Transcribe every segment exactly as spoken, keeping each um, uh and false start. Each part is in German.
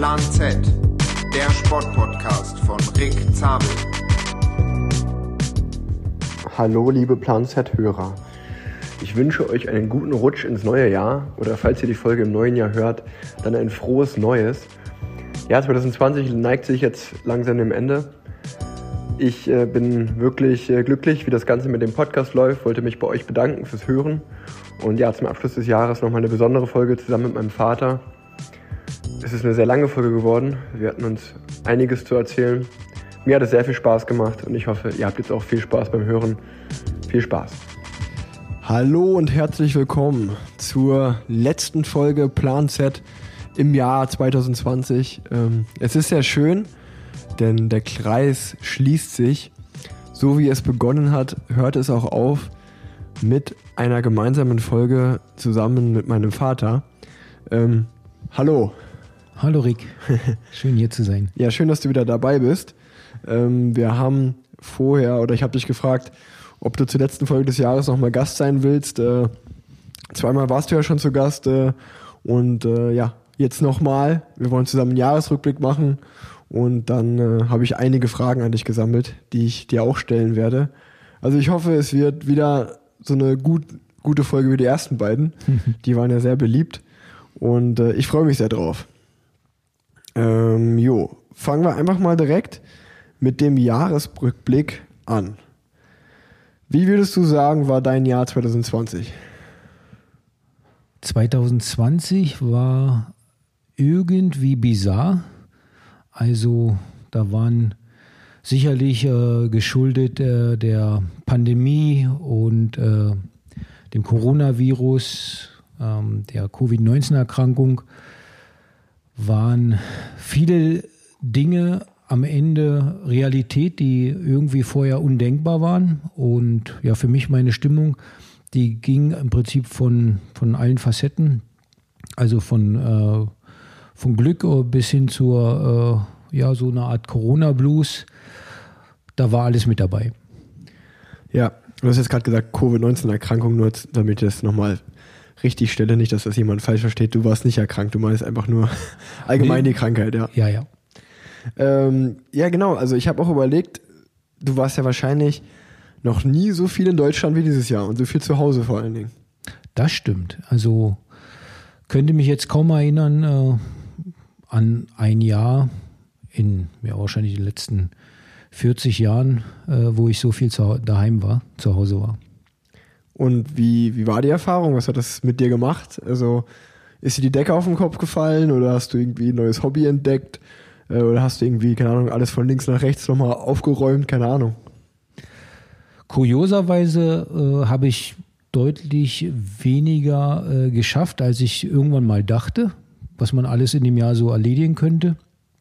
Plan Z, der Sportpodcast von Rick Zabel. Hallo liebe Plan Z-Hörer. Ich wünsche euch einen guten Rutsch ins neue Jahr oder falls ihr die Folge im neuen Jahr hört, dann ein frohes Neues. Ja, zwanzig zwanzig neigt sich jetzt langsam dem Ende. Ich äh, bin wirklich äh, glücklich, wie das Ganze mit dem Podcast läuft, wollte mich bei euch bedanken fürs Hören und ja, zum Abschluss des Jahres nochmal eine besondere Folge zusammen mit meinem Vater. Es ist eine sehr lange Folge geworden, wir hatten uns einiges zu erzählen. Mir hat es sehr viel Spaß gemacht und ich hoffe, ihr habt jetzt auch viel Spaß beim Hören. Viel Spaß. Hallo und herzlich willkommen zur letzten Folge Plan Z im Jahr zwanzig zwanzig. Ähm, es ist sehr schön, denn der Kreis schließt sich. So wie es begonnen hat, hört es auch auf mit einer gemeinsamen Folge zusammen mit meinem Vater. Ähm, hallo. Hallo Rick, schön hier zu sein. Ja, schön, dass du wieder dabei bist. Ähm, wir haben vorher, oder ich habe dich gefragt, ob du zur letzten Folge des Jahres nochmal Gast sein willst. Äh, zweimal warst du ja schon zu Gast äh, und äh, ja, jetzt nochmal. Wir wollen zusammen einen Jahresrückblick machen und dann äh, habe ich einige Fragen an dich gesammelt, die ich dir auch stellen werde. Also ich hoffe, es wird wieder so eine gut, gute Folge wie die ersten beiden. Die waren ja sehr beliebt und äh, ich freue mich sehr drauf. Ähm, jo, fangen wir einfach mal direkt mit dem Jahresrückblick an. Wie würdest du sagen, war dein Jahr zwanzig zwanzig? zwanzig zwanzig war irgendwie bizarr. Also da waren sicherlich äh, geschuldet äh, der Pandemie und äh, dem Coronavirus, ähm, der Covid neunzehn Erkrankung, waren viele Dinge am Ende Realität, die irgendwie vorher undenkbar waren. Und ja, für mich meine Stimmung, die ging im Prinzip von, von allen Facetten, also von, äh, von Glück bis hin zur, äh, ja, so einer Art Corona-Blues. Da war alles mit dabei. Ja, du hast jetzt gerade gesagt, Covid neunzehn Erkrankung, nur damit ich das nochmal richtig stelle, nicht, dass das jemand falsch versteht. Du warst nicht erkrankt, du meinst einfach nur allgemein nee. Die Krankheit, ja. Ja, ja. Ähm, ja, genau. Also ich habe auch überlegt, du warst ja wahrscheinlich noch nie so viel in Deutschland wie dieses Jahr und so viel zu Hause vor allen Dingen. Das stimmt. Also könnte mich jetzt kaum erinnern äh, an ein Jahr in ja, wahrscheinlich den letzten vierzig Jahren, äh, wo ich so viel zu, daheim war, zu Hause war. Und wie, wie war die Erfahrung? Was hat das mit dir gemacht? Also ist dir die Decke auf den Kopf gefallen oder hast du irgendwie ein neues Hobby entdeckt? Oder hast du irgendwie, keine Ahnung, alles von links nach rechts nochmal aufgeräumt? Keine Ahnung. Kurioserweise äh, habe ich deutlich weniger äh, geschafft, als ich irgendwann mal dachte, was man alles in dem Jahr so erledigen könnte.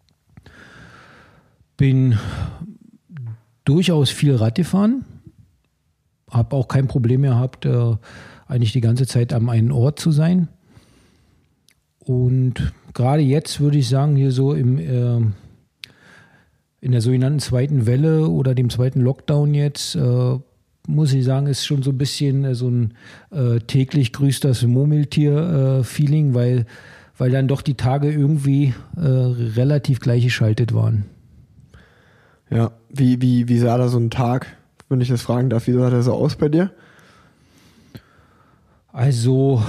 Bin durchaus viel Rad gefahren. Habe auch kein Problem mehr gehabt, äh, eigentlich die ganze Zeit am einen Ort zu sein. Und gerade jetzt würde ich sagen, hier so im, äh, in der sogenannten zweiten Welle oder dem zweiten Lockdown jetzt, äh, muss ich sagen, ist schon so ein bisschen äh, so ein äh, täglich grüßt das Murmeltier-Feeling, äh, weil, weil dann doch die Tage irgendwie äh, relativ gleich geschaltet waren. Ja, wie, wie, wie sah da so ein Tag, wenn ich das fragen darf, wie sah das so aus bei dir? Also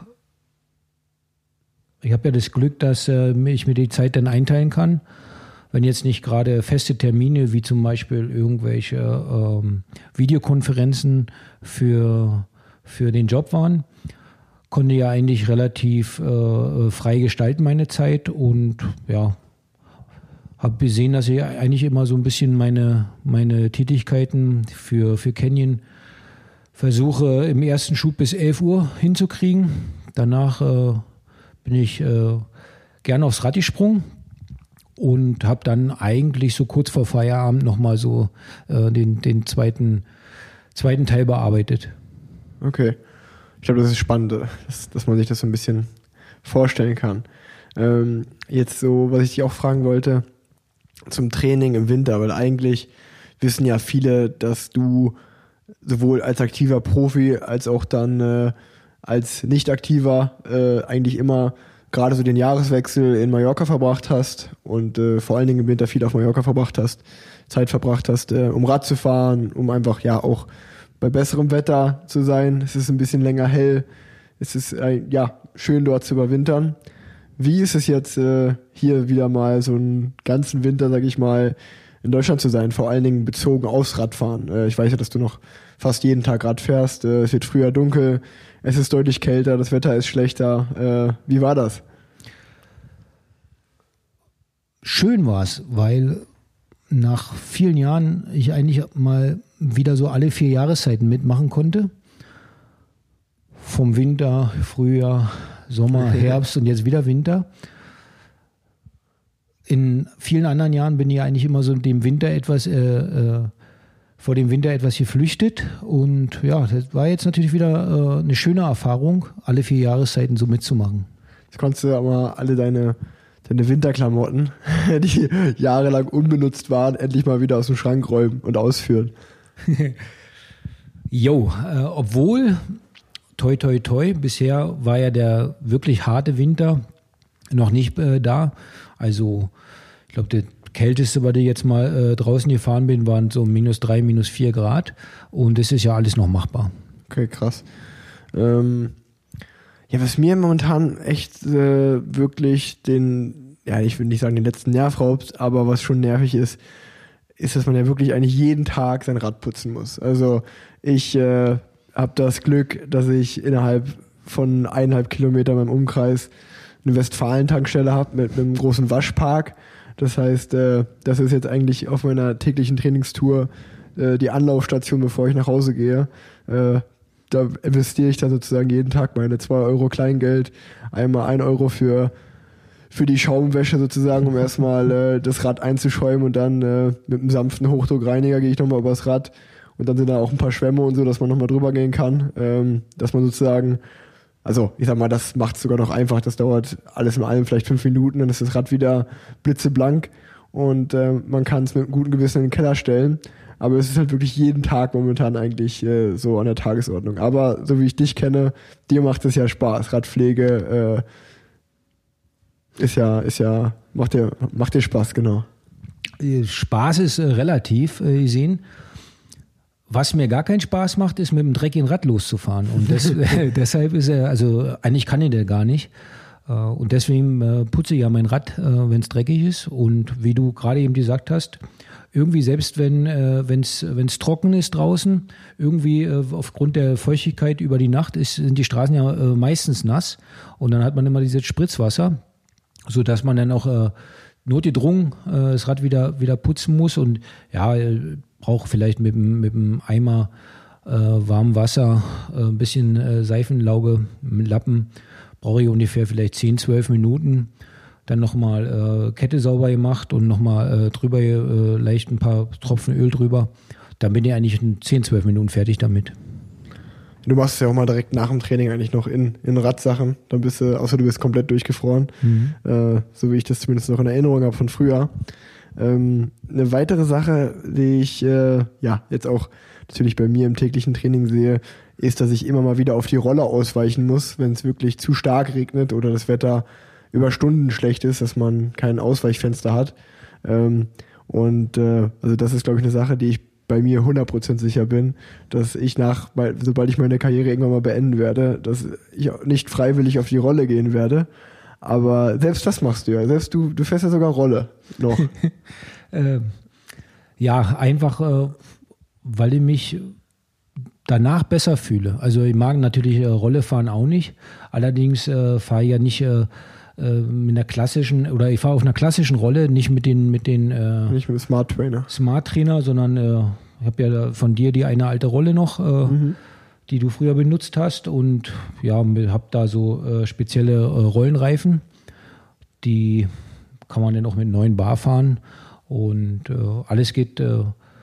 ich habe ja das Glück, dass äh, ich mir die Zeit dann einteilen kann. Wenn jetzt nicht gerade feste Termine, wie zum Beispiel irgendwelche ähm, Videokonferenzen für, für den Job waren, konnte ja eigentlich relativ äh, frei gestalten meine Zeit und ja, habe gesehen, dass ich eigentlich immer so ein bisschen meine, meine Tätigkeiten für, für Canyon versuche im ersten Schub bis elf Uhr hinzukriegen. Danach äh, bin ich äh, gerne aufs Rad gesprungen und habe dann eigentlich so kurz vor Feierabend nochmal so äh, den, den zweiten, zweiten Teil bearbeitet. Okay. Ich glaube, das ist spannend, dass, dass man sich das so ein bisschen vorstellen kann. Ähm, jetzt so, was ich dich auch fragen wollte, zum Training im Winter, weil eigentlich wissen ja viele, dass du sowohl als aktiver Profi als auch dann äh, als nicht aktiver äh, eigentlich immer gerade so den Jahreswechsel in Mallorca verbracht hast und äh, vor allen Dingen im Winter viel auf Mallorca verbracht hast, Zeit verbracht hast, äh, um Rad zu fahren, um einfach ja auch bei besserem Wetter zu sein. Es ist ein bisschen länger hell. Es ist äh, ja schön dort zu überwintern. Wie ist es jetzt äh, hier wieder mal so einen ganzen Winter, sag ich mal, in Deutschland zu sein, vor allen Dingen bezogen aufs Radfahren? Äh, ich weiß ja, dass du noch fast jeden Tag Rad fährst. Äh, es wird früher dunkel, es ist deutlich kälter, das Wetter ist schlechter. Äh, wie war das? Schön war es, weil nach vielen Jahren ich eigentlich mal wieder so alle vier Jahreszeiten mitmachen konnte. Vom Winter, Frühjahr, Sommer, Herbst und jetzt wieder Winter. In vielen anderen Jahren bin ich eigentlich immer so dem Winter etwas, äh, äh, vor dem Winter etwas geflüchtet. Und ja, das war jetzt natürlich wieder äh, eine schöne Erfahrung, alle vier Jahreszeiten so mitzumachen. Jetzt konntest du aber alle deine deine Winterklamotten, die jahrelang unbenutzt waren, endlich mal wieder aus dem Schrank räumen und ausführen. Jo, äh, obwohl, toi toi toi, bisher war ja der wirklich harte Winter noch nicht äh, da. Also ich glaube, der kälteste, bei dem ich jetzt mal äh, draußen gefahren bin, waren so minus drei, minus vier Grad. Und das ist ja alles noch machbar. Okay, krass. Ähm Ja, was mir momentan echt äh, wirklich den, ja, ich will nicht sagen den letzten Nerv raubt, aber was schon nervig ist, ist, dass man ja wirklich eigentlich jeden Tag sein Rad putzen muss. Also ich äh, habe das Glück, dass ich innerhalb von eineinhalb Kilometern im Umkreis eine Westfalen-Tankstelle habe mit einem großen Waschpark. Das heißt, äh, das ist jetzt eigentlich auf meiner täglichen Trainingstour äh, die Anlaufstation, bevor ich nach Hause gehe. Äh, Da investiere ich dann sozusagen jeden Tag meine zwei Euro Kleingeld, einmal ein Euro für, für die Schaumwäsche sozusagen, um erstmal äh, das Rad einzuschäumen und dann äh, mit einem sanften Hochdruckreiniger gehe ich nochmal übers Rad und dann sind da auch ein paar Schwämme und so, dass man nochmal drüber gehen kann, ähm, dass man sozusagen, also ich sag mal, das macht es sogar noch einfach, das dauert alles in allem vielleicht fünf Minuten, dann ist das Rad wieder blitzeblank und äh, man kann es mit einem guten Gewissen in den Keller stellen. Aber es ist halt wirklich jeden Tag momentan eigentlich äh, so an der Tagesordnung. Aber so wie ich dich kenne, dir macht es ja Spaß. Radpflege äh, ist ja, ist ja, macht dir, macht dir Spaß, genau. Spaß ist äh, relativ äh, gesehen. Was mir gar keinen Spaß macht, ist mit dem dreckigen Rad loszufahren. Und das, äh, deshalb ist er, also eigentlich kann ich der gar nicht. Äh, und deswegen äh, putze ich ja mein Rad, äh, wenn es dreckig ist. Und wie du gerade eben gesagt hast, irgendwie selbst wenn äh, es wenn's trocken ist draußen, irgendwie äh, aufgrund der Feuchtigkeit über die Nacht ist, sind die Straßen ja äh, meistens nass und dann hat man immer dieses Spritzwasser, sodass man dann auch äh, notgedrungen äh, das Rad wieder, wieder putzen muss und ja, äh, braucht vielleicht mit, mit dem Eimer äh, warmem Wasser, äh, ein bisschen äh, Seifenlauge mit Lappen, brauche ich ungefähr vielleicht zehn, zwölf Minuten. Dann nochmal äh, Kette sauber gemacht und nochmal äh, drüber äh, leicht ein paar Tropfen Öl drüber. Dann bin ich eigentlich in zehn, zwölf Minuten fertig damit. Du machst es ja auch mal direkt nach dem Training eigentlich noch in, in Radsachen. Dann bist du, außer du bist komplett durchgefroren. Mhm. Äh, so wie ich das zumindest noch in Erinnerung habe von früher. Ähm, eine weitere Sache, die ich äh, ja jetzt auch natürlich bei mir im täglichen Training sehe, ist, dass ich immer mal wieder auf die Roller ausweichen muss, wenn es wirklich zu stark regnet oder das Wetter über Stunden schlecht ist, dass man kein Ausweichfenster hat. Ähm, und äh, also das ist, glaube ich, eine Sache, die ich bei mir hundert Prozent sicher bin, dass ich nach, sobald ich meine Karriere irgendwann mal beenden werde, dass ich nicht freiwillig auf die Rolle gehen werde. Aber selbst das machst du ja. Selbst du, du fährst ja sogar Rolle noch. äh, ja, einfach, äh, weil ich mich danach besser fühle. Also ich mag natürlich äh, Rolle fahren auch nicht. Allerdings äh, fahre ich ja nicht äh, mit einer klassischen, oder ich fahre auf einer klassischen Rolle, nicht mit den mit den äh, nicht mit dem Smart Trainer. Smart Trainer, sondern äh, ich habe ja von dir die eine alte Rolle noch, äh, mhm. die du früher benutzt hast und ja, habe da so äh, spezielle äh, Rollenreifen, die kann man dann auch mit neun Bar fahren und äh, alles geht äh,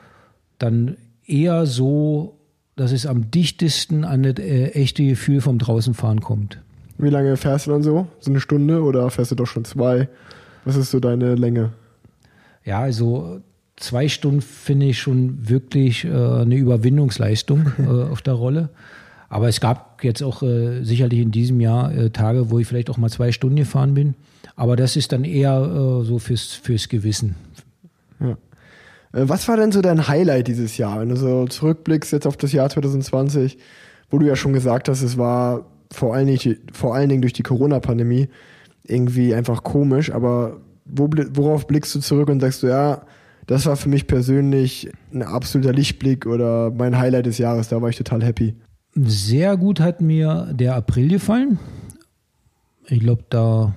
dann eher so, dass es am dichtesten an das äh, echte Gefühl vom Draußenfahren kommt. Wie lange fährst du dann so? So eine Stunde oder fährst du doch schon zwei? Was ist so deine Länge? Ja, also zwei Stunden finde ich schon wirklich äh, eine Überwindungsleistung äh, auf der Rolle. Aber es gab jetzt auch äh, sicherlich in diesem Jahr äh, Tage, wo ich vielleicht auch mal zwei Stunden gefahren bin. Aber das ist dann eher äh, so fürs, fürs Gewissen. Ja. Äh, was war denn so dein Highlight dieses Jahr, wenn du so zurückblickst jetzt auf das Jahr zwanzig zwanzig, wo du ja schon gesagt hast, es war vor allen Dingen, vor allen Dingen durch die Corona-Pandemie irgendwie einfach komisch, aber wo, worauf blickst du zurück und sagst du, ja, das war für mich persönlich ein absoluter Lichtblick oder mein Highlight des Jahres, da war ich total happy. Sehr gut hat mir der April gefallen. Ich glaube, da,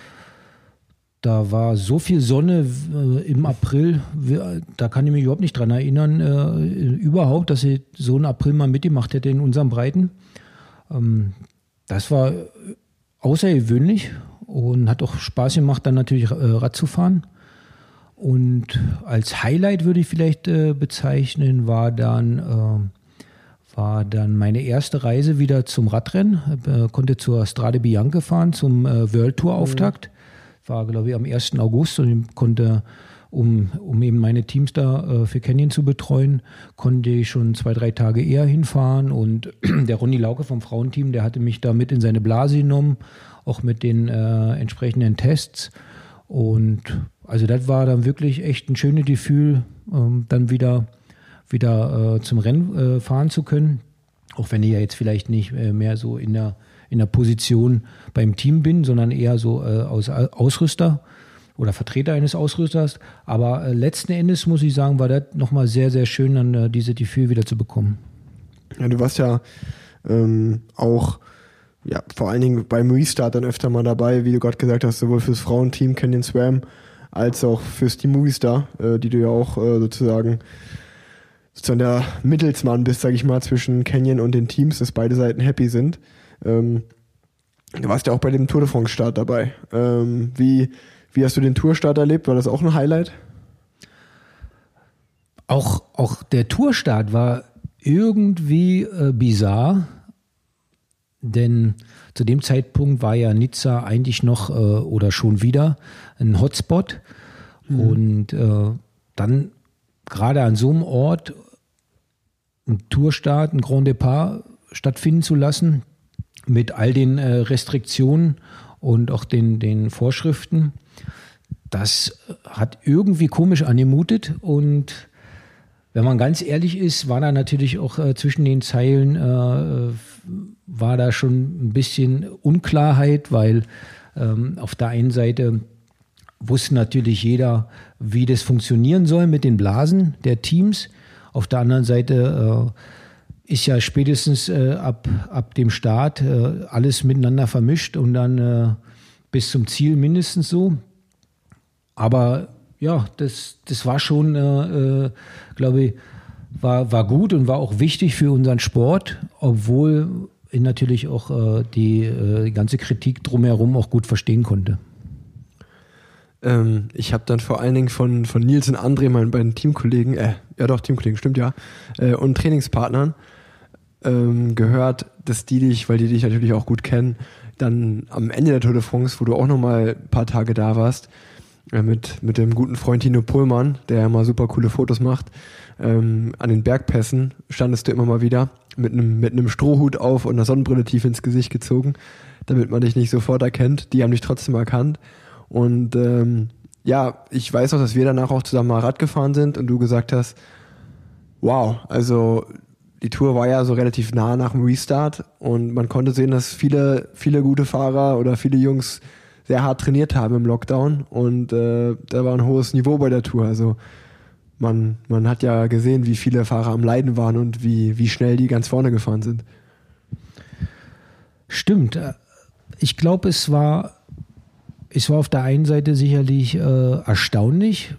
da war so viel Sonne äh, im April, da kann ich mich überhaupt nicht dran erinnern, äh, überhaupt, dass ich so einen April mal mitgemacht hätte in unseren Breiten. Ähm, das war außergewöhnlich und hat auch Spaß gemacht, dann natürlich äh, Rad zu fahren. Und als Highlight würde ich vielleicht äh, bezeichnen, war dann, äh, war dann meine erste Reise wieder zum Radrennen. Äh, konnte zur Strade Bianche fahren, zum äh, World Tour Auftakt. Mhm. War, glaube ich, am ersten August und ich konnte, um, um eben meine Teams da äh, für Canyon zu betreuen, konnte ich schon zwei, drei Tage eher hinfahren. Und der Ronny Lauke vom Frauenteam, der hatte mich da mit in seine Blase genommen, auch mit den äh, entsprechenden Tests. Und also das war dann wirklich echt ein schönes Gefühl, ähm, dann wieder, wieder äh, zum Rennen äh, fahren zu können. Auch wenn ich ja jetzt vielleicht nicht äh, mehr so in der, in der Position beim Team bin, sondern eher so äh, als Ausrüster oder Vertreter eines Ausrüsters. Aber äh, letzten Endes muss ich sagen, war das nochmal sehr, sehr schön, dann äh, diese Gefühl wieder zu bekommen. Ja, du warst ja ähm, auch ja, vor allen Dingen beim Restart dann öfter mal dabei, wie du gerade gesagt hast, sowohl fürs Frauenteam Canyon Swam als auch fürs Team Movistar, äh, die du ja auch äh, sozusagen sozusagen der Mittelsmann bist, sag ich mal, zwischen Canyon und den Teams, dass beide Seiten happy sind. Ähm, du warst ja auch bei dem Tour de France Start dabei. Ähm, wie, wie hast du den Tourstart erlebt? War das auch ein Highlight? Auch, auch der Tourstart war irgendwie äh, bizarr. Denn zu dem Zeitpunkt war ja Nizza eigentlich noch äh, oder schon wieder ein Hotspot. Mhm. Und äh, dann gerade an so einem Ort einen Tourstart, ein Grand Départ stattfinden zu lassen mit all den äh, Restriktionen und auch den, den Vorschriften, das hat irgendwie komisch angemutet. Und wenn man ganz ehrlich ist, war da natürlich auch äh, zwischen den Zeilen äh, war da schon ein bisschen Unklarheit, weil ähm, auf der einen Seite wusste natürlich jeder, wie das funktionieren soll mit den Blasen der Teams. Auf der anderen Seite äh, ist ja spätestens äh, ab, ab dem Start äh, alles miteinander vermischt und dann äh, bis zum Ziel mindestens so. Aber ja, das, das war schon, äh, äh, glaube ich, war, war gut und war auch wichtig für unseren Sport, obwohl ich natürlich auch äh, die, äh, die ganze Kritik drumherum auch gut verstehen konnte. Ähm, ich habe dann vor allen Dingen von, von Nils und André, meinen beiden Teamkollegen, äh, ja doch, Teamkollegen, stimmt ja, äh, und Trainingspartnern ähm, gehört, dass die dich, weil die dich natürlich auch gut kennen, dann am Ende der Tour de France, wo du auch nochmal ein paar Tage da warst, äh, mit, mit dem guten Freund Tino Pohlmann, der ja mal super coole Fotos macht, ähm, an den Bergpässen standest du immer mal wieder mit einem mit einem Strohhut auf und einer Sonnenbrille tief ins Gesicht gezogen, damit man dich nicht sofort erkennt. Die haben dich trotzdem erkannt. Und ähm, ja, ich weiß auch, dass wir danach auch zusammen mal Rad gefahren sind und du gesagt hast, wow, also die Tour war ja so relativ nah nach dem Restart und man konnte sehen, dass viele, viele gute Fahrer oder viele Jungs sehr hart trainiert haben im Lockdown und äh, da war ein hohes Niveau bei der Tour. Also man, man hat ja gesehen, wie viele Fahrer am Leiden waren und wie, wie schnell die ganz vorne gefahren sind. Stimmt. Ich glaube, es war, es war auf der einen Seite sicherlich äh, erstaunlich,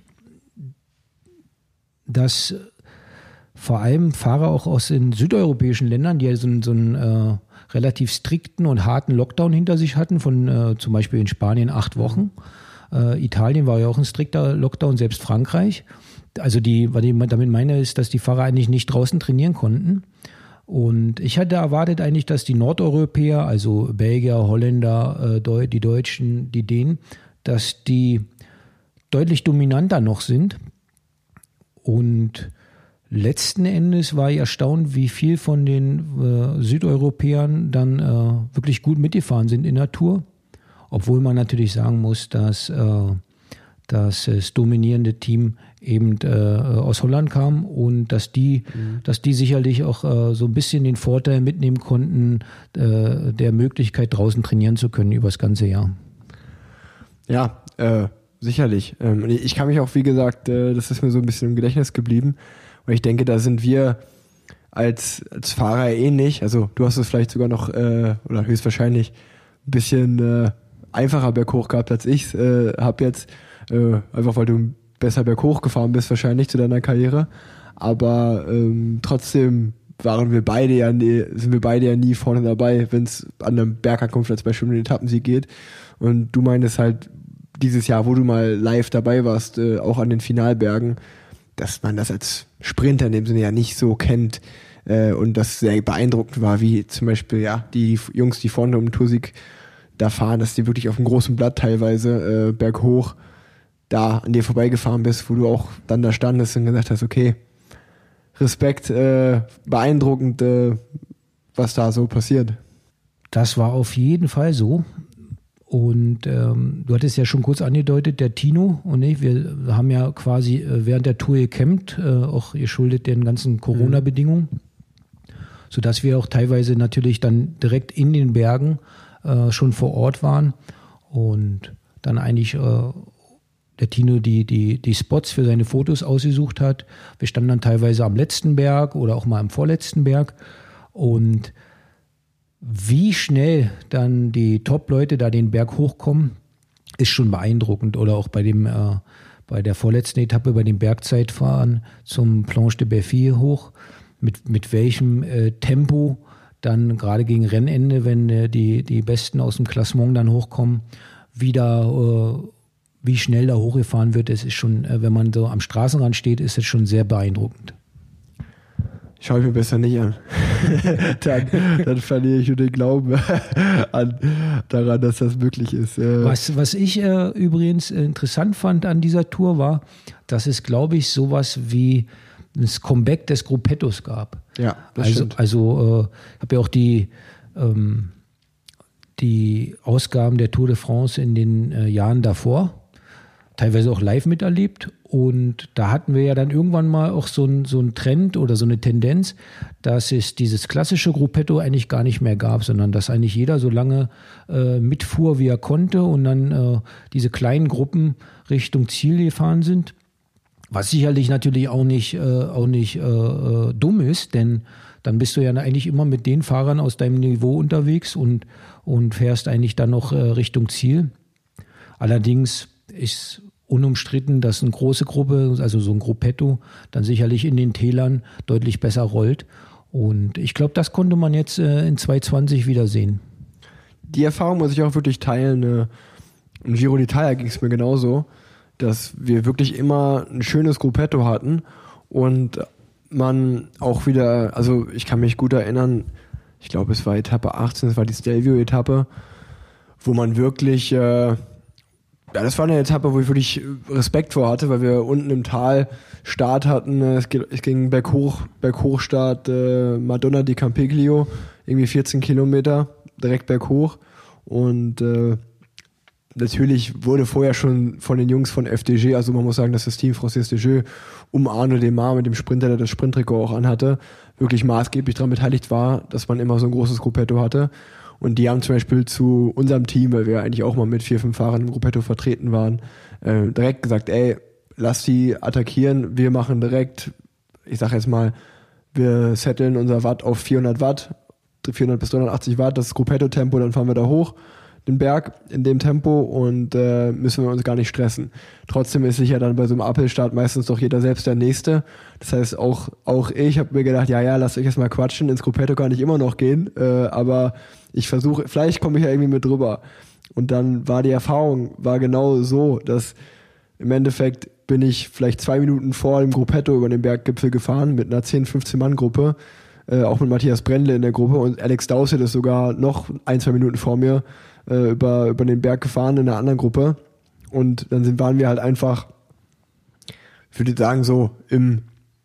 dass vor allem Fahrer auch aus den südeuropäischen Ländern, die ja so einen, so einen äh, relativ strikten und harten Lockdown hinter sich hatten, von äh, zum Beispiel in Spanien acht Wochen. Äh, Italien war ja auch ein strikter Lockdown, selbst Frankreich. Also die, was ich damit meine, ist, dass die Fahrer eigentlich nicht draußen trainieren konnten. Und ich hatte erwartet eigentlich, dass die Nordeuropäer, also Belgier, Holländer, äh, die Deutschen, die Dänen, dass die deutlich dominanter noch sind. Und letzten Endes war ich erstaunt, wie viel von den äh, Südeuropäern dann äh, wirklich gut mitgefahren sind in der Tour. Obwohl man natürlich sagen muss, dass, äh, dass das dominierende Team eben äh, aus Holland kam und dass die, mhm. dass die sicherlich auch äh, so ein bisschen den Vorteil mitnehmen konnten, äh, der Möglichkeit draußen trainieren zu können über das ganze Jahr. Ja, äh, sicherlich. Ähm, ich kann mich auch, wie gesagt, äh, das ist mir so ein bisschen im Gedächtnis geblieben. Und ich denke, da sind wir als, als Fahrer ähnlich. Also du hast es vielleicht sogar noch, äh, oder höchstwahrscheinlich ein bisschen äh, einfacher berghoch gehabt als ich. Äh, hab jetzt, äh, einfach weil du besser berghoch gefahren bist wahrscheinlich zu deiner Karriere. Aber ähm, trotzdem waren wir beide ja nie, sind wir beide ja nie vorne dabei, wenn es an einem Bergankunft als Beispiel um den Etappensieg geht. Und du meinst halt dieses Jahr, wo du mal live dabei warst, äh, auch an den Finalbergen, dass man das als Sprinter in dem Sinne ja nicht so kennt äh, und das sehr beeindruckend war, wie zum Beispiel ja die Jungs, die vorne um den Toursieg da fahren, dass die wirklich auf dem großen Blatt teilweise äh, berghoch da an dir vorbeigefahren bist, wo du auch dann da standest und gesagt hast, okay, Respekt, äh, beeindruckend, äh, was da so passiert. Das war auf jeden Fall so. Und ähm, du hattest ja schon kurz angedeutet, der Tino und ich, wir haben ja quasi äh, während der Tour gecampt, äh, auch geschuldet den ganzen Corona-Bedingungen, sodass wir auch teilweise natürlich dann direkt in den Bergen äh, schon vor Ort waren und dann eigentlich äh, der Tino die, die, die Spots für seine Fotos ausgesucht hat. Wir standen dann teilweise am letzten Berg oder auch mal am vorletzten Berg und wie schnell dann die Top-Leute da den Berg hochkommen, ist schon beeindruckend. Oder auch bei dem äh, bei der vorletzten Etappe, bei dem Bergzeitfahren zum Planche de Belfi hoch, mit, mit welchem äh, Tempo dann gerade gegen Rennende, wenn äh, die, die Besten aus dem Klassement dann hochkommen, wieder äh, wie schnell da hochgefahren wird, das ist schon, äh, wenn man so am Straßenrand steht, ist es schon sehr beeindruckend. Schau ich mir besser nicht an. dann, dann verliere ich nur den Glauben an, daran, dass das möglich ist. Was, was ich äh, übrigens interessant fand an dieser Tour war, dass es, glaube ich, sowas wie das Comeback des Gruppettos gab. Ja, das also, stimmt. Also äh, ich habe ja auch die, ähm, die Ausgaben der Tour de France in den äh, Jahren davor teilweise auch live miterlebt. Und da hatten wir ja dann irgendwann mal auch so ein, so ein Trend oder so eine Tendenz, dass es dieses klassische Gruppetto eigentlich gar nicht mehr gab, sondern dass eigentlich jeder so lange äh, mitfuhr, wie er konnte und dann äh, diese kleinen Gruppen Richtung Ziel gefahren sind. Was sicherlich natürlich auch nicht, äh, auch nicht äh, äh, dumm ist, denn dann bist du ja eigentlich immer mit den Fahrern aus deinem Niveau unterwegs und, und fährst eigentlich dann noch äh, Richtung Ziel. Allerdings ist unumstritten, dass eine große Gruppe, also so ein Gruppetto, dann sicherlich in den Tälern deutlich besser rollt. Und ich glaube, das konnte man jetzt äh, in zwanzig zwanzig wieder sehen. Die Erfahrung muss ich auch wirklich teilen. Äh, Im Giro d'Italia ging es mir genauso, dass wir wirklich immer ein schönes Gruppetto hatten und man auch wieder, also ich kann mich gut erinnern, ich glaube, es war Etappe achtzehn, es war die Stelvio-Etappe, wo man wirklich äh, ja, das war eine Etappe, wo ich wirklich Respekt vor hatte, weil wir unten im Tal Start hatten. Es ging berghoch, Berghochstart äh, Madonna di Campiglio, irgendwie vierzehn Kilometer, direkt berghoch. Und äh, natürlich wurde vorher schon von den Jungs von F D G, also man muss sagen, dass das Team Francis Dejeux um Arnaud Démare mit dem Sprinter, der das Sprinttrikot auch anhatte, wirklich maßgeblich daran beteiligt war, dass man immer so ein großes Gruppetto hatte. Und die haben zum Beispiel zu unserem Team, weil wir eigentlich auch mal mit vier, fünf Fahrern im Gruppetto vertreten waren, äh, direkt gesagt, ey, lass die attackieren, wir machen direkt, ich sag jetzt mal, wir setteln unser Watt auf vierhundert Watt, vierhundert bis dreihundertachtzig Watt, das Gruppetto-Tempo, dann fahren wir da hoch, den Berg in dem Tempo und äh, müssen wir uns gar nicht stressen. Trotzdem ist sich ja dann bei so einem Uphill-Start meistens doch jeder selbst der Nächste. Das heißt, auch auch ich habe mir gedacht, ja, ja, lasst euch erstmal quatschen, ins Gruppetto kann ich immer noch gehen, äh, aber ich versuche, vielleicht komme ich ja irgendwie mit drüber. Und dann war die Erfahrung, war genau so, dass im Endeffekt bin ich vielleicht zwei Minuten vor dem Gruppetto über den Berggipfel gefahren mit einer zehn, fünfzehn Mann Gruppe, äh, auch mit Matthias Brendle in der Gruppe und Alex Dowsett ist sogar noch ein, zwei Minuten vor mir äh, über, über den Berg gefahren in einer anderen Gruppe. Und dann sind, waren wir halt einfach, ich würde sagen so im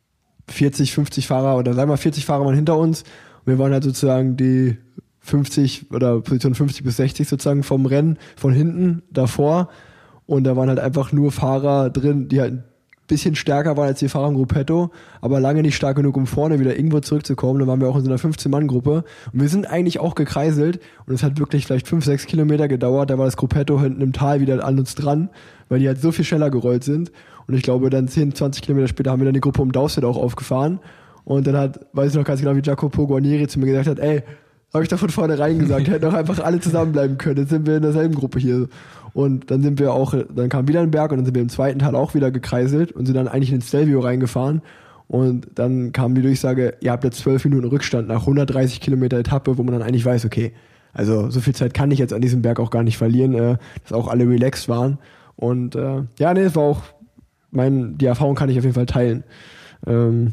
vierzig, fünfzig Fahrer oder sagen wir vierzig Fahrer waren hinter uns und wir waren halt sozusagen die fünfzig oder Position fünfzig bis sechzig sozusagen vom Rennen von hinten davor und da waren halt einfach nur Fahrer drin, die halt ein bisschen stärker waren als die Fahrer im Gruppetto, aber lange nicht stark genug, um vorne wieder irgendwo zurückzukommen. Da waren wir auch in so einer fünfzehn-Mann-Gruppe und wir sind eigentlich auch gekreiselt und es hat wirklich vielleicht fünf, sechs Kilometer gedauert, da war das Gruppetto hinten im Tal wieder an uns dran, weil die halt so viel schneller gerollt sind und ich glaube dann zehn, zwanzig Kilometer später haben wir dann die Gruppe um Dowsett auch aufgefahren und dann hat, weiß ich noch ganz genau, wie Jacopo Guarnieri zu mir gesagt hat, ey, habe ich da von vornherein gesagt, hätten doch einfach alle zusammenbleiben können, jetzt sind wir in derselben Gruppe hier. Und dann sind wir auch, dann kam wieder ein Berg und dann sind wir im zweiten Teil auch wieder gekreiselt und sind dann eigentlich in den Stelvio reingefahren und dann kam die Durchsage, ihr habt jetzt zwölf Minuten Rückstand nach hundertdreißig Kilometer Etappe, wo man dann eigentlich weiß, okay, also so viel Zeit kann ich jetzt an diesem Berg auch gar nicht verlieren, äh, dass auch alle relaxed waren und äh, ja, nee, es war auch, mein, die Erfahrung kann ich auf jeden Fall teilen. Ähm,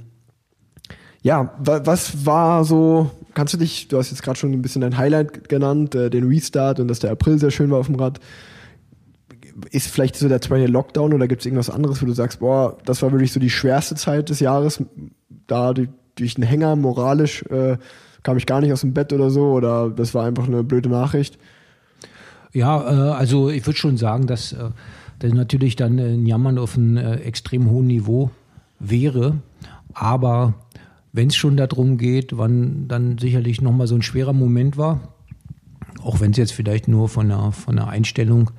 ja, wa- was war so, kannst du dich, du hast jetzt gerade schon ein bisschen dein Highlight genannt, äh, den Restart und dass der April sehr schön war auf dem Rad. Ist vielleicht so der zweite Lockdown oder gibt es irgendwas anderes, wo du sagst, boah, das war wirklich so die schwerste Zeit des Jahres, da die, durch den Hänger moralisch äh, kam ich gar nicht aus dem Bett oder so oder das war einfach eine blöde Nachricht? Ja, äh, also ich würde schon sagen, dass äh, das natürlich dann äh, ein Jammern auf einem äh, extrem hohen Niveau wäre, aber wenn es schon darum geht, wann dann sicherlich nochmal so ein schwerer Moment war, auch wenn es jetzt vielleicht nur von der, von der Einstellung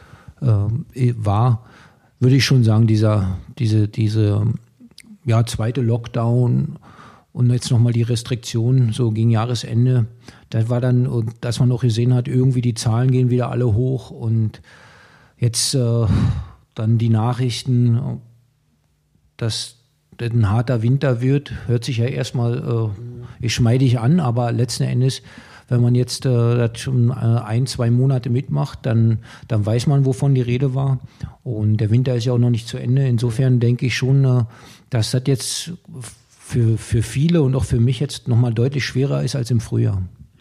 äh, war, würde ich schon sagen, dieser, diese, diese ja, zweite Lockdown und jetzt nochmal die Restriktionen so gegen Jahresende, das war dann, dass man auch gesehen hat, irgendwie die Zahlen gehen wieder alle hoch und jetzt äh, dann die Nachrichten, dass das ein harter Winter wird, hört sich ja erstmal äh, geschmeidig an, aber letzten Endes, wenn man jetzt äh, das schon äh, ein, zwei Monate mitmacht, dann, dann weiß man, wovon die Rede war. Und der Winter ist ja auch noch nicht zu Ende. Insofern denke ich schon, äh, dass das jetzt für, für viele und auch für mich jetzt nochmal deutlich schwerer ist als im Frühjahr.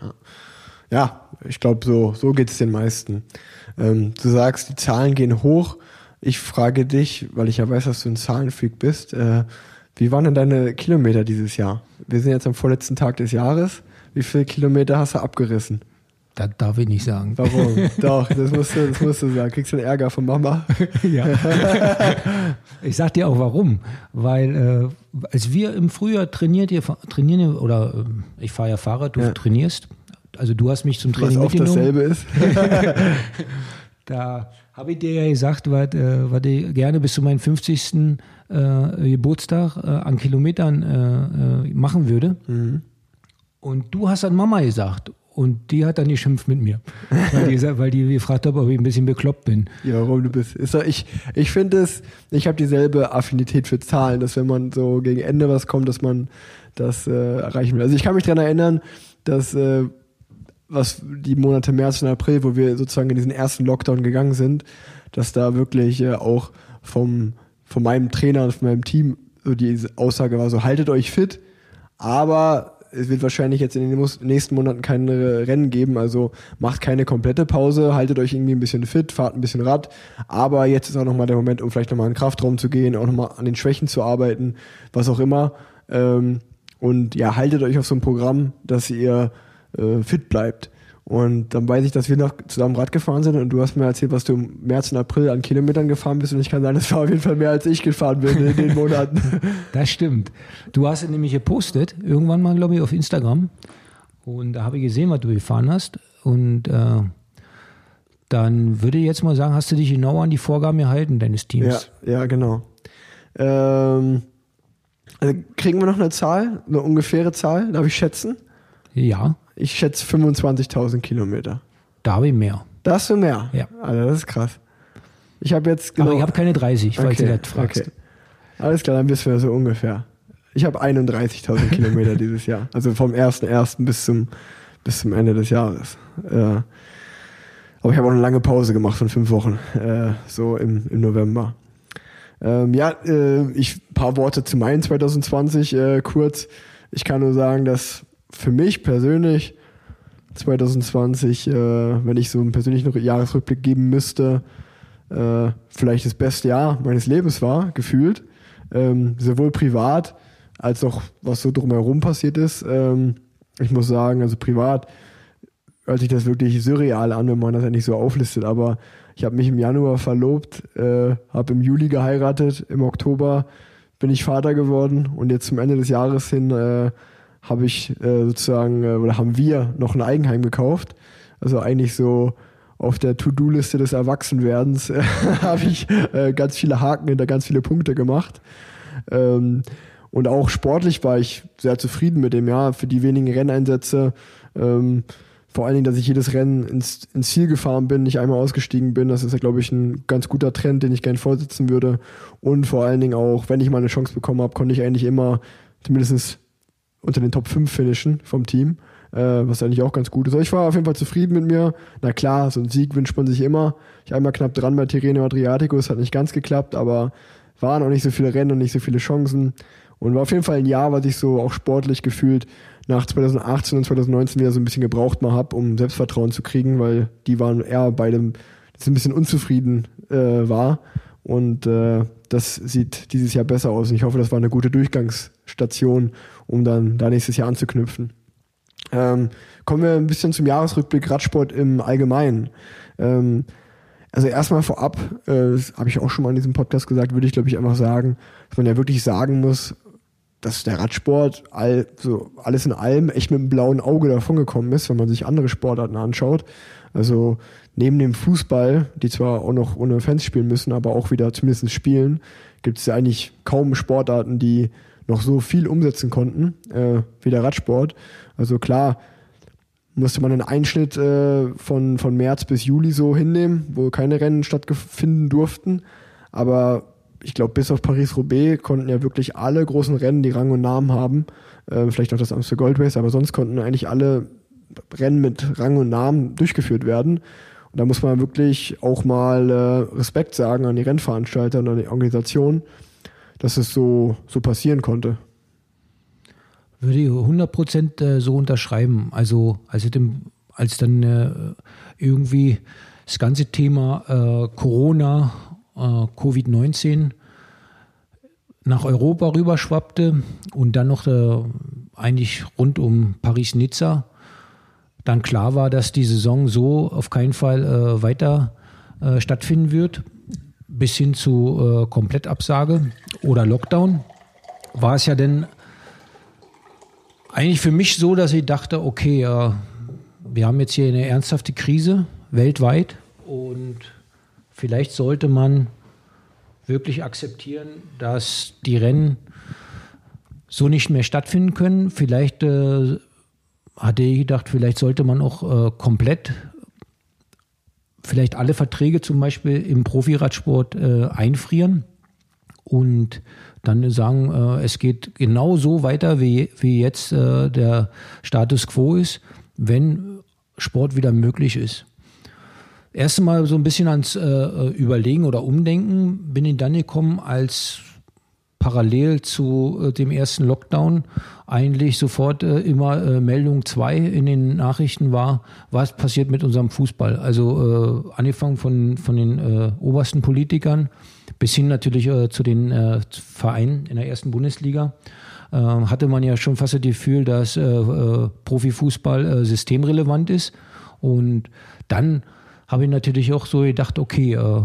Ja, ich glaube, so, so geht es den meisten. Ähm, du sagst, die Zahlen gehen hoch. Ich frage dich, weil ich ja weiß, dass du ein Zahlenfreak bist, äh, wie waren denn deine Kilometer dieses Jahr? Wir sind jetzt am vorletzten Tag des Jahres. Wie viele Kilometer hast du abgerissen? Das darf ich nicht sagen. Warum? Doch, das musst du, das musst du sagen. Kriegst du einen Ärger von Mama? Ja. Ich sag dir auch warum. Weil äh, als wir im Frühjahr trainiert, ihr, trainieren oder äh, ich fahre ja Fahrrad, du ja. trainierst. Also du hast mich zum Training was mitgenommen. Was oft dasselbe ist. Da habe ich dir ja gesagt, was, äh, was ich gerne bis zu meinem fünfzigsten Äh, Geburtstag äh, an Kilometern äh, äh, machen würde. Mhm. Und du hast dann Mama gesagt. Und die hat dann geschimpft mit mir. weil, die, weil die gefragt hat, ob ich ein bisschen bekloppt bin. Ja, warum du bist. Ist doch, ich ich finde es, ich habe dieselbe Affinität für Zahlen, dass wenn man so gegen Ende was kommt, dass man das äh, erreichen will. Also ich kann mich daran erinnern, dass äh, was die Monate März und April, wo wir sozusagen in diesen ersten Lockdown gegangen sind, dass da wirklich äh, auch vom von meinem Trainer und von meinem Team so die Aussage war so, haltet euch fit, aber es wird wahrscheinlich jetzt in den nächsten Monaten keine Rennen geben, also macht keine komplette Pause, haltet euch irgendwie ein bisschen fit, fahrt ein bisschen Rad, aber jetzt ist auch nochmal der Moment, um vielleicht nochmal in den Kraftraum zu gehen, auch nochmal an den Schwächen zu arbeiten, was auch immer, und ja, haltet euch auf so ein Programm, dass ihr fit bleibt. Und dann weiß ich, dass wir noch zusammen Rad gefahren sind und du hast mir erzählt, was du im März und April an Kilometern gefahren bist und ich kann sagen, das war auf jeden Fall mehr, als ich gefahren bin in den Monaten. Das stimmt. Du hast es nämlich gepostet, irgendwann mal, glaube ich, auf Instagram und da habe ich gesehen, was du gefahren hast und äh, dann würde ich jetzt mal sagen, hast du dich genau an die Vorgaben gehalten deines Teams? Ja, ja, genau. Ähm, also kriegen wir noch eine Zahl, eine ungefähre Zahl, darf ich schätzen? Ja. Ich schätze fünfundzwanzigtausend Kilometer. Da habe ich mehr. Da hast du mehr? Ja. Also das ist krass. Ich habe jetzt genau... Aber ich habe keine dreißig, falls okay, du das fragst. Okay. Alles klar, dann wissen wir so ungefähr. Ich habe einunddreißigtausend Kilometer dieses Jahr. Also vom ersten ersten bis zum, bis zum Ende des Jahres. Äh, aber ich habe auch eine lange Pause gemacht von fünf Wochen. Äh, so im, im November. Ähm, ja, äh, ich ein paar Worte zu meinen zwanzig zwanzig äh, kurz. Ich kann nur sagen, dass für mich persönlich zwanzig zwanzig, äh, wenn ich so einen persönlichen Jahresrückblick geben müsste, äh, vielleicht das beste Jahr meines Lebens war, gefühlt. Ähm, sowohl privat als auch was so drumherum passiert ist. Ähm, ich muss sagen, also privat hört sich das wirklich surreal an, wenn man das ja nicht so auflistet, aber ich habe mich im Januar verlobt, äh, habe im Juli geheiratet, im Oktober bin ich Vater geworden und jetzt zum Ende des Jahres hin äh, habe ich äh, sozusagen, äh, oder haben wir noch ein Eigenheim gekauft. Also eigentlich so auf der To-Do-Liste des Erwachsenwerdens äh, habe ich äh, ganz viele Haken hinter ganz viele Punkte gemacht. Ähm, und auch sportlich war ich sehr zufrieden mit dem Jahr für die wenigen Renneinsätze. Ähm, vor allen Dingen, dass ich jedes Rennen ins, ins Ziel gefahren bin, nicht einmal ausgestiegen bin. Das ist ja, glaube ich, ein ganz guter Trend, den ich gerne fortsetzen würde. Und vor allen Dingen auch, wenn ich mal eine Chance bekommen habe, konnte ich eigentlich immer zumindest unter den Top fünf finishen vom Team, äh, was eigentlich auch ganz gut ist. Also ich war auf jeden Fall zufrieden mit mir. Na klar, so einen Sieg wünscht man sich immer. Ich war einmal knapp dran bei Tirreno Adriatico, es hat nicht ganz geklappt, aber waren auch nicht so viele Rennen und nicht so viele Chancen. Und war auf jeden Fall ein Jahr, was ich so auch sportlich gefühlt nach zwanzig achtzehn und zwanzig neunzehn wieder so ein bisschen gebraucht mal habe, um Selbstvertrauen zu kriegen, weil die waren eher beide ein bisschen unzufrieden äh, war. Und äh, das sieht dieses Jahr besser aus. Und ich hoffe, das war eine gute Durchgangsstation, um dann da nächstes Jahr anzuknüpfen. Ähm, kommen wir ein bisschen zum Jahresrückblick Radsport im Allgemeinen. Ähm, also erstmal vorab, äh, das habe ich auch schon mal in diesem Podcast gesagt, würde ich glaube ich einfach sagen, dass man ja wirklich sagen muss, dass der Radsport all, so alles in allem echt mit einem blauen Auge davongekommen ist, wenn man sich andere Sportarten anschaut. Also neben dem Fußball, die zwar auch noch ohne Fans spielen müssen, aber auch wieder zumindest spielen, gibt es ja eigentlich kaum Sportarten, die noch so viel umsetzen konnten äh, wie der Radsport. Also klar musste man einen Einschnitt äh, von, von März bis Juli so hinnehmen, wo keine Rennen stattfinden durften. Aber ich glaube, bis auf Paris-Roubaix konnten ja wirklich alle großen Rennen, die Rang und Namen haben, äh, vielleicht noch das Amstel Gold Race, aber sonst konnten eigentlich alle Rennen mit Rang und Namen durchgeführt werden. Und da muss man wirklich auch mal äh, Respekt sagen an die Rennveranstalter und an die Organisation, dass es so, so passieren konnte. Würde ich hundert Prozent äh, so unterschreiben. Also als, dem, als dann äh, irgendwie das ganze Thema äh, Corona, äh, Covid neunzehn nach Europa rüberschwappte und dann noch äh, eigentlich rund um Paris-Nizza dann klar war, dass die Saison so auf keinen Fall äh, weiter äh, stattfinden wird, bis hin zu äh, Komplettabsage oder Lockdown, war es ja dann eigentlich für mich so, dass ich dachte, okay, äh, wir haben jetzt hier eine ernsthafte Krise weltweit und vielleicht sollte man wirklich akzeptieren, dass die Rennen so nicht mehr stattfinden können. Vielleicht äh, hatte ich gedacht, vielleicht sollte man auch äh, komplett vielleicht alle Verträge zum Beispiel im Profiradsport äh, einfrieren und dann sagen, äh, es geht genau so weiter, wie, wie jetzt äh, der Status quo ist, wenn Sport wieder möglich ist. Erst mal so ein bisschen ans äh, Überlegen oder Umdenken bin ich dann gekommen, als parallel zu äh, dem ersten Lockdown eigentlich sofort äh, immer äh, Meldung zwei in den Nachrichten war, was passiert mit unserem Fußball. Also äh, angefangen von, von den äh, obersten Politikern bis hin natürlich äh, zu den äh, Vereinen in der ersten Bundesliga. Äh, hatte man ja schon fast das Gefühl, dass äh, äh, Profifußball äh, systemrelevant ist. Und dann habe ich natürlich auch so gedacht, okay, äh,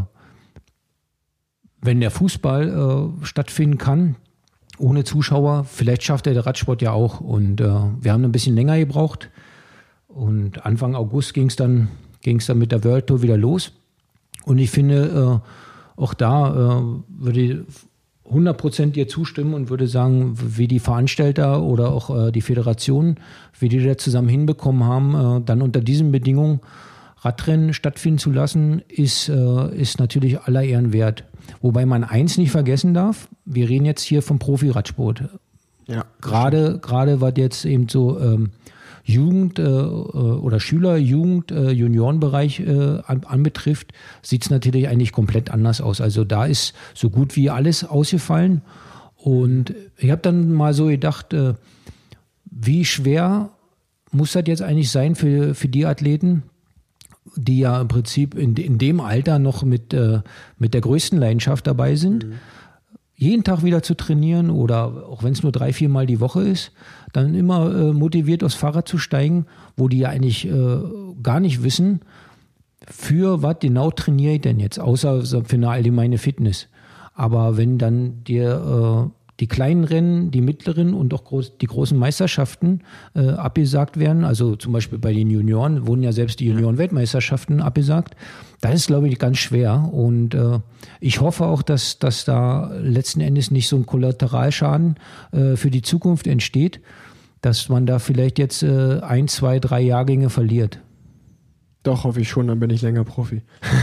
wenn der Fußball äh, stattfinden kann, ohne Zuschauer, vielleicht schafft er der Radsport ja auch. Und äh, wir haben ein bisschen länger gebraucht. Und Anfang August ging es dann, ging's dann mit der World Tour wieder los. Und ich finde, äh, auch da äh, würde ich hundert Prozent dir zustimmen und würde sagen, wie die Veranstalter oder auch äh, die Föderation, wie die da zusammen hinbekommen haben, äh, dann unter diesen Bedingungen Radrennen stattfinden zu lassen, ist, äh, ist natürlich aller Ehren wert. Wobei man eins nicht vergessen darf, wir reden jetzt hier vom Profiradsport. Ja, gerade, gerade was jetzt eben so ähm, Jugend äh, oder Schüler, Jugend, äh, Juniorenbereich äh, an, anbetrifft, sieht es natürlich eigentlich komplett anders aus. Also da ist so gut wie alles ausgefallen. Und ich habe dann mal so gedacht, äh, wie schwer muss das jetzt eigentlich sein für, für die Athleten, die ja im Prinzip in, in dem Alter noch mit, äh, mit der größten Leidenschaft dabei sind. Mhm. jeden Tag wieder zu trainieren oder auch wenn es nur drei, vier Mal die Woche ist, dann immer äh, motiviert aufs Fahrrad zu steigen, wo die ja eigentlich äh, gar nicht wissen, für was genau trainiere ich denn jetzt, außer für eine allgemeine Fitness. Aber wenn dann dir äh, die kleinen Rennen, die mittleren und auch groß, die großen Meisterschaften äh, abgesagt werden, also zum Beispiel bei den Junioren, wurden ja selbst die Junioren-Weltmeisterschaften abgesagt, das ist, glaube ich, ganz schwer. Und äh, ich hoffe auch, dass, dass da letzten Endes nicht so ein Kollateralschaden äh, für die Zukunft entsteht, dass man da vielleicht jetzt äh, ein, zwei, drei Jahrgänge verliert. Doch, hoffe ich schon, dann bin ich länger Profi.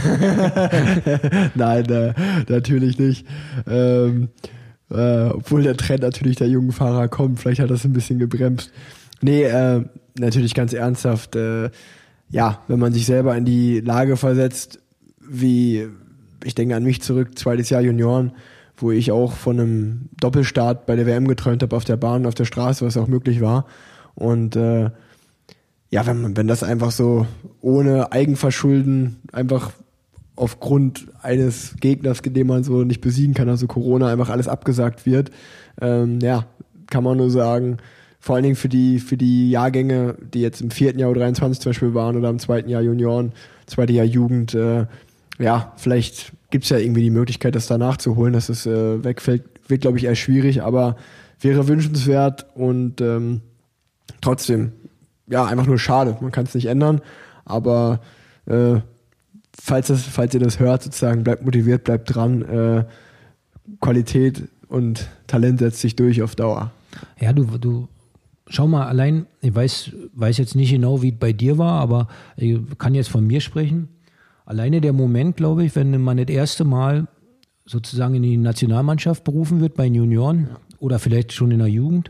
Nein, äh, natürlich nicht. Ähm, äh, obwohl der Trend natürlich der jungen Fahrer kommt, vielleicht hat das ein bisschen gebremst. Nee, äh, natürlich ganz ernsthaft, äh, ja, wenn man sich selber in die Lage versetzt, wie, ich denke an mich zurück, zweites Jahr Junioren, wo ich auch von einem Doppelstart bei der W M geträumt habe, auf der Bahn, auf der Straße, was auch möglich war. Und äh, ja, wenn, wenn das einfach so ohne Eigenverschulden einfach aufgrund eines Gegners, den man so nicht besiegen kann, also Corona, einfach alles abgesagt wird, ähm, ja, kann man nur sagen, vor allen Dingen für die, für die Jahrgänge, die jetzt im vierten Jahr U dreiundzwanzig zum Beispiel waren oder im zweiten Jahr Junioren, zweite Jahr Jugend, äh, ja, vielleicht gibt's ja irgendwie die Möglichkeit, das da nachzuholen, dass es äh, wegfällt, wird, glaube ich, eher schwierig, aber wäre wünschenswert und ähm, trotzdem, ja, einfach nur schade. Man kann es nicht ändern, aber äh, falls, das, falls ihr das hört, sozusagen, bleibt motiviert, bleibt dran. Äh, Qualität und Talent setzt sich durch auf Dauer. Ja, du, du schau mal, allein, ich weiß, weiß jetzt nicht genau, wie es bei dir war, aber ich kann jetzt von mir sprechen. Alleine der Moment, glaube ich, wenn man das erste Mal sozusagen in die Nationalmannschaft berufen wird bei den Junioren oder vielleicht schon in der Jugend,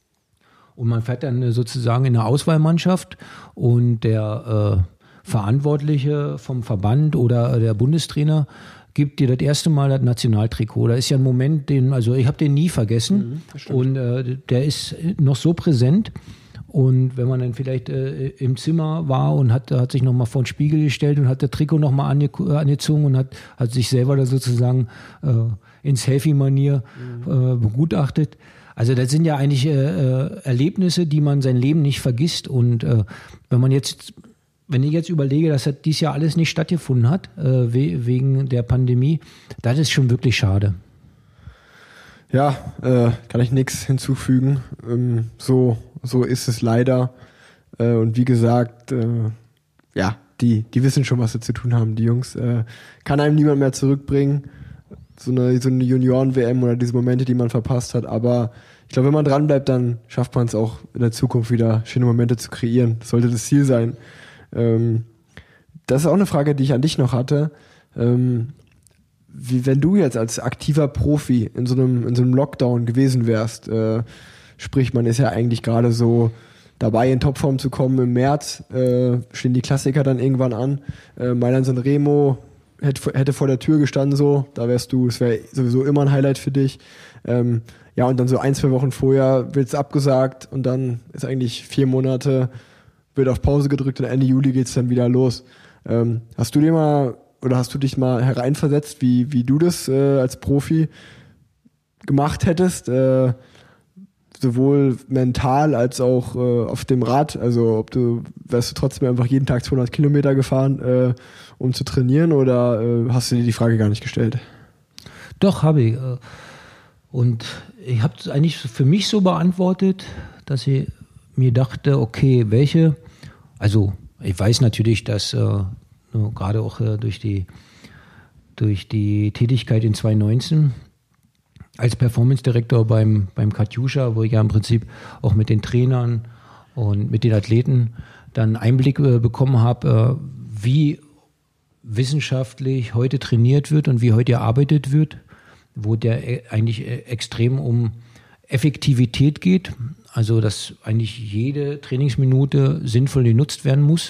und man fährt dann sozusagen in eine Auswahlmannschaft und der äh, Verantwortliche vom Verband oder der Bundestrainer gibt dir das erste Mal das Nationaltrikot. Da ist ja ein Moment, den, also ich habe den nie vergessen mhm, und äh, der ist noch so präsent. Und wenn man dann vielleicht äh, im Zimmer war und hat, hat sich nochmal vor den Spiegel gestellt und hat das Trikot nochmal ange, angezogen und hat, hat sich selber da sozusagen äh, in Selfie-Manier mhm. äh, begutachtet. Also das sind ja eigentlich äh, Erlebnisse, die man sein Leben nicht vergisst. Und äh, wenn man jetzt, wenn ich jetzt überlege, dass das dieses Jahr alles nicht stattgefunden hat, äh, we- wegen der Pandemie, das ist schon wirklich schade. Ja, äh, kann ich nichts hinzufügen. Ähm, so, so ist es leider. Äh, und wie gesagt, äh, ja, die, die wissen schon, was sie zu tun haben, die Jungs. Äh, kann einem niemand mehr zurückbringen. So eine, so eine Junioren-W M oder diese Momente, die man verpasst hat. Aber ich glaube, wenn man dran bleibt, dann schafft man es auch in der Zukunft wieder, schöne Momente zu kreieren. Das sollte das Ziel sein. Ähm, das ist auch eine Frage, die ich an dich noch hatte. Ähm, wie, wenn du jetzt als aktiver Profi in so einem, in so einem Lockdown gewesen wärst, äh, sprich, man ist ja eigentlich gerade so dabei, in Topform zu kommen im März, äh, stehen die Klassiker dann irgendwann an. Äh, Mailand-San Remo hätte, hätte vor der Tür gestanden so, da wärst du, es wäre sowieso immer ein Highlight für dich. Ähm, ja, und dann so ein, zwei Wochen vorher wird es abgesagt und dann ist eigentlich vier Monate, wird auf Pause gedrückt und Ende Juli geht es dann wieder los. Ähm, hast du dir mal, oder hast du dich mal hereinversetzt, wie, wie du das äh, als Profi gemacht hättest, äh, sowohl mental als auch äh, auf dem Rad, also ob du, wärst du trotzdem einfach jeden Tag zweihundert Kilometer gefahren, äh, um zu trainieren, oder äh, hast du dir die Frage gar nicht gestellt? Doch, habe ich. Und ich habe es eigentlich für mich so beantwortet, dass ich mir dachte, okay, welche, also ich weiß natürlich, dass äh, gerade auch äh, durch die durch die Tätigkeit in zwanzig neunzehn als Performance-Direktor beim, beim Katjuscha, wo ich ja im Prinzip auch mit den Trainern und mit den Athleten dann Einblick äh, bekommen habe, äh, wie wissenschaftlich heute trainiert wird und wie heute gearbeitet wird, wo der äh, eigentlich äh, extrem um Effektivität geht, also dass eigentlich jede Trainingsminute sinnvoll genutzt werden muss,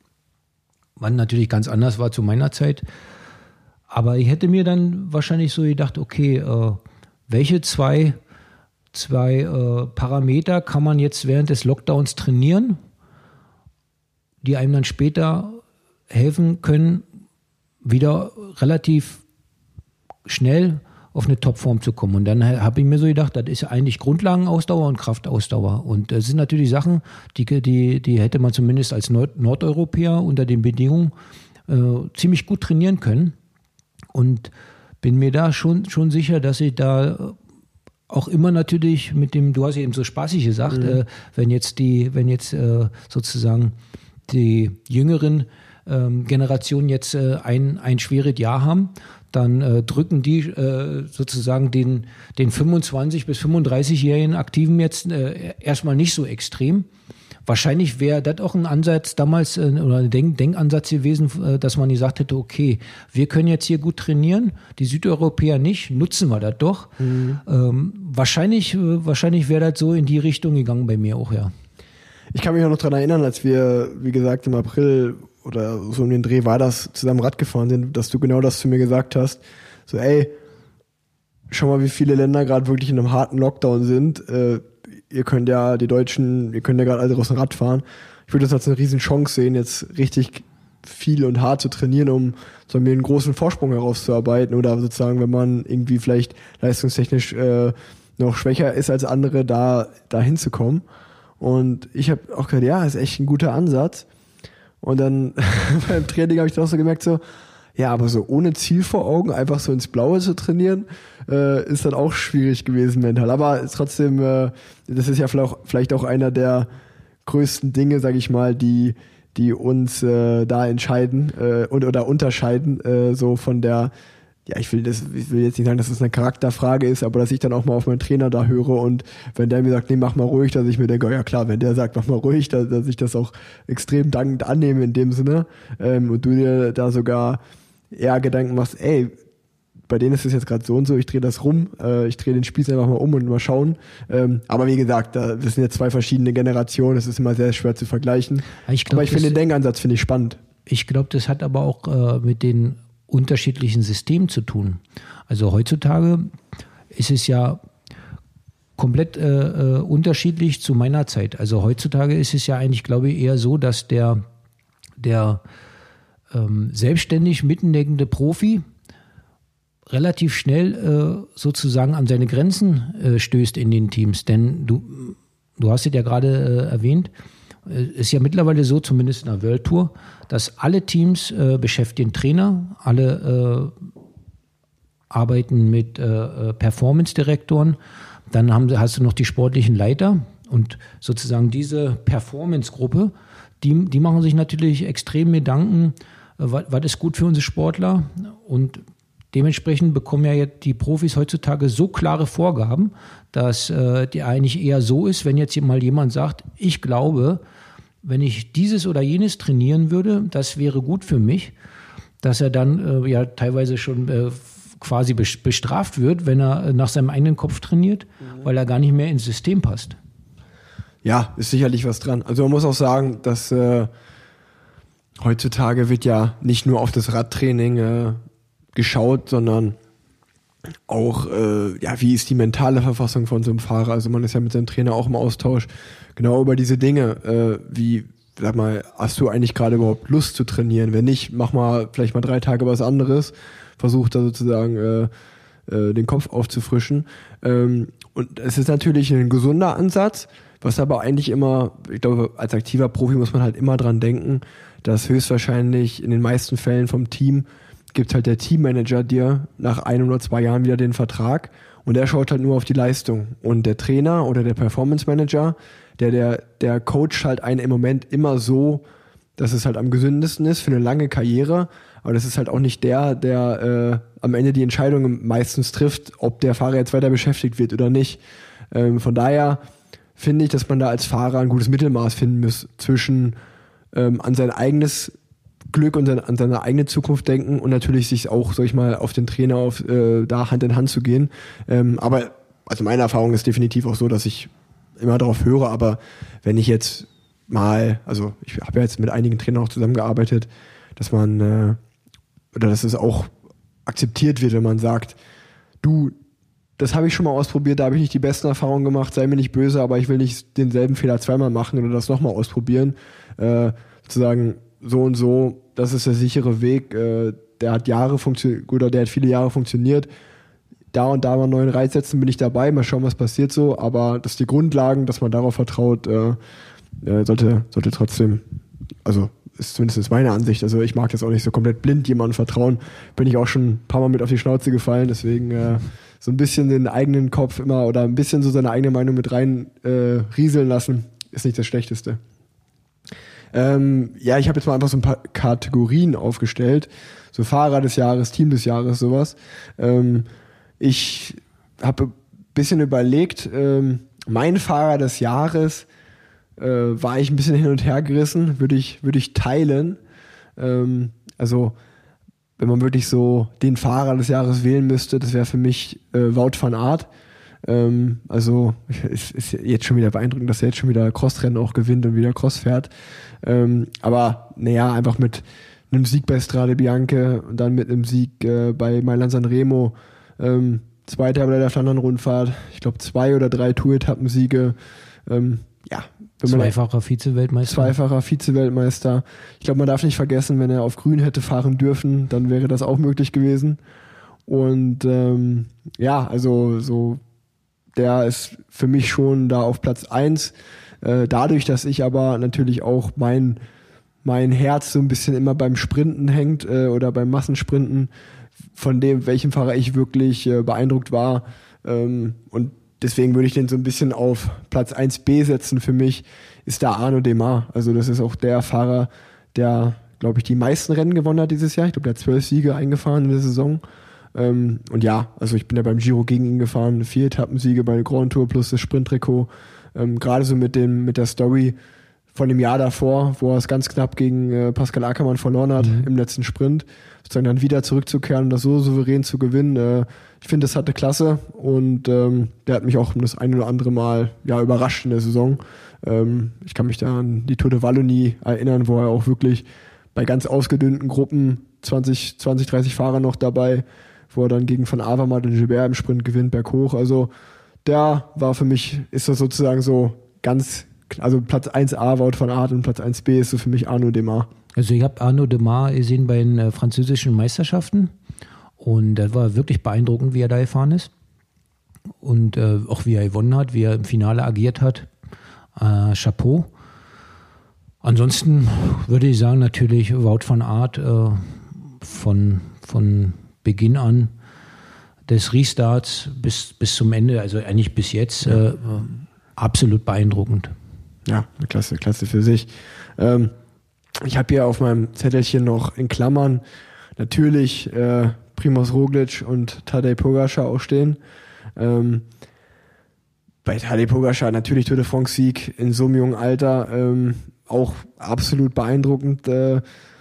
was natürlich ganz anders war zu meiner Zeit. Aber ich hätte mir dann wahrscheinlich so gedacht, okay, äh, welche zwei, zwei äh, Parameter kann man jetzt während des Lockdowns trainieren, die einem dann später helfen können, wieder relativ schnell auf eine Topform zu kommen. Und dann habe ich mir so gedacht, das ist eigentlich Grundlagenausdauer und Kraftausdauer. Und das sind natürlich Sachen, die, die, die hätte man zumindest als Nord- Nordeuropäer unter den Bedingungen äh, ziemlich gut trainieren können. Und bin mir da schon, schon sicher, dass ich da auch immer natürlich mit dem, du hast ja eben so spaßig gesagt, mhm. äh, wenn jetzt die, wenn jetzt äh, sozusagen die jüngeren ähm, Generationen jetzt äh, ein, ein schweres Jahr haben, dann äh, drücken die äh, sozusagen den, den fünfundzwanzig- bis fünfunddreißigjährigen Aktiven jetzt äh, erstmal nicht so extrem. Wahrscheinlich wäre das auch ein Ansatz damals äh, oder ein Denk- Denkansatz gewesen, äh, dass man gesagt hätte, okay, wir können jetzt hier gut trainieren, die Südeuropäer nicht, nutzen wir das doch. Mhm. Ähm, wahrscheinlich äh, wahrscheinlich wäre das so in die Richtung gegangen bei mir auch, ja. Ich kann mich auch noch daran erinnern, als wir, wie gesagt, im April oder so um den Dreh war das, zusammen Rad gefahren sind, dass du genau das zu mir gesagt hast. So, ey, schau mal, wie viele Länder gerade wirklich in einem harten Lockdown sind. Äh, ihr könnt ja, die Deutschen, ihr könnt ja gerade alle draußen Rad fahren. Ich würde das als eine riesen Chance sehen, jetzt richtig viel und hart zu trainieren, um so mir einen großen Vorsprung herauszuarbeiten oder sozusagen, wenn man irgendwie vielleicht leistungstechnisch äh, noch schwächer ist als andere, da, da hinzukommen. Und ich habe auch gedacht, ja, ist echt ein guter Ansatz. Und dann beim Training habe ich dann auch so gemerkt, so, ja, aber so ohne Ziel vor Augen, einfach so ins Blaue zu trainieren, äh, ist dann auch schwierig gewesen mental. Aber ist trotzdem, äh, das ist ja vielleicht auch, vielleicht auch einer der größten Dinge, sage ich mal, die die uns äh, da entscheiden äh, und oder unterscheiden, äh, so von der, ja, ich will das, ich will jetzt nicht sagen, dass das eine Charakterfrage ist, aber dass ich dann auch mal auf meinen Trainer da höre und wenn der mir sagt, nee, mach mal ruhig, dass ich mir denke, oh ja klar, wenn der sagt, mach mal ruhig, dass, dass ich das auch extrem dankend annehme in dem Sinne ähm, und du dir da sogar eher Gedanken machst, ey, bei denen ist es jetzt gerade so und so, ich drehe das rum, äh, ich drehe den Spieß einfach mal um und mal schauen. Ähm, aber wie gesagt, da, das sind jetzt zwei verschiedene Generationen, das ist immer sehr schwer zu vergleichen. Ich glaub, aber ich finde den Denkansatz finde ich spannend. Ich glaube, das hat aber auch äh, mit den unterschiedlichen Systemen zu tun. Also heutzutage ist es ja komplett äh, unterschiedlich zu meiner Zeit. Also heutzutage ist es ja eigentlich, glaube ich, eher so, dass der, der ähm, selbstständig mitdenkende Profi relativ schnell äh, sozusagen an seine Grenzen äh, stößt in den Teams. Denn du, du hast es ja gerade äh, erwähnt, es ist ja mittlerweile so, zumindest in der World Tour, dass alle Teams äh, beschäftigen Trainer, alle äh, arbeiten mit äh, Performance-Direktoren, dann haben, hast du noch die sportlichen Leiter und sozusagen diese Performance-Gruppe, die, die machen sich natürlich extrem Gedanken, äh, was, was ist gut für unsere Sportler und dementsprechend bekommen ja jetzt die Profis heutzutage so klare Vorgaben, dass äh, die eigentlich eher so ist, wenn jetzt mal jemand sagt, ich glaube, wenn ich dieses oder jenes trainieren würde, das wäre gut für mich, dass er dann äh, ja teilweise schon äh, quasi bestraft wird, wenn er nach seinem eigenen Kopf trainiert, mhm. weil er gar nicht mehr ins System passt. Ja, ist sicherlich was dran. Also man muss auch sagen, dass äh, heutzutage wird ja nicht nur auf das Radtraining äh, geschaut, sondern auch, äh, ja, wie ist die mentale Verfassung von so einem Fahrer? Also man ist ja mit seinem Trainer auch im Austausch genau über diese Dinge, äh, wie, sag mal, hast du eigentlich gerade überhaupt Lust zu trainieren? Wenn nicht, mach mal vielleicht mal drei Tage was anderes, versuch da sozusagen äh, äh, den Kopf aufzufrischen. Ähm, und es ist natürlich ein gesunder Ansatz, was aber eigentlich immer, ich glaube, als aktiver Profi muss man halt immer dran denken, dass höchstwahrscheinlich in den meisten Fällen vom Team gibt halt der Teammanager dir nach ein oder zwei Jahren wieder den Vertrag und der schaut halt nur auf die Leistung. Und der Trainer oder der Performance Manager, der, der, der coacht halt einen im Moment immer so, dass es halt am gesündesten ist für eine lange Karriere, aber das ist halt auch nicht der, der äh, am Ende die Entscheidung meistens trifft, ob der Fahrer jetzt weiter beschäftigt wird oder nicht. Ähm, von daher finde ich, dass man da als Fahrer ein gutes Mittelmaß finden muss zwischen ähm, an sein eigenes Glück und an seine eigene Zukunft denken und natürlich sich auch, sag ich mal, auf den Trainer auf äh, da Hand in Hand zu gehen. Ähm, aber also meine Erfahrung ist definitiv auch so, dass ich immer darauf höre, aber wenn ich jetzt mal, also ich habe ja jetzt mit einigen Trainern auch zusammengearbeitet, dass man äh, oder dass es auch akzeptiert wird, wenn man sagt, du, das habe ich schon mal ausprobiert, da habe ich nicht die besten Erfahrungen gemacht, sei mir nicht böse, aber ich will nicht denselben Fehler zweimal machen oder das nochmal ausprobieren. Äh, sozusagen so und so, das ist der sichere Weg, äh, der hat Jahre funktioniert, oder der hat viele Jahre funktioniert. da und da mal einen neuen Reiz setzen, bin ich dabei, mal schauen, was passiert so, aber dass die Grundlagen, dass man darauf vertraut, äh, äh, sollte, sollte trotzdem, also ist zumindest meine Ansicht, also ich mag das auch nicht so komplett blind jemandem vertrauen, bin ich auch schon ein paar Mal mit auf die Schnauze gefallen, deswegen äh, so ein bisschen den eigenen Kopf immer oder ein bisschen so seine eigene Meinung mit rein äh, rieseln lassen, ist nicht das Schlechteste. Ähm, ja, ich habe jetzt mal einfach so ein paar Kategorien aufgestellt, so Fahrer des Jahres, Team des Jahres, sowas. Ähm, ich habe ein bisschen überlegt, ähm, mein Fahrer des Jahres äh, war ich ein bisschen hin und her gerissen, würde ich, würde ich teilen. Ähm, also wenn man wirklich so den Fahrer des Jahres wählen müsste, das wäre für mich äh, Wout van Aert. Ähm, also es ist jetzt schon wieder beeindruckend, dass er jetzt schon wieder Crossrennen auch gewinnt und wieder Cross fährt. Ähm, aber naja, einfach mit einem Sieg bei Strade Bianche und dann mit einem Sieg äh, bei Mailand Sanremo, ähm, Zweiter bei der Flandern-Rundfahrt, ich glaube zwei oder drei Tour-Etappensiege. Ähm, ja, wenn man zweifacher Vize-Weltmeister. Zweifacher Vize-Weltmeister. Ich glaube, man darf nicht vergessen, wenn er auf Grün hätte fahren dürfen, dann wäre das auch möglich gewesen. Und ähm, ja, also so der ist für mich schon da auf Platz eins. Äh, dadurch, dass ich aber natürlich auch mein, mein Herz so ein bisschen immer beim Sprinten hängt äh, oder beim Massensprinten, von dem, welchem Fahrer ich wirklich äh, beeindruckt war. Ähm, und deswegen würde ich den so ein bisschen auf Platz eins b setzen. Für mich ist da Arnaud Démare. Also das ist auch der Fahrer, der, glaube ich, die meisten Rennen gewonnen hat dieses Jahr. Ich glaube, der hat zwölf Siege eingefahren in der Saison. Ähm, und ja, also ich bin ja beim Giro gegen ihn gefahren, vier Etappensiege bei der Grand Tour plus das Sprinttrikot. Ähm, gerade so mit dem mit der Story von dem Jahr davor, wo er es ganz knapp gegen äh, Pascal Ackermann verloren hat mhm. im letzten Sprint, sozusagen dann wieder zurückzukehren und das so souverän zu gewinnen. Äh, ich finde, das hatte Klasse und ähm, der hat mich auch das ein oder andere Mal ja überrascht in der Saison. Ähm, ich kann mich da an die Tour de Wallonie erinnern, wo er auch wirklich bei ganz ausgedünnten Gruppen zwanzig, zwanzig, dreißig Fahrer noch dabei, wo er dann gegen Van Avermaet und Gilbert im Sprint gewinnt, berghoch. Also der war für mich, ist das sozusagen so ganz, also Platz eins a Wout van Aert und Platz eins b ist so für mich Arnaud Démare. Also ich habe Arnaud Démare gesehen bei den äh, französischen Meisterschaften und das war wirklich beeindruckend, wie er da gefahren ist und äh, auch wie er gewonnen hat, wie er im Finale agiert hat. Äh, Chapeau. Ansonsten würde ich sagen, natürlich Wout van Aert äh, von, von Beginn an des Restarts bis, bis zum Ende, also eigentlich bis jetzt, ja. äh, absolut beeindruckend. Ja, klasse, klasse für sich. Ähm, ich habe hier auf meinem Zettelchen noch in Klammern natürlich äh, Primož Roglič und Tadej Pogačar auch stehen. Ähm, bei Tadej Pogačar natürlich Tour de France Sieg in so einem jungen Alter, ähm, auch absolut beeindruckend. Äh,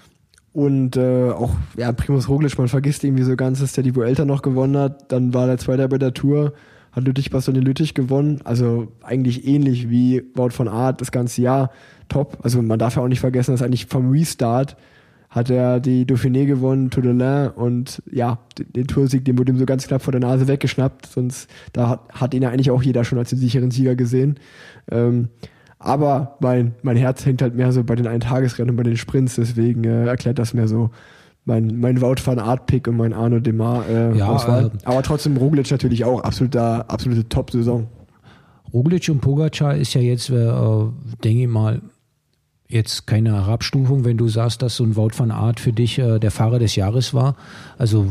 und äh, auch ja, Primož Roglič, man vergisst irgendwie so ganz, dass der die Vuelta noch gewonnen hat. Dann war der Zweiter bei der Tour, hat Lüttich-Bastogne-Lüttich gewonnen. Also eigentlich ähnlich wie Wout van Aert das ganze Jahr. Top. Also man darf ja auch nicht vergessen, dass eigentlich vom Restart hat er die Dauphiné gewonnen, Tour de l'Ain und ja, den Toursieg, den wurde ihm so ganz knapp vor der Nase weggeschnappt. Sonst, da hat, hat ihn ja eigentlich auch jeder schon als den sicheren Sieger gesehen. Ähm, aber mein, mein Herz hängt halt mehr so bei den Eintagesrennen und bei den Sprints, deswegen äh, erklärt das mehr so mein, mein Wout van Aert-Pick und mein Arnaud Démare äh, ja, Auswahl. Äh, aber trotzdem Roglič natürlich auch absoluter, absolute Top-Saison. Roglič und Pogačar ist ja jetzt, äh, denke ich mal, jetzt keine Herabstufung, wenn du sagst, dass so ein Wout van Aert für dich äh, der Fahrer des Jahres war. Also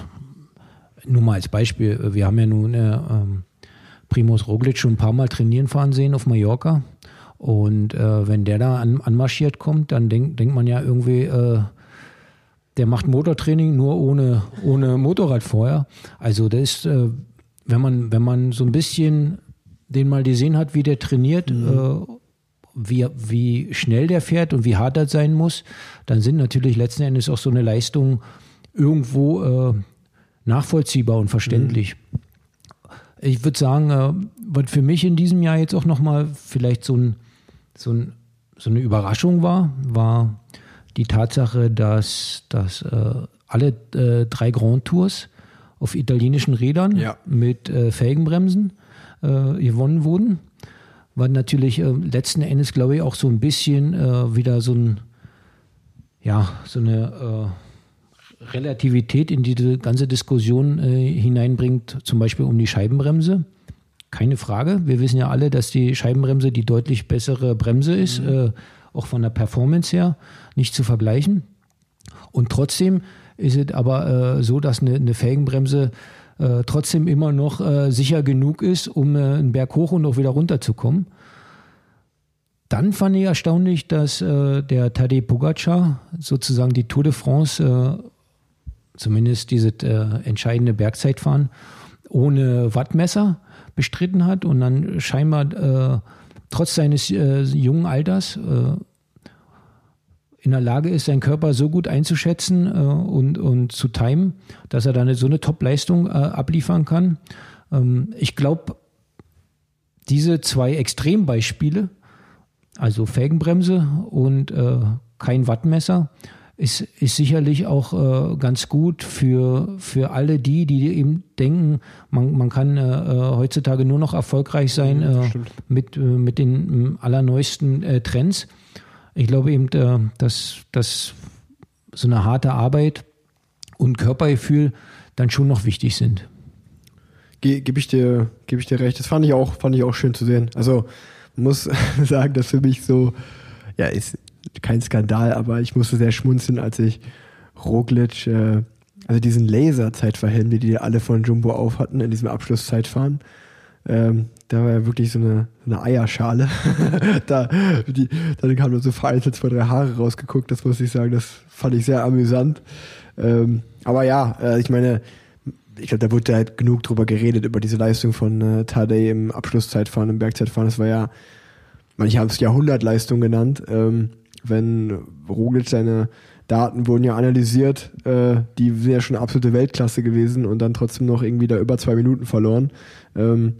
nur mal als Beispiel, wir haben ja nun äh, ähm, Primož Roglič schon ein paar Mal trainieren fahren sehen auf Mallorca und äh, wenn der da an, anmarschiert kommt, dann denk, denkt man ja irgendwie, äh, der macht Motortraining nur ohne, ohne Motorrad vorher. Also das ist, äh, wenn man, wenn man so ein bisschen den mal gesehen hat, wie der trainiert, mhm. äh, wie, wie schnell der fährt und wie hart das sein muss, dann sind natürlich letzten Endes auch so eine Leistung irgendwo äh, nachvollziehbar und verständlich. Mhm. Ich würde sagen, äh, was für mich in diesem Jahr jetzt auch nochmal vielleicht so, ein, so, ein, so eine Überraschung war, war die Tatsache, dass, dass äh, alle äh, drei Grand Tours auf italienischen Rädern ja. mit äh, Felgenbremsen äh, gewonnen wurden. War natürlich äh, letzten Endes, glaube ich, auch so ein bisschen äh, wieder so ein, ja, so eine Relativität in diese ganze Diskussion äh, hineinbringt, zum Beispiel um die Scheibenbremse. Keine Frage. Wir wissen ja alle, dass die Scheibenbremse die deutlich bessere Bremse ist, mhm. äh, auch von der Performance her, nicht zu vergleichen. Und trotzdem ist es aber äh, so, dass eine, eine Felgenbremse äh, trotzdem immer noch äh, sicher genug ist, um äh, einen Berg hoch und auch wieder runter zu kommen. Dann fand ich erstaunlich, dass äh, der Tadej Pogačar sozusagen die Tour de France, äh, zumindest dieses äh, entscheidende Bergzeitfahren, ohne Wattmesser bestritten hat und dann scheinbar äh, trotz seines äh, jungen Alters äh, in der Lage ist, seinen Körper so gut einzuschätzen äh, und, und zu timen, dass er dann so eine Top-Leistung äh, abliefern kann. Ähm, ich glaube, diese zwei Extrembeispiele, also Felgenbremse und äh, kein Wattmesser, ist, ist sicherlich auch äh, ganz gut für, für alle die, die eben denken, man, man kann äh, heutzutage nur noch erfolgreich sein äh, mit, äh, mit den äh, allerneuesten äh, Trends. Ich glaube eben, äh, dass, dass so eine harte Arbeit und Körpergefühl dann schon noch wichtig sind. Ge- Gebe ich dir, gebe ich dir recht. Das fand ich auch, fand ich auch schön zu sehen. Also muss sagen, dass für mich so, ja, ist kein Skandal, aber ich musste sehr schmunzeln, als ich Roglic, äh, also diesen Laser-Zeitverhelm, die die alle von Jumbo auf hatten in diesem Abschlusszeitfahren, ähm, da war ja wirklich so eine, so eine Eierschale. da, die, dann kamen nur so vereinzelt zwei, drei Haare rausgeguckt, das muss ich sagen, das fand ich sehr amüsant. Ähm, aber ja, äh, ich meine, ich glaube, da wurde halt genug drüber geredet, über diese Leistung von äh, Tadej im Abschlusszeitfahren, im Bergzeitfahren. Das war ja, manche haben es Jahrhundertleistung genannt. Ähm, wenn Roglic, seine Daten wurden ja analysiert, äh, die sind ja schon absolute Weltklasse gewesen und dann trotzdem noch irgendwie da über zwei Minuten verloren. Ähm,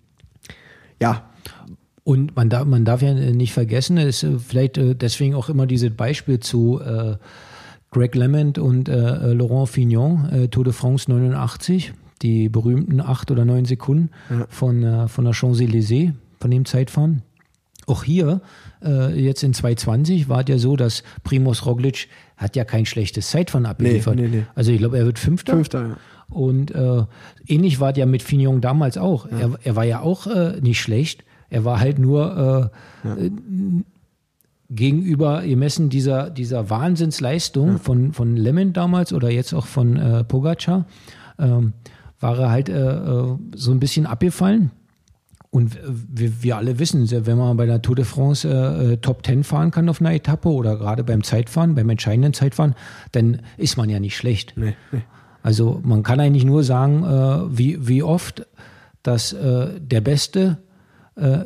ja. Und man darf, man darf ja nicht vergessen, ist vielleicht deswegen auch immer dieses Beispiel zu äh, Greg LeMond und äh, Laurent Fignon, äh, Tour de France neunundachtzig, die berühmten acht oder neun Sekunden ja. von, äh, von der Champs-Élysées, von dem Zeitfahren. Auch hier, äh, jetzt in zwanzig zwanzig, war es ja so, dass Primož Roglic hat ja kein schlechtes Zeitfahren abgeliefert. Nee, nee, nee. Also ich glaube, er wird Fünfter. Fünfter, ja. Und äh, ähnlich war es ja mit Fignon damals auch. Ja. Er, er war ja auch äh, nicht schlecht. Er war halt nur äh, ja. äh, gegenüber gemessen dieser, dieser Wahnsinnsleistung ja. von, von Lemon damals oder jetzt auch von äh, Pogačar, ähm, war er halt äh, so ein bisschen abgefallen. Und wir, wir alle wissen, wenn man bei der Tour de France äh, Top Ten fahren kann auf einer Etappe oder gerade beim Zeitfahren, beim entscheidenden Zeitfahren, dann ist man ja nicht schlecht. Nee, nee. Also man kann eigentlich nur sagen, äh, wie, wie oft, dass äh, der Beste äh,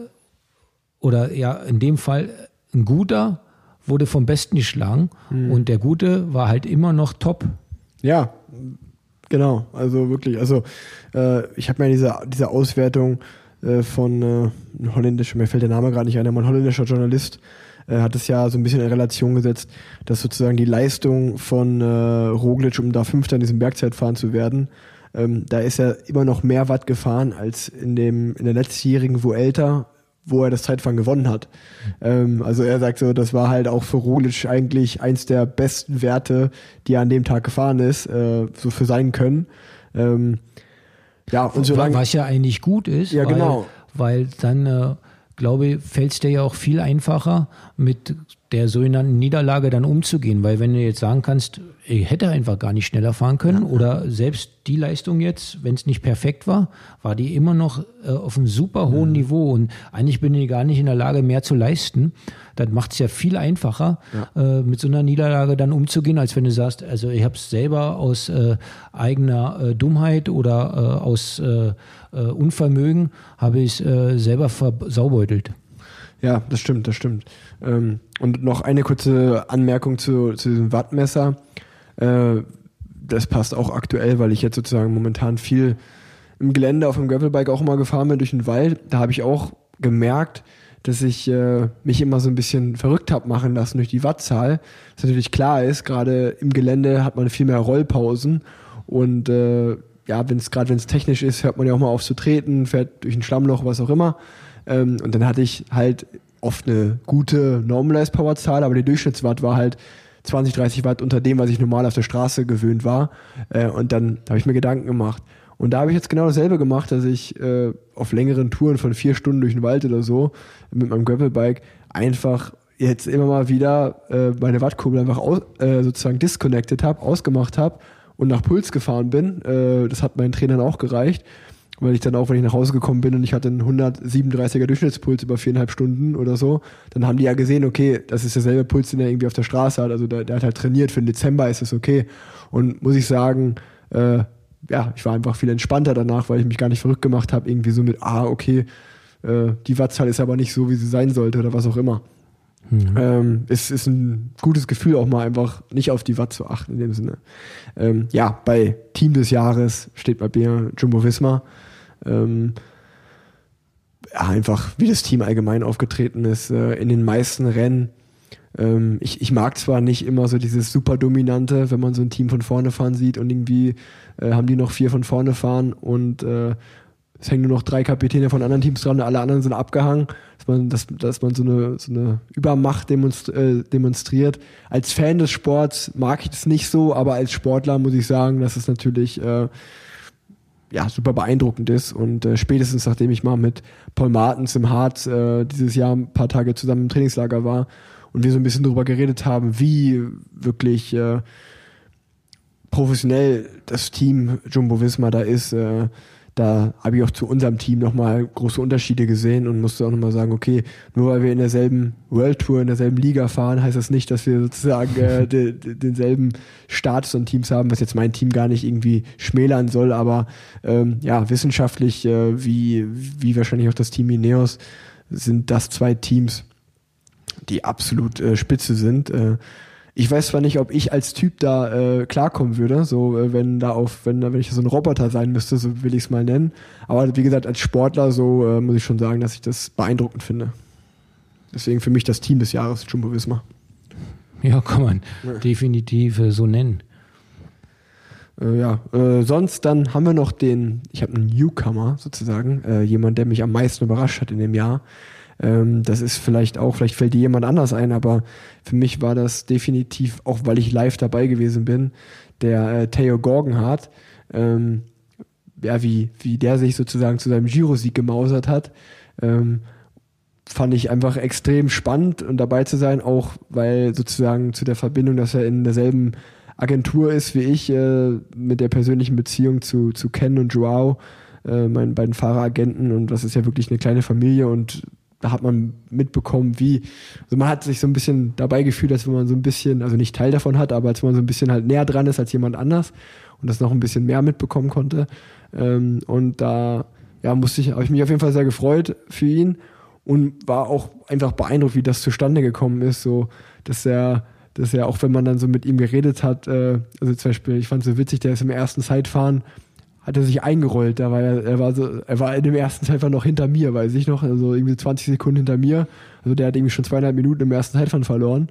oder ja in dem Fall ein Guter wurde vom Besten geschlagen mhm. und der Gute war halt immer noch top. Ja, genau. Also wirklich, also äh, ich habe mir diese, diese Auswertung von äh, ein holländischer, mir fällt der Name gerade nicht ein, aber ein holländischer Journalist äh, hat es ja so ein bisschen in Relation gesetzt, dass sozusagen die Leistung von äh, Roglic, um da Fünfter in diesem Bergzeitfahren zu werden, ähm, da ist er immer noch mehr Watt gefahren als in dem in der letztjährigen Vuelta, wo er das Zeitfahren gewonnen hat. Ähm, also er sagt so, das war halt auch für Roglic eigentlich eins der besten Werte, die er an dem Tag gefahren ist, äh, so für sein Können. Ähm, Ja, und solange, was ja eigentlich gut ist, ja, weil, genau. weil dann, äh, glaube ich, fällt es dir ja auch viel einfacher, mit der sogenannten Niederlage dann umzugehen. Weil wenn du jetzt sagen kannst, ich hätte einfach gar nicht schneller fahren können ja. oder selbst die Leistung jetzt, wenn es nicht perfekt war, war die immer noch äh, auf einem super hohen mhm. Niveau und eigentlich bin ich gar nicht in der Lage, mehr zu leisten. Das macht es ja viel einfacher, ja. äh, mit so einer Niederlage dann umzugehen, als wenn du sagst, also ich habe es selber aus äh, eigener äh, Dummheit oder äh, aus äh, äh, Unvermögen, habe ich es äh, selber versaubeutelt. Ja, das stimmt, das stimmt. Ähm, und noch eine kurze Anmerkung zu, zu diesem Wattmesser. Äh, das passt auch aktuell, weil ich jetzt sozusagen momentan viel im Gelände auf dem Gravelbike auch immer gefahren bin durch den Wald. Da habe ich auch gemerkt, dass ich äh, mich immer so ein bisschen verrückt habe machen lassen durch die Wattzahl. Was natürlich klar ist, gerade im Gelände hat man viel mehr Rollpausen und äh, ja, wenn es gerade wenn es technisch ist, hört man ja auch mal auf zu treten, fährt durch ein Schlammloch, was auch immer. Ähm, und dann hatte ich halt oft eine gute Normalized Powerzahl, aber die Durchschnittswatt war halt zwanzig, dreißig Watt unter dem, was ich normal auf der Straße gewöhnt war. Äh, und dann habe ich mir Gedanken gemacht. Und da habe ich jetzt genau dasselbe gemacht, dass ich äh, auf längeren Touren von vier Stunden durch den Wald oder so mit meinem Gravelbike einfach jetzt immer mal wieder äh, meine Wattkurbel einfach aus, äh, sozusagen disconnected habe, ausgemacht habe und nach Puls gefahren bin. Äh, das hat meinen Trainern auch gereicht, weil ich dann auch, wenn ich nach Hause gekommen bin und ich hatte einen hundertsiebenunddreißiger Durchschnittspuls über viereinhalb Stunden oder so, dann haben die ja gesehen, okay, das ist derselbe Puls, den er irgendwie auf der Straße hat. Also der, der hat halt trainiert, für den Dezember ist es okay. Und muss ich sagen, äh, ja, ich war einfach viel entspannter danach, weil ich mich gar nicht verrückt gemacht habe, irgendwie so mit, ah, okay, äh, die Wattzahl ist aber nicht so, wie sie sein sollte oder was auch immer. Mhm. Ähm, es ist ein gutes Gefühl, auch mal einfach nicht auf die Watt zu achten in dem Sinne. Ähm, ja, bei Team des Jahres steht bei mir Jumbo-Visma. Ähm, ja, einfach wie das Team allgemein aufgetreten ist äh, in den meisten Rennen. Ähm, ich, ich mag zwar nicht immer so dieses super Dominante, wenn man so ein Team von vorne fahren sieht und irgendwie äh, haben die noch vier von vorne fahren und äh, es hängen nur noch drei Kapitäne von anderen Teams dran, alle anderen sind abgehangen, dass man, dass, dass man so eine, so eine Übermacht demonstri- äh, demonstriert. Als Fan des Sports mag ich das nicht so, aber als Sportler muss ich sagen, dass es natürlich äh, ja, super beeindruckend ist und äh, spätestens nachdem ich mal mit Paul Martens im Harz äh, dieses Jahr ein paar Tage zusammen im Trainingslager war und wir so ein bisschen darüber geredet haben, wie wirklich äh, professionell das Team Jumbo-Visma da ist, äh, da habe ich auch zu unserem Team nochmal große Unterschiede gesehen und musste auch nochmal sagen, okay, nur weil wir in derselben World Tour, in derselben Liga fahren, heißt das nicht, dass wir sozusagen äh, de, de, denselben Status an Teams haben, was jetzt mein Team gar nicht irgendwie schmälern soll, aber ähm, ja, wissenschaftlich, äh, wie, wie wahrscheinlich auch das Team Ineos, sind das zwei Teams, die absolut äh, spitze sind. Äh, Ich weiß zwar nicht, ob ich als Typ da äh, klarkommen würde, so äh, wenn da auf, wenn wenn ich so ein Roboter sein müsste, so will ich es mal nennen. Aber wie gesagt, als Sportler so äh, muss ich schon sagen, dass ich das beeindruckend finde. Deswegen für mich das Team des Jahres, Jumbo-Visma. Ja, kann man ja. definitiv äh, so nennen. Äh, ja, äh, sonst dann haben wir noch den, ich habe einen Newcomer sozusagen, äh, jemand, der mich am meisten überrascht hat in dem Jahr. Das ist vielleicht auch, vielleicht fällt dir jemand anders ein, aber für mich war das definitiv, auch weil ich live dabei gewesen bin, der äh, Theo Geoghegan. Ähm, ja, wie, wie der sich sozusagen zu seinem Giro-Sieg gemausert hat, ähm, fand ich einfach extrem spannend und dabei zu sein, auch weil sozusagen zu der Verbindung, dass er in derselben Agentur ist wie ich, äh, mit der persönlichen Beziehung zu, zu Ken und Joao, äh, meinen beiden Fahreragenten, und das ist ja wirklich eine kleine Familie und da hat man mitbekommen, wie, also man hat sich so ein bisschen dabei gefühlt, als wenn man so ein bisschen, also nicht Teil davon hat, aber als wenn man so ein bisschen halt näher dran ist als jemand anders und das noch ein bisschen mehr mitbekommen konnte. Ähm, und da, ja, musste ich, habe ich mich auf jeden Fall sehr gefreut für ihn und war auch einfach beeindruckt, wie das zustande gekommen ist, so, dass er, dass er, auch wenn man dann so mit ihm geredet hat, äh, also zum Beispiel, ich fand es so witzig, der ist im ersten Zeitfahren, hat er sich eingerollt, da war er, er war so, er war in dem ersten Zeitfahren noch hinter mir, weiß ich noch, also irgendwie zwanzig Sekunden hinter mir, also der hat irgendwie schon zweieinhalb Minuten im ersten Zeitfahren verloren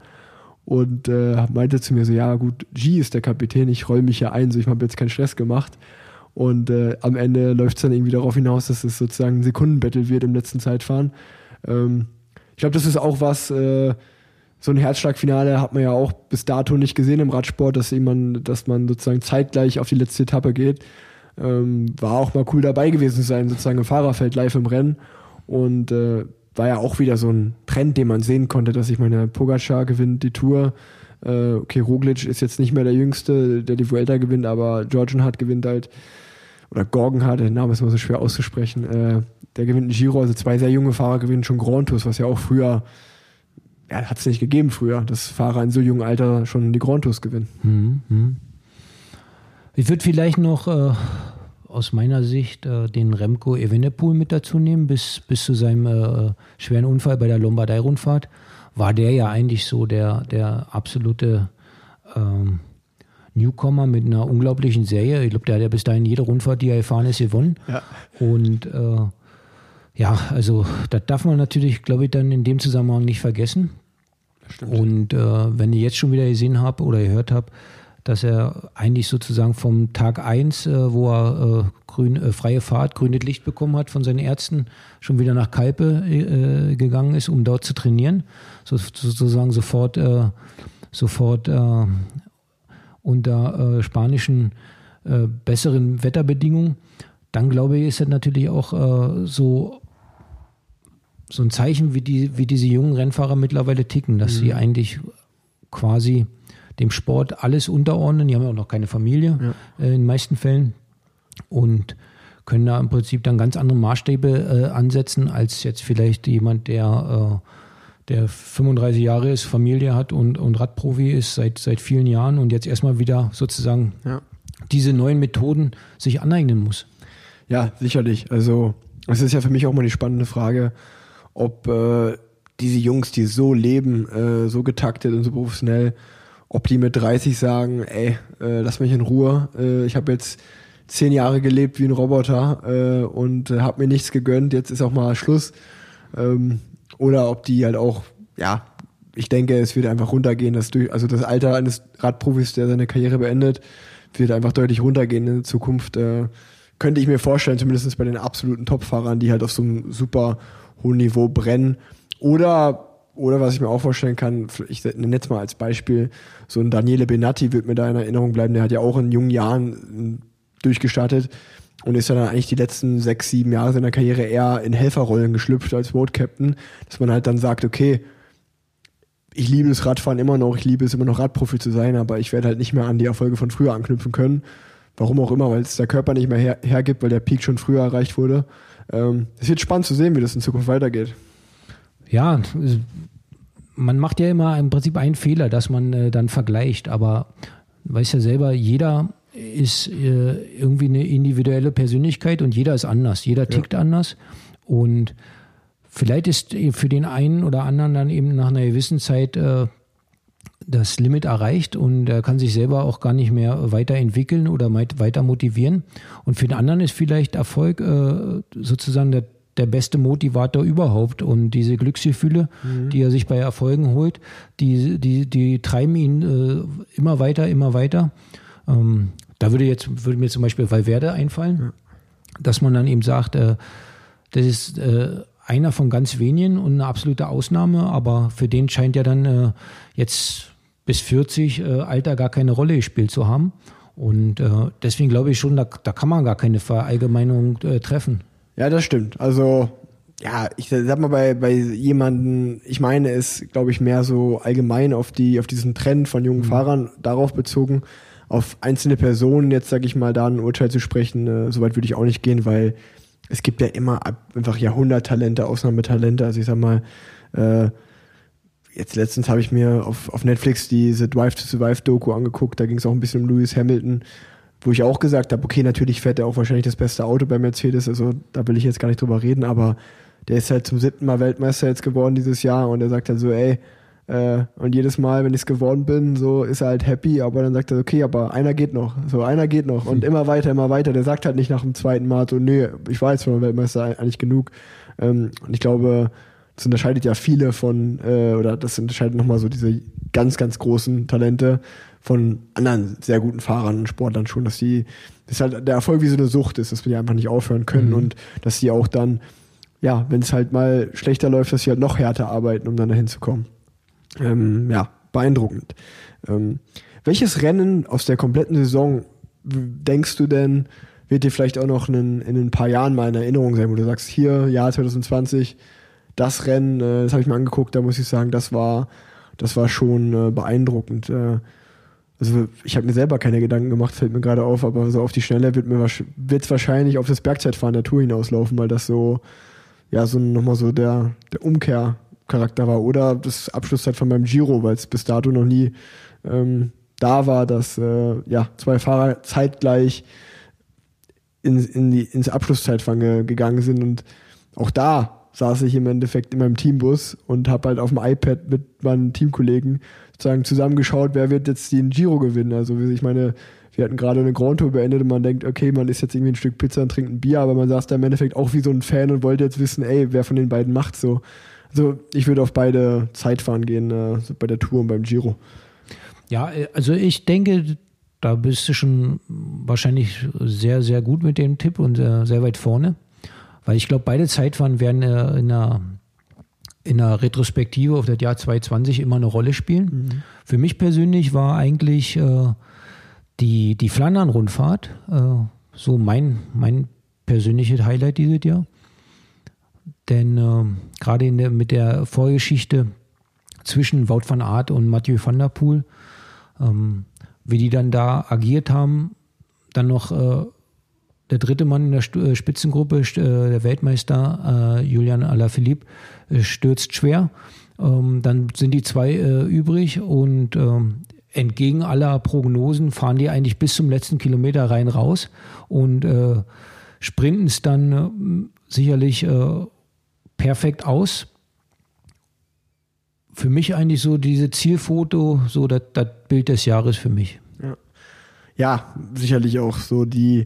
und äh, meinte zu mir so, ja gut, G ist der Kapitän, ich roll mich ja ein, so ich habe jetzt keinen Stress gemacht und äh, am Ende läuft es dann irgendwie darauf hinaus, dass es sozusagen ein Sekundenbattle wird im letzten Zeitfahren. Ähm, ich glaube, das ist auch was, äh, so ein Herzschlagfinale hat man ja auch bis dato nicht gesehen im Radsport, dass jemand, dass man sozusagen zeitgleich auf die letzte Etappe geht. Ähm, war auch mal cool dabei gewesen zu sein, sozusagen im Fahrerfeld live im Rennen und äh, war ja auch wieder so ein Trend, den man sehen konnte, dass ich meine, Pogacar gewinnt die Tour, äh, okay, Roglic ist jetzt nicht mehr der Jüngste, der die Vuelta gewinnt, aber Geoghegan gewinnt halt, oder Geoghegan, der Name ist immer so schwer auszusprechen, äh, der gewinnt einen Giro, also zwei sehr junge Fahrer gewinnen schon Grand Tours, was ja auch früher, ja, hat es nicht gegeben früher, dass Fahrer in so jungem Alter schon die Grand Tours gewinnen. Mhm, mhm. Ich würde vielleicht noch äh, aus meiner Sicht äh, den Remco Evenepoel mit dazu nehmen, bis, bis zu seinem äh, schweren Unfall bei der Lombardei-Rundfahrt. War der ja eigentlich so der, der absolute ähm, Newcomer mit einer unglaublichen Serie. Ich glaube, der hat ja bis dahin jede Rundfahrt, die er gefahren ist, gewonnen. Ja. Und äh, ja, also das darf man natürlich, glaube ich, dann in dem Zusammenhang nicht vergessen. Stimmt. Und äh, wenn ich jetzt schon wieder gesehen habe oder gehört habe, dass er eigentlich sozusagen vom Tag eins, äh, wo er äh, grün, äh, freie Fahrt, grünes Licht bekommen hat von seinen Ärzten, schon wieder nach Calpe äh, gegangen ist, um dort zu trainieren. So, sozusagen sofort äh, sofort äh, unter äh, spanischen äh, besseren Wetterbedingungen, dann glaube ich, ist das natürlich auch äh, so, so ein Zeichen, wie, die, wie diese jungen Rennfahrer mittlerweile ticken, dass mhm. sie eigentlich quasi dem Sport alles unterordnen. Die haben ja auch noch keine Familie ja. äh, in den meisten Fällen und können da im Prinzip dann ganz andere Maßstäbe äh, ansetzen, als jetzt vielleicht jemand, der, äh, der fünfunddreißig Jahre ist, Familie hat und, und Radprofi ist seit, seit vielen Jahren und jetzt erstmal wieder sozusagen ja. diese neuen Methoden sich aneignen muss. Ja, sicherlich. Also es ist ja für mich auch mal die spannende Frage, ob äh, diese Jungs, die so leben, äh, so getaktet und so professionell, ob die mit dreißig sagen, ey, äh, lass mich in Ruhe, äh, ich habe jetzt zehn Jahre gelebt wie ein Roboter äh, und äh, habe mir nichts gegönnt, jetzt ist auch mal Schluss. Ähm, oder ob die halt auch, ja, ich denke, es wird einfach runtergehen, dass durch, also das Alter eines Radprofis, der seine Karriere beendet, wird einfach deutlich runtergehen in Zukunft. Äh, könnte ich mir vorstellen, zumindest bei den absoluten Top-Fahrern, die halt auf so einem super hohen Niveau brennen. Oder Oder was ich mir auch vorstellen kann, ich nenne jetzt mal als Beispiel, so ein Daniele Benatti wird mir da in Erinnerung bleiben, der hat ja auch in jungen Jahren durchgestartet und ist dann eigentlich die letzten sechs, sieben Jahre seiner Karriere eher in Helferrollen geschlüpft als Road Captain, dass man halt dann sagt, okay, ich liebe das Radfahren immer noch, ich liebe es immer noch Radprofi zu sein, aber ich werde halt nicht mehr an die Erfolge von früher anknüpfen können. Warum auch immer, weil es der Körper nicht mehr her- hergibt, weil der Peak schon früher erreicht wurde. Ähm, es wird spannend zu sehen, wie das in Zukunft weitergeht. Ja, man macht ja immer im Prinzip einen Fehler, dass man äh, dann vergleicht, aber weiß ja selber, jeder ist äh, irgendwie eine individuelle Persönlichkeit und jeder ist anders, jeder tickt ja. anders und vielleicht ist für den einen oder anderen dann eben nach einer gewissen Zeit äh, das Limit erreicht und er kann sich selber auch gar nicht mehr weiterentwickeln oder weiter motivieren und für den anderen ist vielleicht Erfolg äh, sozusagen der der beste Motivator überhaupt und diese Glücksgefühle, mhm. die er sich bei Erfolgen holt, die, die, die treiben ihn äh, immer weiter, immer weiter. Ähm, da würde jetzt würde mir zum Beispiel Valverde einfallen, ja. dass man dann eben sagt, äh, das ist äh, einer von ganz wenigen und eine absolute Ausnahme, aber für den scheint ja dann äh, jetzt bis vierzig äh, Alter gar keine Rolle gespielt zu haben und äh, deswegen glaube ich schon, da, da kann man gar keine Verallgemeinung äh, treffen. Ja, das stimmt. Also, ja, ich sag mal, bei, bei jemanden, ich meine es, glaube ich, mehr so allgemein auf die, auf diesen Trend von jungen mhm. Fahrern darauf bezogen, auf einzelne Personen jetzt, sag ich mal, da ein Urteil zu sprechen, äh, soweit würde ich auch nicht gehen, weil es gibt ja immer einfach Jahrhunderttalente, Ausnahmetalente, also ich sag mal, äh, jetzt letztens habe ich mir auf, auf Netflix diese Drive to Survive Doku angeguckt, da ging es auch ein bisschen um Lewis Hamilton, wo ich auch gesagt habe, okay, natürlich fährt er auch wahrscheinlich das beste Auto bei Mercedes, also da will ich jetzt gar nicht drüber reden, aber der ist halt zum siebten Mal Weltmeister jetzt geworden dieses Jahr und er sagt halt so, ey, äh, und jedes Mal, wenn ich es geworden bin, so ist er halt happy, aber dann sagt er, okay, aber einer geht noch, so einer geht noch und immer weiter, immer weiter, der sagt halt nicht nach dem zweiten Mal so, nee, ich war jetzt schon Weltmeister, eigentlich genug ähm, und ich glaube, das unterscheidet ja viele von, äh, oder das unterscheidet nochmal so diese ganz, ganz großen Talente von anderen sehr guten Fahrern und Sportlern schon, dass die, das ist halt der Erfolg wie so eine Sucht ist, dass wir die einfach nicht aufhören können mhm. und dass die auch dann, ja, wenn es halt mal schlechter läuft, dass sie halt noch härter arbeiten, um dann dahin zu kommen. Ähm, ja, beeindruckend. Ähm, welches Rennen aus der kompletten Saison denkst du denn, wird dir vielleicht auch noch in, in ein paar Jahren mal in Erinnerung sein, wo du sagst, hier, Jahr zwanzig zwanzig, das Rennen, äh, das habe ich mir angeguckt, da muss ich sagen, das war, das war schon äh, beeindruckend. Äh, Also ich habe mir selber keine Gedanken gemacht, fällt mir gerade auf, aber so auf die Schnelle wird mir wird's wahrscheinlich auf das Bergzeitfahren der Tour hinauslaufen, weil das so, ja, so nochmal so der, der Umkehrcharakter war. Oder das Abschlusszeitfahren beim Giro, weil es bis dato noch nie ähm, da war, dass äh, ja, zwei Fahrer zeitgleich in, in die, ins Abschlusszeitfahren ge- gegangen sind. Und auch da saß ich im Endeffekt in meinem Teambus und habe halt auf dem iPad mit meinen Teamkollegen sozusagen zusammengeschaut, wer wird jetzt den Giro gewinnen. Also ich meine, wir hatten gerade eine Grand Tour beendet und man denkt, okay, man isst jetzt irgendwie ein Stück Pizza und trinkt ein Bier, aber man saß da im Endeffekt auch wie so ein Fan und wollte jetzt wissen, ey, wer von den beiden macht so. Also ich würde auf beide Zeitfahren gehen, äh, bei der Tour und beim Giro. Ja, also ich denke, da bist du schon wahrscheinlich sehr, sehr gut mit dem Tipp und sehr, sehr weit vorne. Weil ich glaube, beide Zeitfahren werden in einer in der Retrospektive auf das Jahr zwanzig zwanzig immer eine Rolle spielen. Mhm. Für mich persönlich war eigentlich äh, die, die Flandern-Rundfahrt äh, so mein, mein persönliches Highlight dieses Jahr. Denn äh, gerade in der, mit der Vorgeschichte zwischen Wout van Aert und Mathieu van der Poel, ähm, wie die dann da agiert haben, dann noch äh, der dritte Mann in der St- Spitzengruppe, äh, der Weltmeister äh, Julian Alaphilippe, äh, stürzt schwer. Ähm, dann sind die zwei äh, übrig und ähm, entgegen aller Prognosen fahren die eigentlich bis zum letzten Kilometer rein raus und äh, sprinten es dann äh, sicherlich äh, perfekt aus. Für mich eigentlich so diese Zielfoto, so das, das Bild des Jahres für mich. Ja. ja, sicherlich auch so die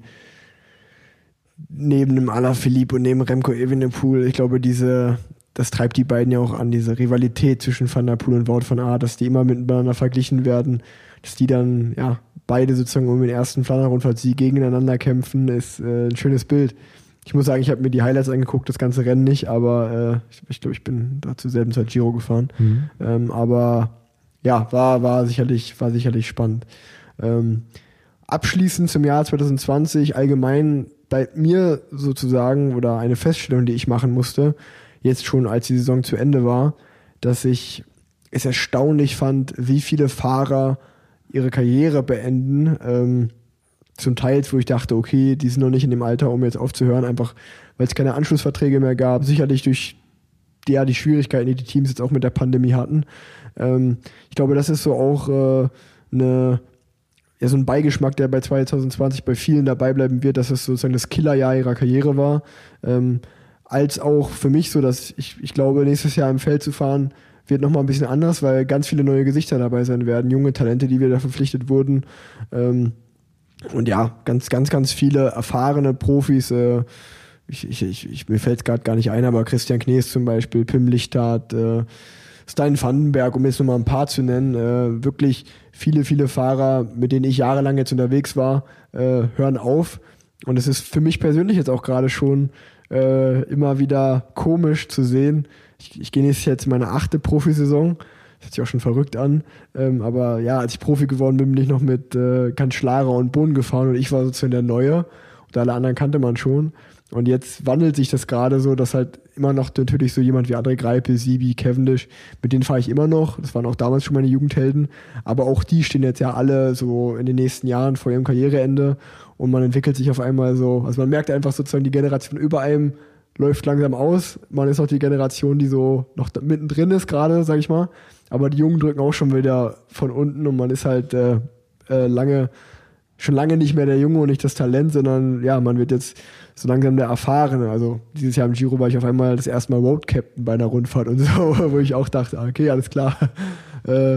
neben dem Alaphilippe und neben Remco Evenepoel, ich glaube, diese, das treibt die beiden ja auch an, diese Rivalität zwischen Van der Poel und Wout van Aert, dass die immer miteinander verglichen werden, dass die dann, ja, beide sozusagen um den ersten Flandern-Rundfahrt-Sieg gegeneinander kämpfen, ist äh, ein schönes Bild. Ich muss sagen, ich habe mir die Highlights angeguckt, das ganze Rennen nicht, aber äh, ich, ich glaube, ich bin da zur selben Zeit Giro gefahren. Mhm. Ähm, aber ja, war, war sicherlich, war sicherlich spannend. Ähm, abschließend zum Jahr zwanzig zwanzig allgemein bei mir sozusagen oder eine Feststellung, die ich machen musste, jetzt schon als die Saison zu Ende war, dass ich es erstaunlich fand, wie viele Fahrer ihre Karriere beenden, ähm, zum Teil, wo ich dachte, okay, die sind noch nicht in dem Alter, um jetzt aufzuhören, einfach weil es keine Anschlussverträge mehr gab, sicherlich durch die, ja, die Schwierigkeiten, die die Teams jetzt auch mit der Pandemie hatten. Ähm, ich glaube, das ist so auch äh, eine ja, so ein Beigeschmack, der bei zwanzig zwanzig bei vielen dabei bleiben wird, dass es sozusagen das Killerjahr ihrer Karriere war. Ähm, als auch für mich so, dass ich, ich glaube, nächstes Jahr im Feld zu fahren, wird nochmal ein bisschen anders, weil ganz viele neue Gesichter dabei sein werden, junge Talente, die wieder verpflichtet wurden. Ähm, und ja, ganz, ganz, ganz viele erfahrene Profis. Äh, ich, ich, ich, ich, mir fällt es gerade gar nicht ein, aber Christian Knees zum Beispiel, Pim Lichtart, äh, Stein Vandenberg, um jetzt nochmal ein paar zu nennen, äh, wirklich viele, viele Fahrer, mit denen ich jahrelang jetzt unterwegs war, äh, hören auf. Und es ist für mich persönlich jetzt auch gerade schon äh, immer wieder komisch zu sehen. Ich, ich genieße jetzt meine achte Profisaison. Das hört sich auch schon verrückt an. Ähm, aber ja, als ich Profi geworden bin, bin ich noch mit äh, Cancellara und Bohn gefahren und ich war sozusagen der Neue. Und alle anderen kannte man schon. Und jetzt wandelt sich das gerade so, dass halt immer noch natürlich so jemand wie André Greipel, Sibi, Cavendish, mit denen fahre ich immer noch. Das waren auch damals schon meine Jugendhelden. Aber auch die stehen jetzt ja alle so in den nächsten Jahren vor ihrem Karriereende. Und man entwickelt sich auf einmal so, also man merkt einfach sozusagen, die Generation über einem läuft langsam aus. Man ist auch die Generation, die so noch mittendrin ist gerade, sag ich mal. Aber die Jungen drücken auch schon wieder von unten und man ist halt äh, äh, lange, schon lange nicht mehr der Junge und nicht das Talent, sondern ja, man wird jetzt so langsam der Erfahrene. Also dieses Jahr im Giro war ich auf einmal das erste Mal Road Captain bei einer Rundfahrt und so, wo ich auch dachte, okay, alles klar. äh,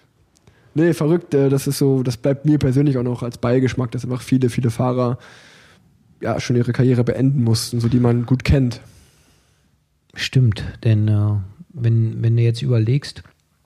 nee, verrückt. Äh, das ist so, das bleibt mir persönlich auch noch als Beigeschmack, dass einfach viele, viele Fahrer ja schon ihre Karriere beenden mussten, so die man gut kennt. Stimmt, denn äh, wenn, wenn du jetzt überlegst,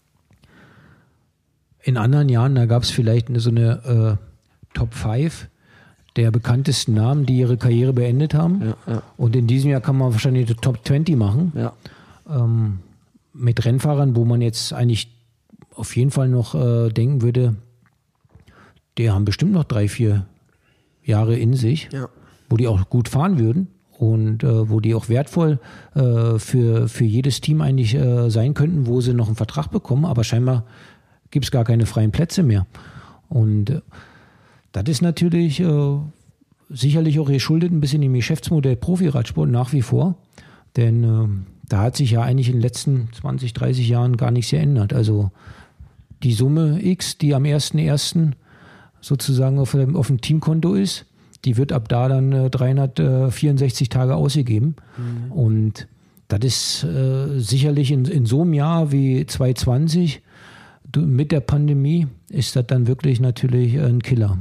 in anderen Jahren, da gab es vielleicht eine, so eine äh, Top fünf der bekanntesten Namen, die ihre Karriere beendet haben. Ja, ja. Und in diesem Jahr kann man wahrscheinlich die Top zwanzig machen. Ja. Ähm, mit Rennfahrern, wo man jetzt eigentlich auf jeden Fall noch äh, denken würde, die haben bestimmt noch drei, vier Jahre in sich, ja. wo die auch gut fahren würden und äh, wo die auch wertvoll äh, für, für jedes Team eigentlich äh, sein könnten, wo sie noch einen Vertrag bekommen, aber scheinbar gibt es gar keine freien Plätze mehr. Und äh, das ist natürlich äh, sicherlich auch geschuldet ein bisschen im Geschäftsmodell Profiradsport nach wie vor, denn äh, da hat sich ja eigentlich in den letzten zwanzig, dreißig Jahren gar nichts geändert. Also die Summe X, die am ersten ersten sozusagen auf dem, auf dem Teamkonto ist, die wird ab da dann äh, dreihundertvierundsechzig Tage ausgegeben. Mhm. Und das ist äh, sicherlich in, in so einem Jahr wie zwanzig zwanzig mit der Pandemie ist das dann wirklich natürlich ein Killer.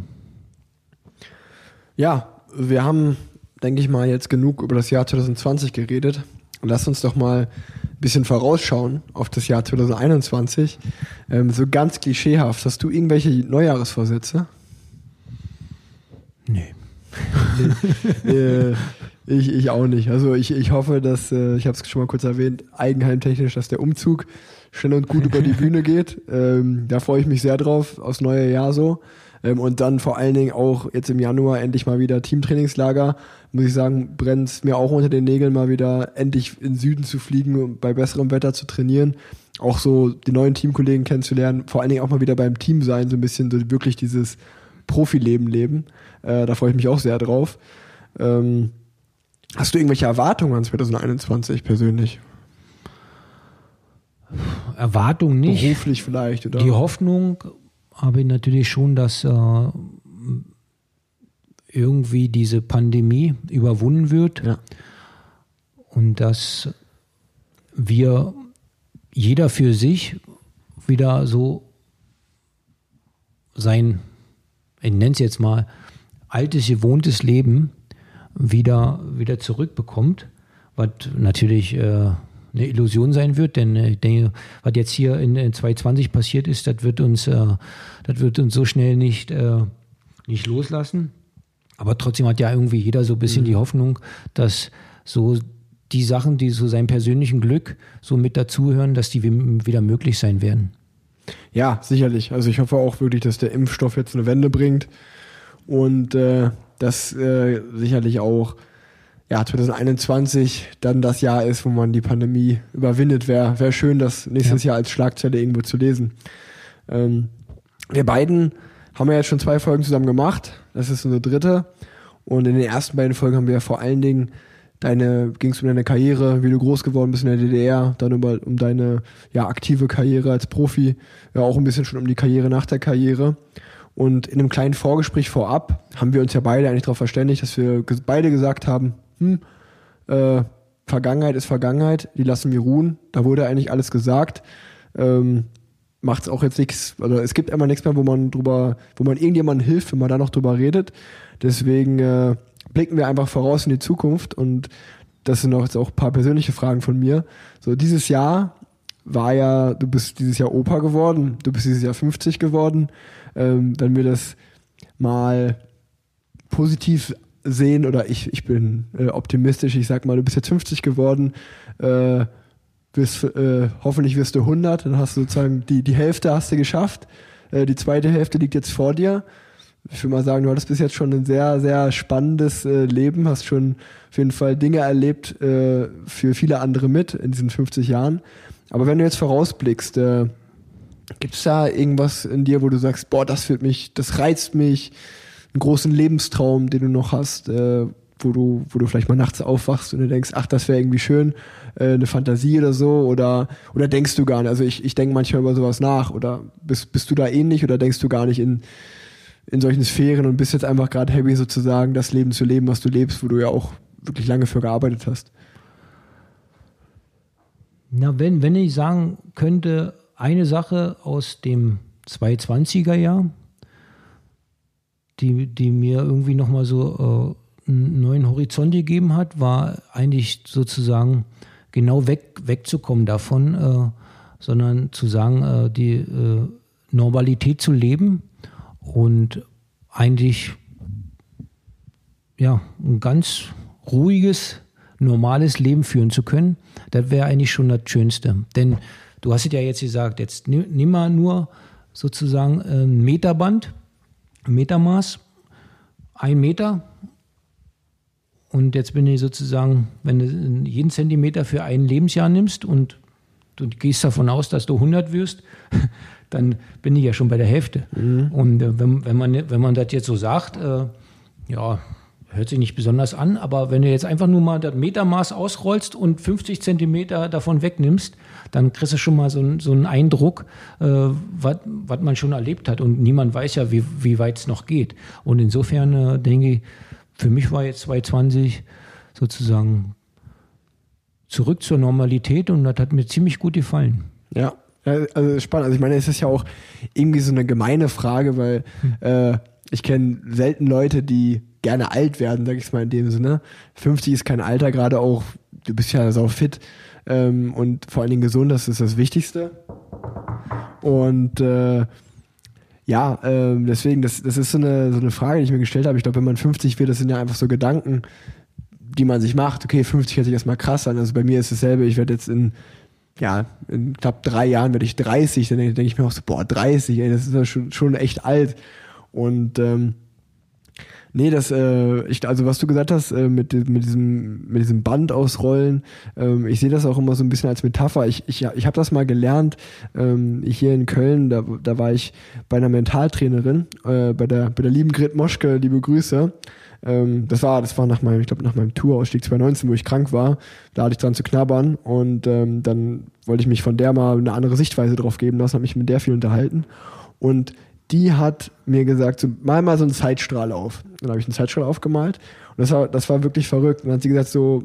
Ja, wir haben, denke ich mal, jetzt genug über das Jahr zwanzig zwanzig geredet. Lass uns doch mal ein bisschen vorausschauen auf das Jahr zwanzig einundzwanzig. Ähm, so ganz klischeehaft, hast du irgendwelche Neujahresvorsätze? Nee. äh, Ich, ich auch nicht. Also ich, ich hoffe, dass, äh, ich habe es schon mal kurz erwähnt, eigenheimtechnisch, dass der Umzug schnell und gut über die Bühne geht. Ähm, da freue ich mich sehr drauf, aufs neue Jahr so. Ähm, und dann vor allen Dingen auch jetzt im Januar endlich mal wieder Teamtrainingslager. Muss ich sagen, brennt es mir auch unter den Nägeln, mal wieder endlich in den Süden zu fliegen und bei besserem Wetter zu trainieren. Auch so die neuen Teamkollegen kennenzulernen. Vor allen Dingen auch mal wieder beim Team sein, so ein bisschen so wirklich dieses Profileben leben. Äh, da freue ich mich auch sehr drauf. Ähm, Hast du irgendwelche Erwartungen an zwanzig einundzwanzig persönlich? Erwartungen nicht. Beruflich vielleicht, oder? Die Hoffnung habe ich natürlich schon, dass äh, irgendwie diese Pandemie überwunden wird. Ja. Und dass wir jeder für sich wieder so sein, ich nenne es jetzt mal, altes, gewohntes Leben wieder, wieder zurückbekommt, was natürlich äh, eine Illusion sein wird, denn äh, ich denke, was jetzt hier in, in zwanzig zwanzig passiert ist, das wird uns, äh, das wird uns so schnell nicht, äh, nicht loslassen. Aber trotzdem hat ja irgendwie jeder so ein bisschen mhm. die Hoffnung, dass so die Sachen, die zu seinem persönlichen Glück so mit dazugehören, dass die wieder möglich sein werden. Ja, sicherlich. Also ich hoffe auch wirklich, dass der Impfstoff jetzt eine Wende bringt und äh, dass äh, sicherlich auch ja, zwanzig einundzwanzig dann das Jahr ist, wo man die Pandemie überwindet. Wäre wär schön, das nächstes ja. Jahr als Schlagzeile irgendwo zu lesen. Ähm, wir beiden haben ja jetzt schon zwei Folgen zusammen gemacht. Das ist unsere dritte. Und in den ersten beiden Folgen haben wir ja vor allen Dingen deine, ging es um deine Karriere, wie du groß geworden bist in der D D R, dann über, um deine ja, aktive Karriere als Profi, ja auch ein bisschen schon um die Karriere nach der Karriere. Und in einem kleinen Vorgespräch vorab haben wir uns ja beide eigentlich darauf verständigt, dass wir ge- beide gesagt haben, hm, äh, Vergangenheit ist Vergangenheit, die lassen wir ruhen. Da wurde eigentlich alles gesagt. Ähm, macht es auch jetzt nichts, also es gibt immer nichts mehr, wo man drüber, wo man irgendjemandem hilft, wenn man da noch drüber redet. Deswegen äh, blicken wir einfach voraus in die Zukunft und das sind auch jetzt auch ein paar persönliche Fragen von mir. So, dieses Jahr war ja, du bist dieses Jahr Opa geworden, du bist dieses Jahr fünfzig geworden. Ähm, wenn wir das mal positiv sehen, oder ich, ich bin äh, optimistisch, ich sag mal, du bist jetzt fünfzig geworden, äh, wirst, äh, hoffentlich wirst du hundert, dann hast du sozusagen die, die Hälfte hast du geschafft, äh, die zweite Hälfte liegt jetzt vor dir. Ich würde mal sagen, du hattest bis jetzt schon ein sehr, sehr spannendes äh, Leben, hast schon auf jeden Fall Dinge erlebt äh, für viele andere mit in diesen fünfzig Jahren. Aber wenn du jetzt vorausblickst, äh, gibt es da irgendwas in dir, wo du sagst, boah, das fühlt mich, das reizt mich, einen großen Lebenstraum, den du noch hast, äh, wo du, wo du vielleicht mal nachts aufwachst und du denkst, ach, das wäre irgendwie schön, äh, eine Fantasie oder so, oder oder denkst du gar nicht? Also ich, ich denke manchmal über sowas nach, oder bist, bist du da ähnlich, oder denkst du gar nicht in in solchen Sphären und bist jetzt einfach gerade happy, sozusagen das Leben zu leben, was du lebst, wo du ja auch wirklich lange für gearbeitet hast? Na, wenn, wenn ich sagen könnte, eine Sache aus dem zweihundertzwanziger Jahr, die, die mir irgendwie nochmal so äh, einen neuen Horizont gegeben hat, war eigentlich sozusagen genau weg, wegzukommen davon, äh, sondern zu sagen, äh, die äh, Normalität zu leben und eigentlich ja, ein ganz ruhiges, normales Leben führen zu können. Das wäre eigentlich schon das Schönste. Denn du hast es ja jetzt gesagt, jetzt nimm, nimm mal nur sozusagen ein Meterband, ein Metermaß, ein Meter. Und jetzt bin ich sozusagen, wenn du jeden Zentimeter für ein Lebensjahr nimmst und du gehst davon aus, dass du hundert wirst, dann bin ich ja schon bei der Hälfte. Mhm. Und äh, wenn, wenn, man, wenn man das jetzt so sagt, äh, ja, hört sich nicht besonders an, aber wenn du jetzt einfach nur mal das Metermaß ausrollst und fünfzig Zentimeter davon wegnimmst, dann kriegst du schon mal so, so einen Eindruck, äh, was man schon erlebt hat. Und niemand weiß ja, wie, wie weit es noch geht. Und insofern äh, denke ich, für mich war jetzt zweitausendzwanzig sozusagen zurück zur Normalität und das hat mir ziemlich gut gefallen. Ja. Also spannend. Also ich meine, es ist ja auch irgendwie so eine gemeine Frage, weil hm. äh, ich kenne selten Leute, die gerne alt werden, sag ich mal in dem Sinne. fünfzig ist kein Alter, gerade auch, du bist ja sau fit ähm, und vor allen Dingen gesund, das ist das Wichtigste. Und äh, ja, äh, deswegen, das, das ist so eine, so eine Frage, die ich mir gestellt habe. Ich glaube, wenn man fünfzig wird, das sind ja einfach so Gedanken, die man sich macht. Okay, fünfzig hört sich erstmal krass an. Also bei mir ist dasselbe. Ich werde jetzt in, ja, in knapp drei Jahren werde ich dreißig. Dann denke ich mir auch so, boah, dreißig, ey, das ist ja schon, schon echt alt. Und ähm, nee, das, äh, ich, also was du gesagt hast, äh, mit, mit diesem, mit diesem Band ausrollen, ähm, ich sehe das auch immer so ein bisschen als Metapher. Ich, ich, ich habe das mal gelernt, ähm, hier in Köln, da, da war ich bei einer Mentaltrainerin, äh, bei der, bei der lieben Grit Moschke, liebe Grüße. Ähm, das war, das war nach meinem, ich glaube, nach meinem Tourausstieg zwanzig neunzehn, wo ich krank war. Da hatte ich dran zu knabbern und ähm, dann wollte ich mich von der mal eine andere Sichtweise drauf geben lassen, habe mich mit der viel unterhalten und die hat mir gesagt, so, mal mal so einen Zeitstrahl auf. Dann habe ich einen Zeitstrahl aufgemalt und das war, das war wirklich verrückt. Und dann hat sie gesagt, so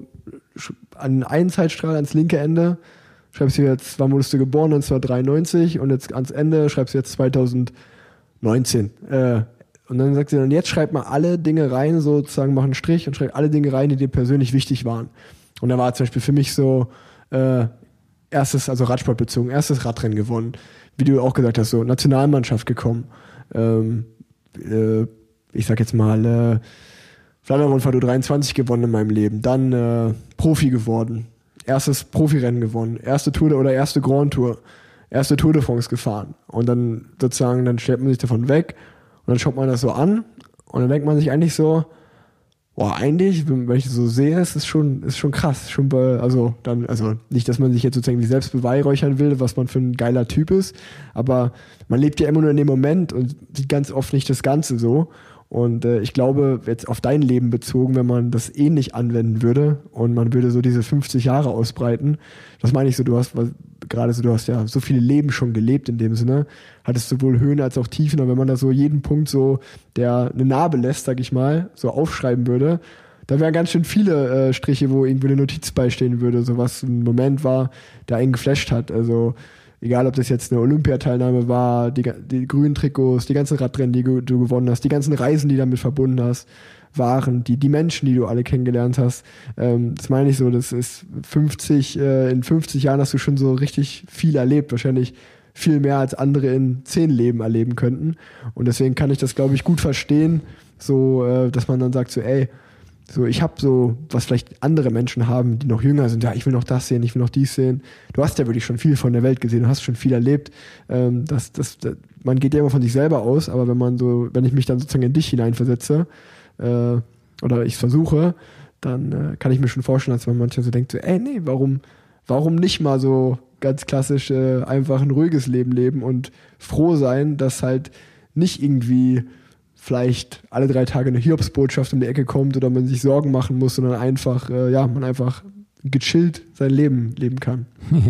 an einen Zeitstrahl ans linke Ende schreibst du jetzt, wann wurdest du geboren, neunzehnhundertdreiundneunzig und jetzt ans Ende schreibst du jetzt zweitausendneunzehn. Äh, und dann sagt sie, und jetzt schreib mal alle Dinge rein, sozusagen mach einen Strich und schreib alle Dinge rein, die dir persönlich wichtig waren. Und da war zum Beispiel für mich so äh, erstes, also Radsport bezogen, erstes Radrennen gewonnen. Wie du auch gesagt hast, so Nationalmannschaft gekommen. Ähm, äh, ich sag jetzt mal, äh, Flandern-Rundfahrt dreiundzwanzig gewonnen in meinem Leben. Dann äh, Profi geworden. Erstes Profirennen gewonnen. Erste Tour oder erste Grand Tour. Erste Tour de France gefahren. Und dann sozusagen, dann stellt man sich davon weg und dann schaut man das so an und dann denkt man sich eigentlich so, boah, eigentlich, wenn ich das so sehe, ist es schon, ist schon krass. Schon bei, also dann, also nicht, dass man sich jetzt sozusagen wie selbst beweihräuchern will, was man für ein geiler Typ ist, aber man lebt ja immer nur in dem Moment und sieht ganz oft nicht das Ganze so. Und äh, ich glaube, jetzt auf dein Leben bezogen, wenn man das ähnlich anwenden würde und man würde so diese fünfzig Jahre ausbreiten, das meine ich so, du hast was, gerade so, du hast ja so viele Leben schon gelebt in dem Sinne, hattest sowohl Höhen als auch Tiefen und wenn man da so jeden Punkt so, der eine Narbe lässt, sag ich mal, so aufschreiben würde, da wären ganz schön viele äh, Striche, wo irgendwie eine Notiz beistehen würde, so was ein Moment war, der einen geflasht hat, also egal, ob das jetzt eine Olympiateilnahme war, die, die grünen Trikots, die ganzen Radrennen, die du gewonnen hast, die ganzen Reisen, die damit verbunden hast, waren, die, die Menschen, die du alle kennengelernt hast. Ähm, das meine ich so, das ist fünfzig, äh, in fünfzig Jahren hast du schon so richtig viel erlebt, wahrscheinlich viel mehr als andere in zehn Leben erleben könnten. Und deswegen kann ich das, glaube ich, gut verstehen, so, äh, dass man dann sagt so, ey, so, ich habe so, was vielleicht andere Menschen haben, die noch jünger sind, ja, ich will noch das sehen, ich will noch dies sehen. Du hast ja wirklich schon viel von der Welt gesehen, du hast schon viel erlebt. Ähm, das, das, das, man geht ja immer von sich selber aus, aber wenn man so, wenn ich mich dann sozusagen in dich hineinversetze, äh, oder ich versuche, dann äh, kann ich mir schon vorstellen, dass man manchmal so denkt, so, ey, nee, warum, warum nicht mal so ganz klassisch äh, einfach ein ruhiges Leben leben und froh sein, dass halt nicht irgendwie vielleicht alle drei Tage eine Hiobsbotschaft um die Ecke kommt oder man sich Sorgen machen muss, sondern einfach, äh, ja, man einfach gechillt sein Leben leben kann.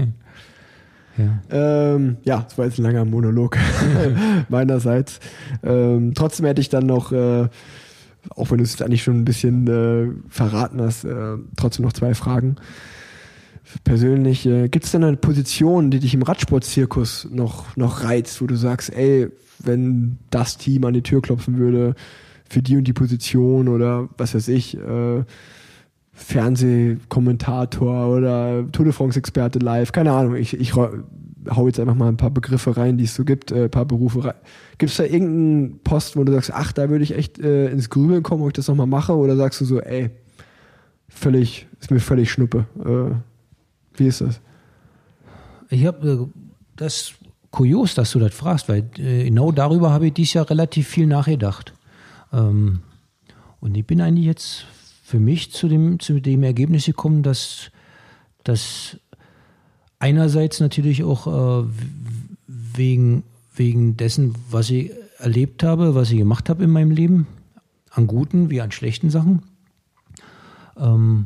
ja. Ähm, ja, das war jetzt ein langer Monolog meinerseits. Ähm, trotzdem hätte ich dann noch, äh, auch wenn du es eigentlich schon ein bisschen äh, verraten hast, äh, trotzdem noch zwei Fragen. Persönlich, äh, gibt es denn eine Position, die dich im Radsportzirkus noch, noch reizt, wo du sagst, ey, wenn das Team an die Tür klopfen würde für die und die Position oder was weiß ich, äh, Fernsehkommentator oder Tour de France-Experte live, keine Ahnung, ich, ich hau jetzt einfach mal ein paar Begriffe rein, die es so gibt, äh, ein paar Berufe rein. Gibt es da irgendeinen Posten, wo du sagst, ach, da würde ich echt äh, ins Grübeln kommen, ob ich das nochmal mache, oder sagst du so, ey, völlig, ist mir völlig Schnuppe. Äh, wie ist das? Ich habe äh, das kurios, dass du das fragst, weil äh, genau darüber habe ich dieses Jahr relativ viel nachgedacht. Ähm, und ich bin eigentlich jetzt für mich zu dem, zu dem Ergebnis gekommen, dass, dass einerseits natürlich auch äh, wegen, wegen dessen, was ich erlebt habe, was ich gemacht habe in meinem Leben, an guten wie an schlechten Sachen, ähm,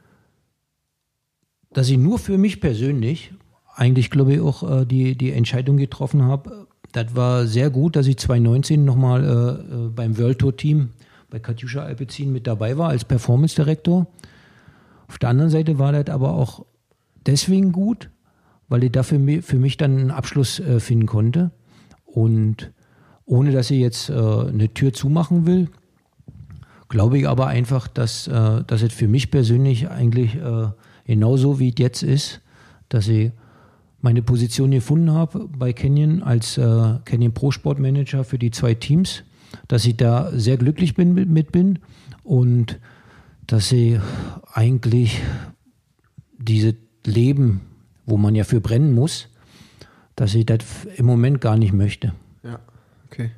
dass ich nur für mich persönlich eigentlich, glaube ich, auch äh, die, die Entscheidung getroffen habe. Das war sehr gut, dass ich zwanzig neunzehn nochmal äh, beim World Tour Team bei Katjuscha Alpecin mit dabei war als Performance Director. Auf der anderen Seite war das aber auch deswegen gut, weil ich dafür für mich dann einen Abschluss äh, finden konnte. Und ohne, dass ich jetzt äh, eine Tür zumachen will, glaube ich aber einfach, dass, äh, dass es für mich persönlich eigentlich äh, genauso wie es jetzt ist, dass ich meine Position gefunden habe bei Canyon als äh, Canyon Pro Sport Manager für die zwei Teams, dass ich da sehr glücklich bin, mit bin und dass sie eigentlich diese Leben, wo man ja für brennen muss, dass sie das im Moment gar nicht möchte. Ja, okay.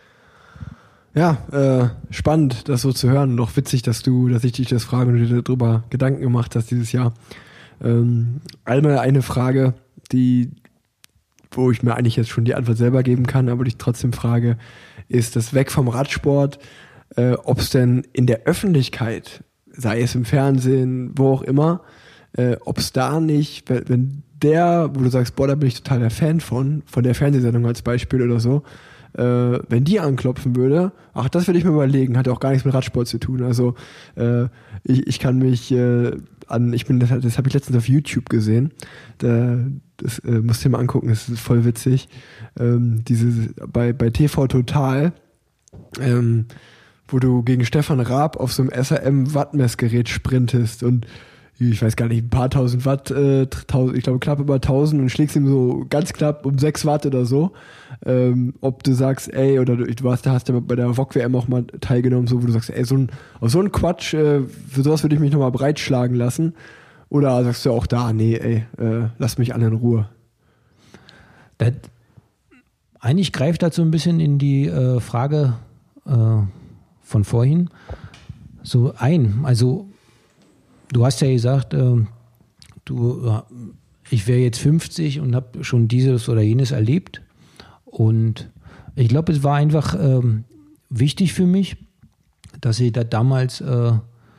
Ja, äh, spannend, das so zu hören. Und auch witzig, dass du, dass ich dich das frage und du dir darüber Gedanken gemacht hast dieses Jahr. Ähm, einmal eine Frage, die, wo ich mir eigentlich jetzt schon die Antwort selber geben kann, aber die ich trotzdem frage, ist das weg vom Radsport, äh, ob es denn in der Öffentlichkeit, sei es im Fernsehen, wo auch immer, äh, ob es da nicht, wenn, wenn der, wo du sagst, boah, da bin ich total der Fan von, von der Fernsehsendung als Beispiel oder so, äh, wenn die anklopfen würde, ach, das würde ich mir überlegen, hat auch gar nichts mit Radsport zu tun. Also äh, ich, ich kann mich äh, an, ich bin, das, das habe ich letztens auf YouTube gesehen, da, das äh, musst du dir mal angucken, das ist voll witzig. Ähm, diese, bei, bei T V Total, ähm, wo du gegen Stefan Raab auf so einem S R M-Wattmessgerät sprintest und ich weiß gar nicht, ein paar tausend Watt, äh, tausend, ich glaube knapp über tausend und schlägst ihm so ganz knapp um sechs Watt oder so. Ähm, ob du sagst, ey, oder du, du hast, hast ja bei der V O G W M auch mal teilgenommen, so wo du sagst, ey, so ein, auf so einen Quatsch, äh, für sowas würde ich mich nochmal breitschlagen lassen. Oder sagst du auch da, nee, ey, äh, lass mich alle in Ruhe. Das, eigentlich greift das so ein bisschen in die äh, Frage äh, von vorhin so ein. Also du hast ja gesagt, äh, du, ich wäre jetzt fünfzig und habe schon dieses oder jenes erlebt. Und ich glaube, es war einfach ähm, wichtig für mich, dass ich das damals äh,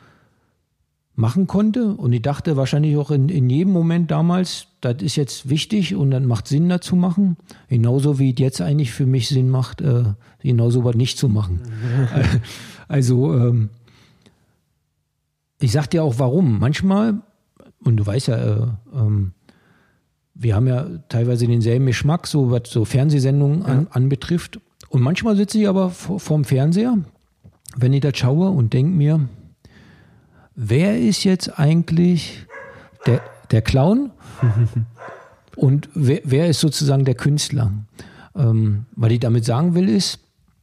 machen konnte. Und ich dachte wahrscheinlich auch in, in jedem Moment damals, das ist jetzt wichtig und dann macht Sinn, das zu machen. Genauso wie es jetzt eigentlich für mich Sinn macht, äh, genauso was nicht zu machen. Also ähm, ich sag dir auch warum. Manchmal, und du weißt ja, äh, ähm, wir haben ja teilweise denselben Geschmack, so was so Fernsehsendungen ja. an, anbetrifft. Und manchmal sitze ich aber vor, vorm Fernseher, wenn ich das schaue und denke mir, wer ist jetzt eigentlich der, der Clown und wer, wer ist sozusagen der Künstler? Ähm, was ich damit sagen will ist,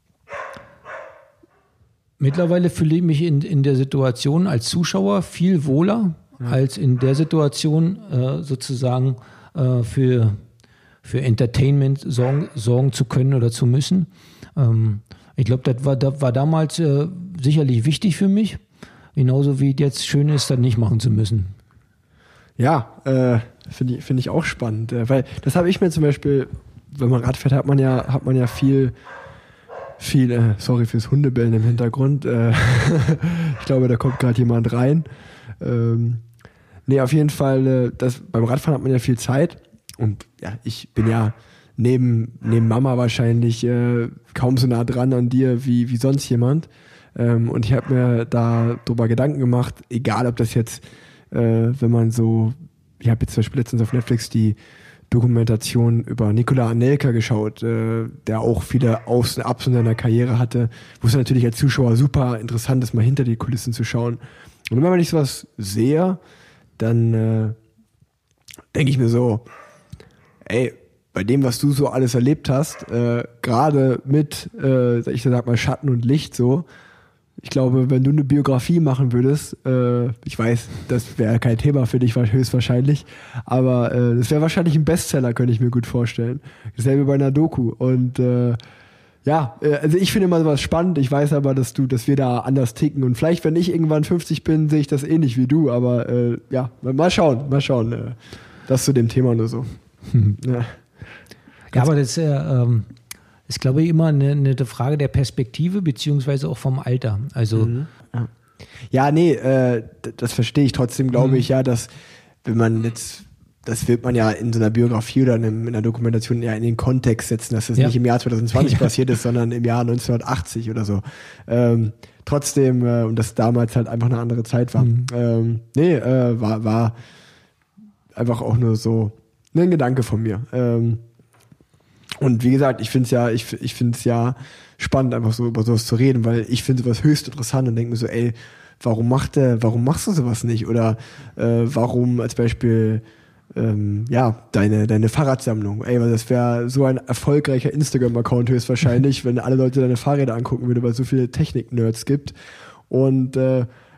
mittlerweile fühle ich mich in, in der Situation als Zuschauer viel wohler, ja. als in der Situation äh, sozusagen äh, für, für Entertainment sorgen, sorgen zu können oder zu müssen. Ähm, ich glaube, das war, das war damals äh, sicherlich wichtig für mich, genauso wie es jetzt schön ist, das nicht machen zu müssen. Ja, äh, finde ich, find ich auch spannend, äh, weil das habe ich mir zum Beispiel, wenn man Rad fährt, hat man ja, hat man ja viel Viel, äh, sorry fürs Hundebellen im Hintergrund. Äh, ich glaube, da kommt gerade jemand rein. Ähm, nee, auf jeden Fall, äh, das, beim Radfahren hat man ja viel Zeit. Und ja, ich bin ja neben, neben Mama wahrscheinlich äh, kaum so nah dran an dir wie, wie sonst jemand. Ähm, und ich habe mir da drüber Gedanken gemacht, egal ob das jetzt, äh, wenn man so, ich habe jetzt zum Beispiel letztens auf Netflix die Dokumentation über Nikola Anelka geschaut, äh, der auch viele Aufs und Abs in seiner Karriere hatte, wo es natürlich als Zuschauer super interessant ist, mal hinter die Kulissen zu schauen. Und wenn ich sowas sehe, dann äh, denke ich mir so, ey, bei dem, was du so alles erlebt hast, äh, gerade mit, äh, ich sag mal, Schatten und Licht so, ich glaube, wenn du eine Biografie machen würdest, äh, ich weiß, das wäre kein Thema für dich höchstwahrscheinlich, aber äh, das wäre wahrscheinlich ein Bestseller, könnte ich mir gut vorstellen. Dasselbe bei einer Doku. Und äh, ja, äh, also ich finde immer sowas spannend. Ich weiß aber, dass du, dass wir da anders ticken. Und vielleicht, wenn ich irgendwann fünfzig bin, sehe ich das ähnlich wie du. Aber äh, ja, mal schauen, mal schauen. Äh, das zu dem Thema nur so. Hm. Ja. ja, aber das äh, ähm ist, glaube ich, immer eine, eine Frage der Perspektive beziehungsweise auch vom Alter. Also mhm. ja. ja, nee, äh, das verstehe ich. Trotzdem glaube mhm. ich ja, dass wenn man jetzt, das wird man ja in so einer Biografie oder in, einem, in einer Dokumentation ja in den Kontext setzen, dass das ja. nicht im Jahr zwanzig zwanzig passiert ist, sondern im Jahr neunzehnhundertachtzig oder so. Ähm, trotzdem, äh, und das damals halt einfach eine andere Zeit war. Mhm. Ähm, nee, äh, war, war einfach auch nur so ein Gedanke von mir. Ähm, Und wie gesagt, ich finde es ja, ich, ich finde es ja spannend, einfach so über sowas zu reden, weil ich finde sowas höchst interessant und denke mir so, ey, warum macht der, warum machst du sowas nicht? Oder äh, warum als Beispiel ähm, ja, deine, deine Fahrradsammlung. Ey, weil das wäre so ein erfolgreicher Instagram-Account höchstwahrscheinlich, wenn alle Leute deine Fahrräder angucken würden, weil es so viele Technik-Nerds gibt. Und äh,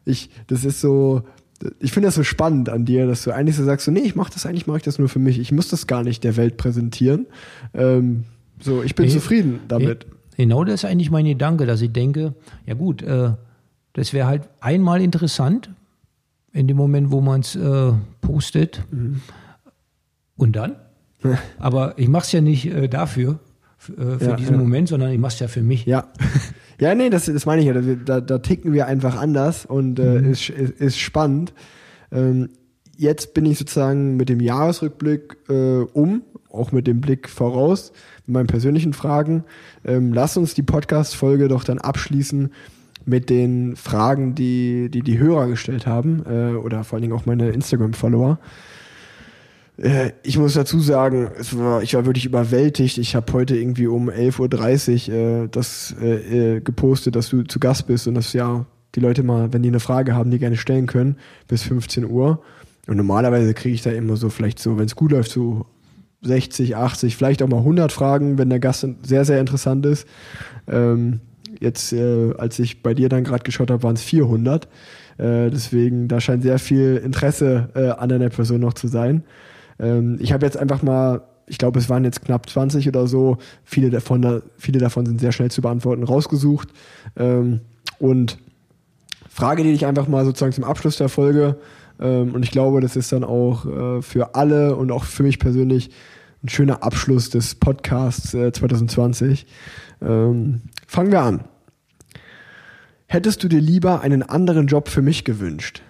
ich, das ist so, ich finde das so spannend an dir, dass du eigentlich so sagst, so, nee, ich mache das eigentlich, mache ich das nur für mich. Ich muss das gar nicht der Welt präsentieren. Ähm, so, ich bin hey, zufrieden damit. Hey, genau das ist eigentlich mein Gedanke, dass ich denke, ja gut, äh, das wäre halt einmal interessant, in dem Moment, wo man es äh, postet. Mhm. Und dann? Aber ich mache es ja nicht äh, dafür, f- äh, für ja, diesen ja. Moment, sondern ich mache es ja für mich. Ja. Ja, nee, das, das meine ich ja. Da, da ticken wir einfach anders und äh, Mhm. ist, ist, ist spannend. Ähm, jetzt bin ich sozusagen mit dem Jahresrückblick äh, um, auch mit dem Blick voraus, mit meinen persönlichen Fragen. Ähm, lass uns die Podcast-Folge doch dann abschließen mit den Fragen, die die, die Hörer gestellt haben äh, oder vor allen Dingen auch meine Instagram-Follower. Ich muss dazu sagen, es war, ich war wirklich überwältigt. Ich habe heute irgendwie um elf Uhr dreißig äh, das äh, gepostet, dass du zu Gast bist und dass ja die Leute mal, wenn die eine Frage haben, die gerne stellen können, bis fünfzehn Uhr. Und normalerweise kriege ich da immer so vielleicht so, wenn es gut läuft, so sechzig, achtzig, vielleicht auch mal hundert Fragen, wenn der Gast sehr, sehr interessant ist. Ähm, jetzt, äh, als ich bei dir dann gerade geschaut habe, waren es vierhundert. Äh, deswegen, da scheint sehr viel Interesse äh, an deiner Person noch zu sein. Ich habe jetzt einfach mal, ich glaube, es waren jetzt knapp zwanzig oder so, viele davon, viele davon sind sehr schnell zu beantworten, rausgesucht. Und frage die dich einfach mal sozusagen zum Abschluss der Folge. Und ich glaube, das ist dann auch für alle und auch für mich persönlich ein schöner Abschluss des Podcasts zwanzig zwanzig. Fangen wir an. Hättest du dir lieber einen anderen Job für mich gewünscht?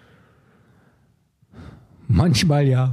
Manchmal ja.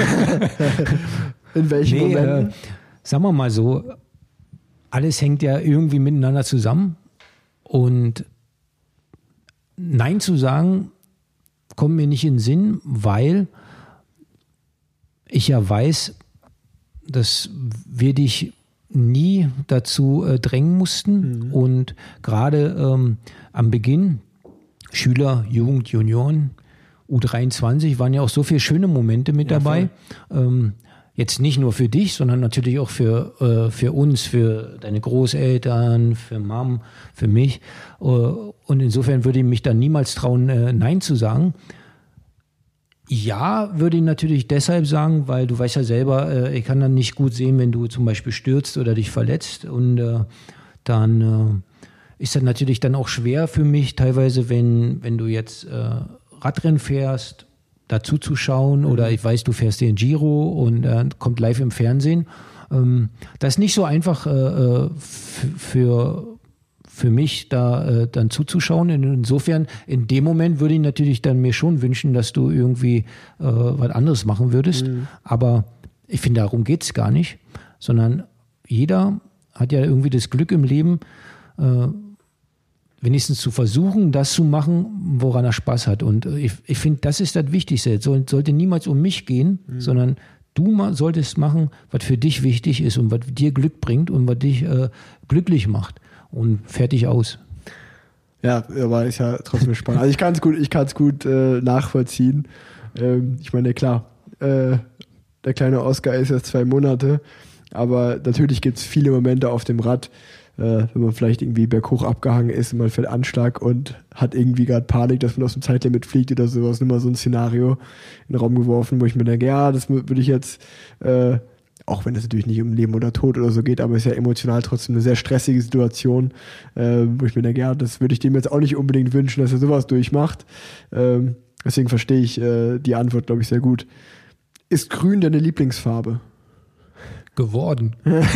In welchen nee, Momenten? Äh, sagen wir mal so, alles hängt ja irgendwie miteinander zusammen und Nein zu sagen kommt mir nicht in den Sinn, weil ich ja weiß, dass wir dich nie dazu äh, drängen mussten mhm. und gerade ähm, am Beginn Schüler, Jugend, Junioren, U dreiundzwanzig waren ja auch so viele schöne Momente mit ja, dabei. Ähm, jetzt nicht nur für dich, sondern natürlich auch für, äh, für uns, für deine Großeltern, für Mom, für mich. Äh, und insofern würde ich mich dann niemals trauen, äh, Nein zu sagen. Ja, würde ich natürlich deshalb sagen, weil du weißt ja selber, äh, ich kann dann nicht gut sehen, wenn du zum Beispiel stürzt oder dich verletzt. Und äh, dann äh, ist das natürlich dann auch schwer für mich, teilweise, wenn, wenn du jetzt äh, Radrennen fährst, dazu zu schauen oder ich weiß, du fährst den Giro und äh, kommt live im Fernsehen. Ähm, das ist nicht so einfach äh, für, für mich, da äh, dann zuzuschauen. Insofern, in dem Moment würde ich natürlich dann mir schon wünschen, dass du irgendwie äh, was anderes machen würdest. Mhm. Aber ich finde, darum geht es gar nicht, sondern jeder hat ja irgendwie das Glück im Leben, äh, wenigstens zu versuchen, das zu machen, woran er Spaß hat. Und ich, ich finde, das ist das Wichtigste. Es soll, sollte niemals um mich gehen, mhm. sondern du ma- solltest machen, was für dich wichtig ist und was dir Glück bringt und was dich äh, glücklich macht. Und fertig aus. Ja, aber ist ja trotzdem spannend. Also ich kann es gut, ich kann es gut äh, nachvollziehen. Ähm, ich meine, klar, äh, der kleine Oscar ist jetzt zwei Monate, aber natürlich gibt es viele Momente auf dem Rad, äh, wenn man vielleicht irgendwie berghoch abgehangen ist und man fällt Anschlag und hat irgendwie gerade Panik, dass man aus dem Zeitlimit fliegt oder sowas. Nur mal so ein Szenario in den Raum geworfen, wo ich mir denke, ja, das würde ich jetzt, äh, auch wenn es natürlich nicht um Leben oder Tod oder so geht, aber es ist ja emotional trotzdem eine sehr stressige Situation, äh, wo ich mir denke, ja, das würde ich dem jetzt auch nicht unbedingt wünschen, dass er sowas durchmacht. Ähm, deswegen verstehe ich äh, die Antwort, glaube ich, sehr gut. Ist grün deine Lieblingsfarbe? Geworden.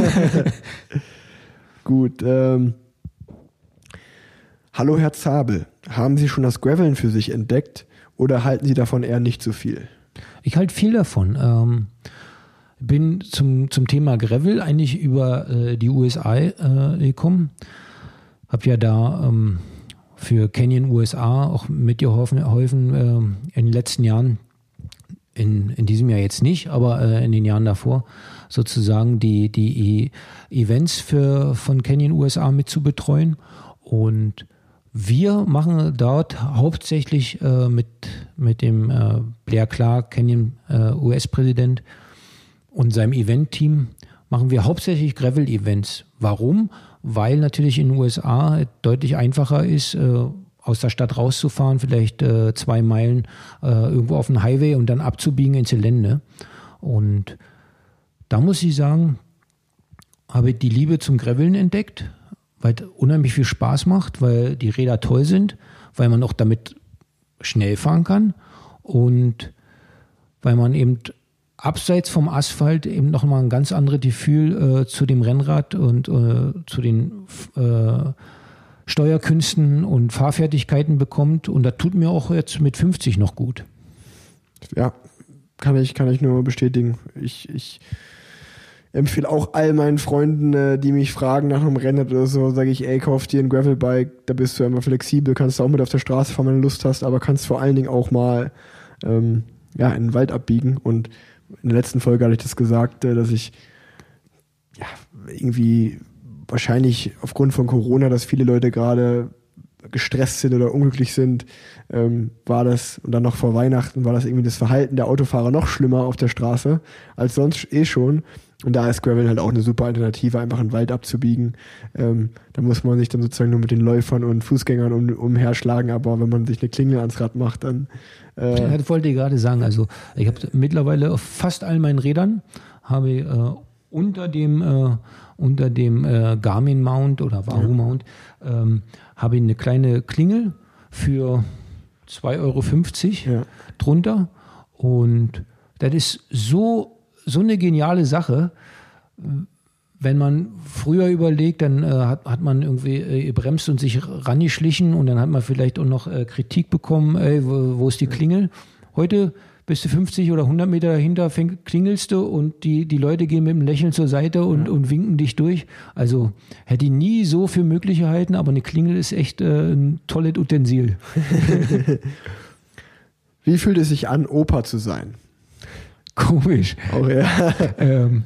Gut. Ähm, Hallo Herr Zabel, haben Sie schon das Graveln für sich entdeckt oder halten Sie davon eher nicht so viel? Ich halte viel davon. Ähm, bin zum, zum Thema Gravel eigentlich über äh, die U S A äh, gekommen. Habe ja da ähm, für Canyon U S A auch mitgeholfen äh, in den letzten Jahren. In, in diesem Jahr jetzt nicht, aber äh, in den Jahren davor sozusagen die, die e- Events für, von Canyon U S A mit zu betreuen. Und wir machen dort hauptsächlich äh, mit, mit dem äh, Blair Clark, Canyon äh, U S-Präsident und seinem Event-Team, machen wir hauptsächlich Gravel-Events. Warum? Weil natürlich in den U S A deutlich einfacher ist, äh, aus der Stadt rauszufahren, vielleicht äh, zwei Meilen äh, irgendwo auf den Highway und dann abzubiegen ins Gelände. Und da muss ich sagen, habe ich die Liebe zum Graveln entdeckt, weil es unheimlich viel Spaß macht, weil die Räder toll sind, weil man auch damit schnell fahren kann und weil man eben abseits vom Asphalt eben noch mal ein ganz anderes Gefühl äh, zu dem Rennrad und äh, zu den äh, Steuerkünsten und Fahrfertigkeiten bekommt. Und das tut mir auch jetzt mit fünfzig noch gut. Ja, kann ich, kann ich nur bestätigen. Ich, ich empfehle auch all meinen Freunden, die mich fragen nach einem Rennrad oder so, sage ich, ey, kauf dir ein Gravelbike, da bist du immer flexibel, kannst du auch mit auf der Straße fahren, wenn du Lust hast, aber kannst vor allen Dingen auch mal ähm, ja, in den Wald abbiegen. Und in der letzten Folge hatte ich das gesagt, dass ich ja irgendwie wahrscheinlich aufgrund von Corona, dass viele Leute gerade gestresst sind oder unglücklich sind, ähm, war das, und dann noch vor Weihnachten, war das irgendwie das Verhalten der Autofahrer noch schlimmer auf der Straße als sonst eh schon. Und da ist Gravel halt auch eine super Alternative, einfach in den Wald abzubiegen. Ähm, da muss man sich dann sozusagen nur mit den Läufern und Fußgängern um, umherschlagen, aber wenn man sich eine Klingel ans Rad macht, dann... Äh ja, das wollte ich gerade sagen. Also ich habe mittlerweile auf fast all meinen Rädern habe ich, äh, unter dem, äh, unter dem äh, Garmin Mount oder Wahoo ja. Mount ähm, habe ich eine kleine Klingel für zwei Euro fünfzig ja. drunter. Und das ist so... so eine geniale Sache. Wenn man früher überlegt, dann äh, hat, hat man irgendwie äh, gebremst und sich rangeschlichen und dann hat man vielleicht auch noch äh, Kritik bekommen, ey, wo, wo ist die Klingel? Heute bist du fünfzig oder hundert Meter dahinter, fäng, klingelst du und die, die Leute gehen mit einem Lächeln zur Seite und, ja. und winken dich durch. Also hätte ich nie so für möglich gehalten, aber eine Klingel ist echt äh, ein tolles Utensil. Wie fühlt es sich an, Opa zu sein? Komisch. Auch ja. ähm,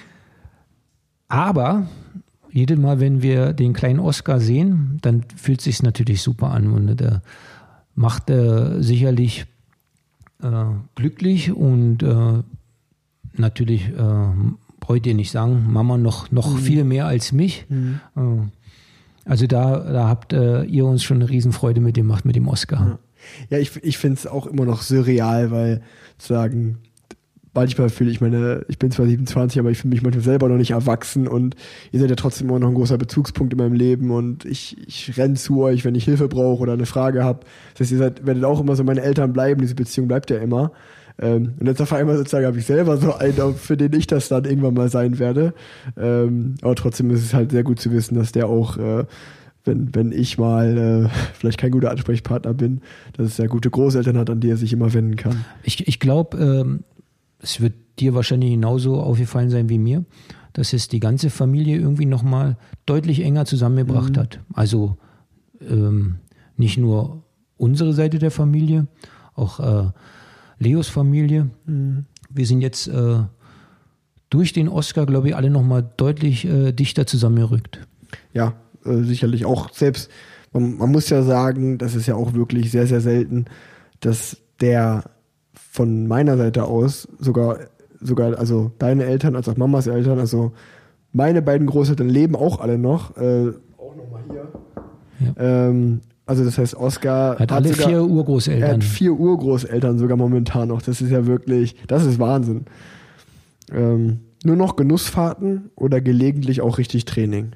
aber jedes Mal, wenn wir den kleinen Oscar sehen, dann fühlt es sich natürlich super an. Und der macht äh, sicherlich äh, glücklich und äh, natürlich äh, brauche ich dir nicht sagen, Mama noch, noch mhm. viel mehr als mich. Mhm. Äh, also da, da habt äh, ihr uns schon eine Riesenfreude mit dem gemacht, mit dem Oscar. Ja, ja ich, ich finde es auch immer noch surreal, weil zu sagen, manchmal fühle ich meine, ich bin zwar siebenundzwanzig, aber ich fühle mich manchmal selber noch nicht erwachsen und ihr seid ja trotzdem immer noch ein großer Bezugspunkt in meinem Leben und ich, ich renne zu euch, wenn ich Hilfe brauche oder eine Frage habe. Das heißt, ihr seid, werdet auch immer so meine Eltern bleiben, diese Beziehung bleibt ja immer. Ähm, und jetzt auf einmal sozusagen habe ich selber so einen, für den ich das dann irgendwann mal sein werde. Ähm, aber trotzdem ist es halt sehr gut zu wissen, dass der auch, äh, wenn, wenn ich mal äh, vielleicht kein guter Ansprechpartner bin, dass es sehr gute Großeltern hat, an die er sich immer wenden kann. Ich, ich glaube, ähm es wird dir wahrscheinlich genauso aufgefallen sein wie mir, dass es die ganze Familie irgendwie nochmal deutlich enger zusammengebracht mhm. hat. Also ähm, nicht nur unsere Seite der Familie, auch äh, Leos Familie. Mhm. Wir sind jetzt äh, durch den Oscar, glaube ich, alle nochmal deutlich äh, dichter zusammengerückt. Ja, äh, sicherlich auch selbst, man, man muss ja sagen, das ist ja auch wirklich sehr, sehr selten, dass der von meiner Seite aus sogar, sogar, also deine Eltern als auch Mamas Eltern, also meine beiden Großeltern leben auch alle noch. Äh, auch nochmal hier. Ja. Ähm, also das heißt, Oscar hat, hat alle sogar, vier Urgroßeltern. Er hat vier Urgroßeltern sogar momentan noch. Das ist ja wirklich, das ist Wahnsinn. Ähm, nur noch Genussfahrten oder gelegentlich auch richtig Training?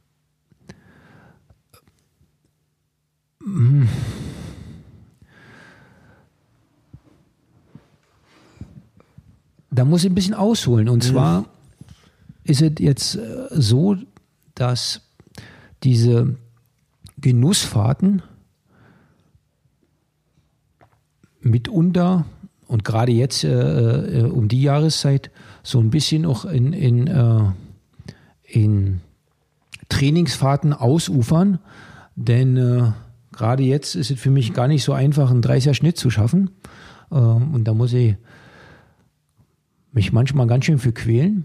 Mhm. Da muss ich ein bisschen ausholen. Und zwar mhm. ist es jetzt so, dass diese Genussfahrten mitunter und gerade jetzt äh, um die Jahreszeit so ein bisschen auch in, in, äh, in Trainingsfahrten ausufern. Denn äh, gerade jetzt ist es für mich gar nicht so einfach, einen dreißiger Schnitt zu schaffen. Äh, und da muss ich mich manchmal ganz schön für quälen.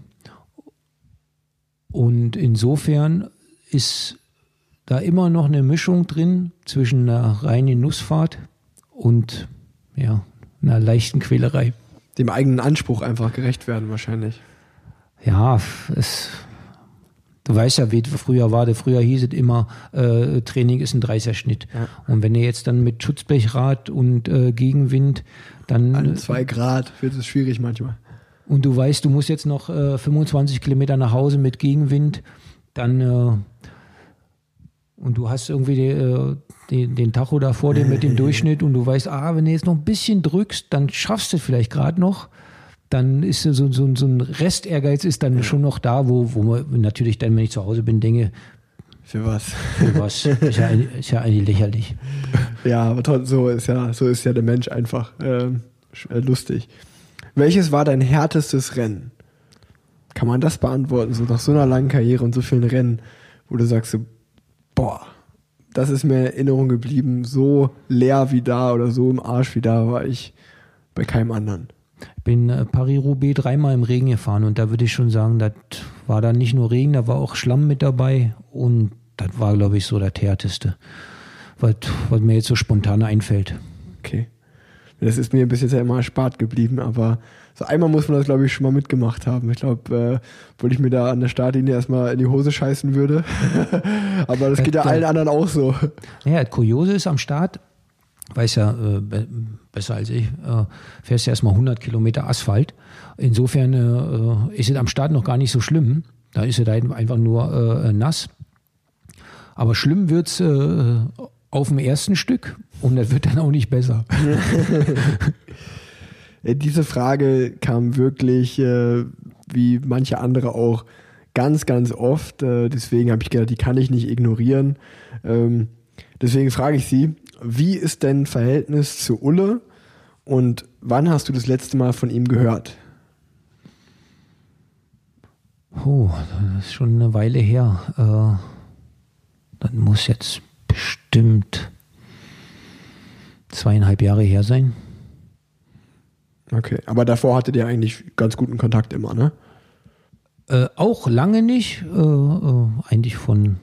Und insofern ist da immer noch eine Mischung drin zwischen einer reinen Nussfahrt und ja, einer leichten Quälerei. Dem eigenen Anspruch einfach gerecht werden wahrscheinlich. Ja, es, Du weißt ja, wie es früher war. Früher hieß es immer, äh, Training ist ein dreißiger Schnitt. Ja. Und wenn du jetzt dann mit Schutzblechrad und äh, Gegenwind dann... An zwei Grad wird es schwierig manchmal. Und du weißt, du musst jetzt noch äh, fünfundzwanzig Kilometer nach Hause mit Gegenwind, dann... Äh, und du hast irgendwie die, äh, den, den Tacho da vor dir mit dem Durchschnitt und du weißt, ah, wenn du jetzt noch ein bisschen drückst, dann schaffst du es vielleicht gerade noch. Dann ist so, so, so ein Rest-Ehrgeiz ist dann ja. schon noch da, wo, wo man natürlich dann, wenn ich zu Hause bin, denke, für was? Für was? Ist ja, ist ja eigentlich lächerlich. Ja, aber trotzdem, so ist ja, so ist ja der Mensch einfach ähm, lustig. Welches war dein härtestes Rennen? Kann man das beantworten, so nach so einer langen Karriere und so vielen Rennen, wo du sagst, so, boah, das ist mir in Erinnerung geblieben, so leer wie da oder so im Arsch wie da war ich bei keinem anderen. Ich bin äh, Paris-Roubaix dreimal im Regen gefahren und da würde ich schon sagen, das war dann nicht nur Regen, da war auch Schlamm mit dabei und das war, glaube ich, so das Härteste, was, was mir jetzt so spontan einfällt. Okay. Das ist mir bis jetzt ja immer erspart geblieben, aber so einmal muss man das, glaube ich, schon mal mitgemacht haben. Ich glaube, äh, obwohl ich mir da an der Startlinie erstmal in die Hose scheißen würde. Aber das geht ja allen anderen auch so. Ja, das Kuriose ist am Start, weiß ja äh, be- besser als ich, äh, fährst ja erstmal hundert Kilometer Asphalt. Insofern äh, ist es am Start noch gar nicht so schlimm. Da ist es halt einfach nur äh, nass. Aber schlimm wird es äh, auf dem ersten Stück und das wird dann auch nicht besser. Diese Frage kam wirklich, äh, wie manche andere auch, ganz, ganz oft. Äh, deswegen habe ich gedacht, die kann ich nicht ignorieren. Ähm, deswegen frage ich Sie, wie ist dein Verhältnis zu Ulle und wann hast du das letzte Mal von ihm gehört? Oh, das ist schon eine Weile her. Äh, das muss jetzt bestimmt zweieinhalb Jahre her sein. Okay, aber davor hattet ihr eigentlich ganz guten Kontakt immer, ne? Äh, auch lange nicht. Äh, äh, eigentlich von,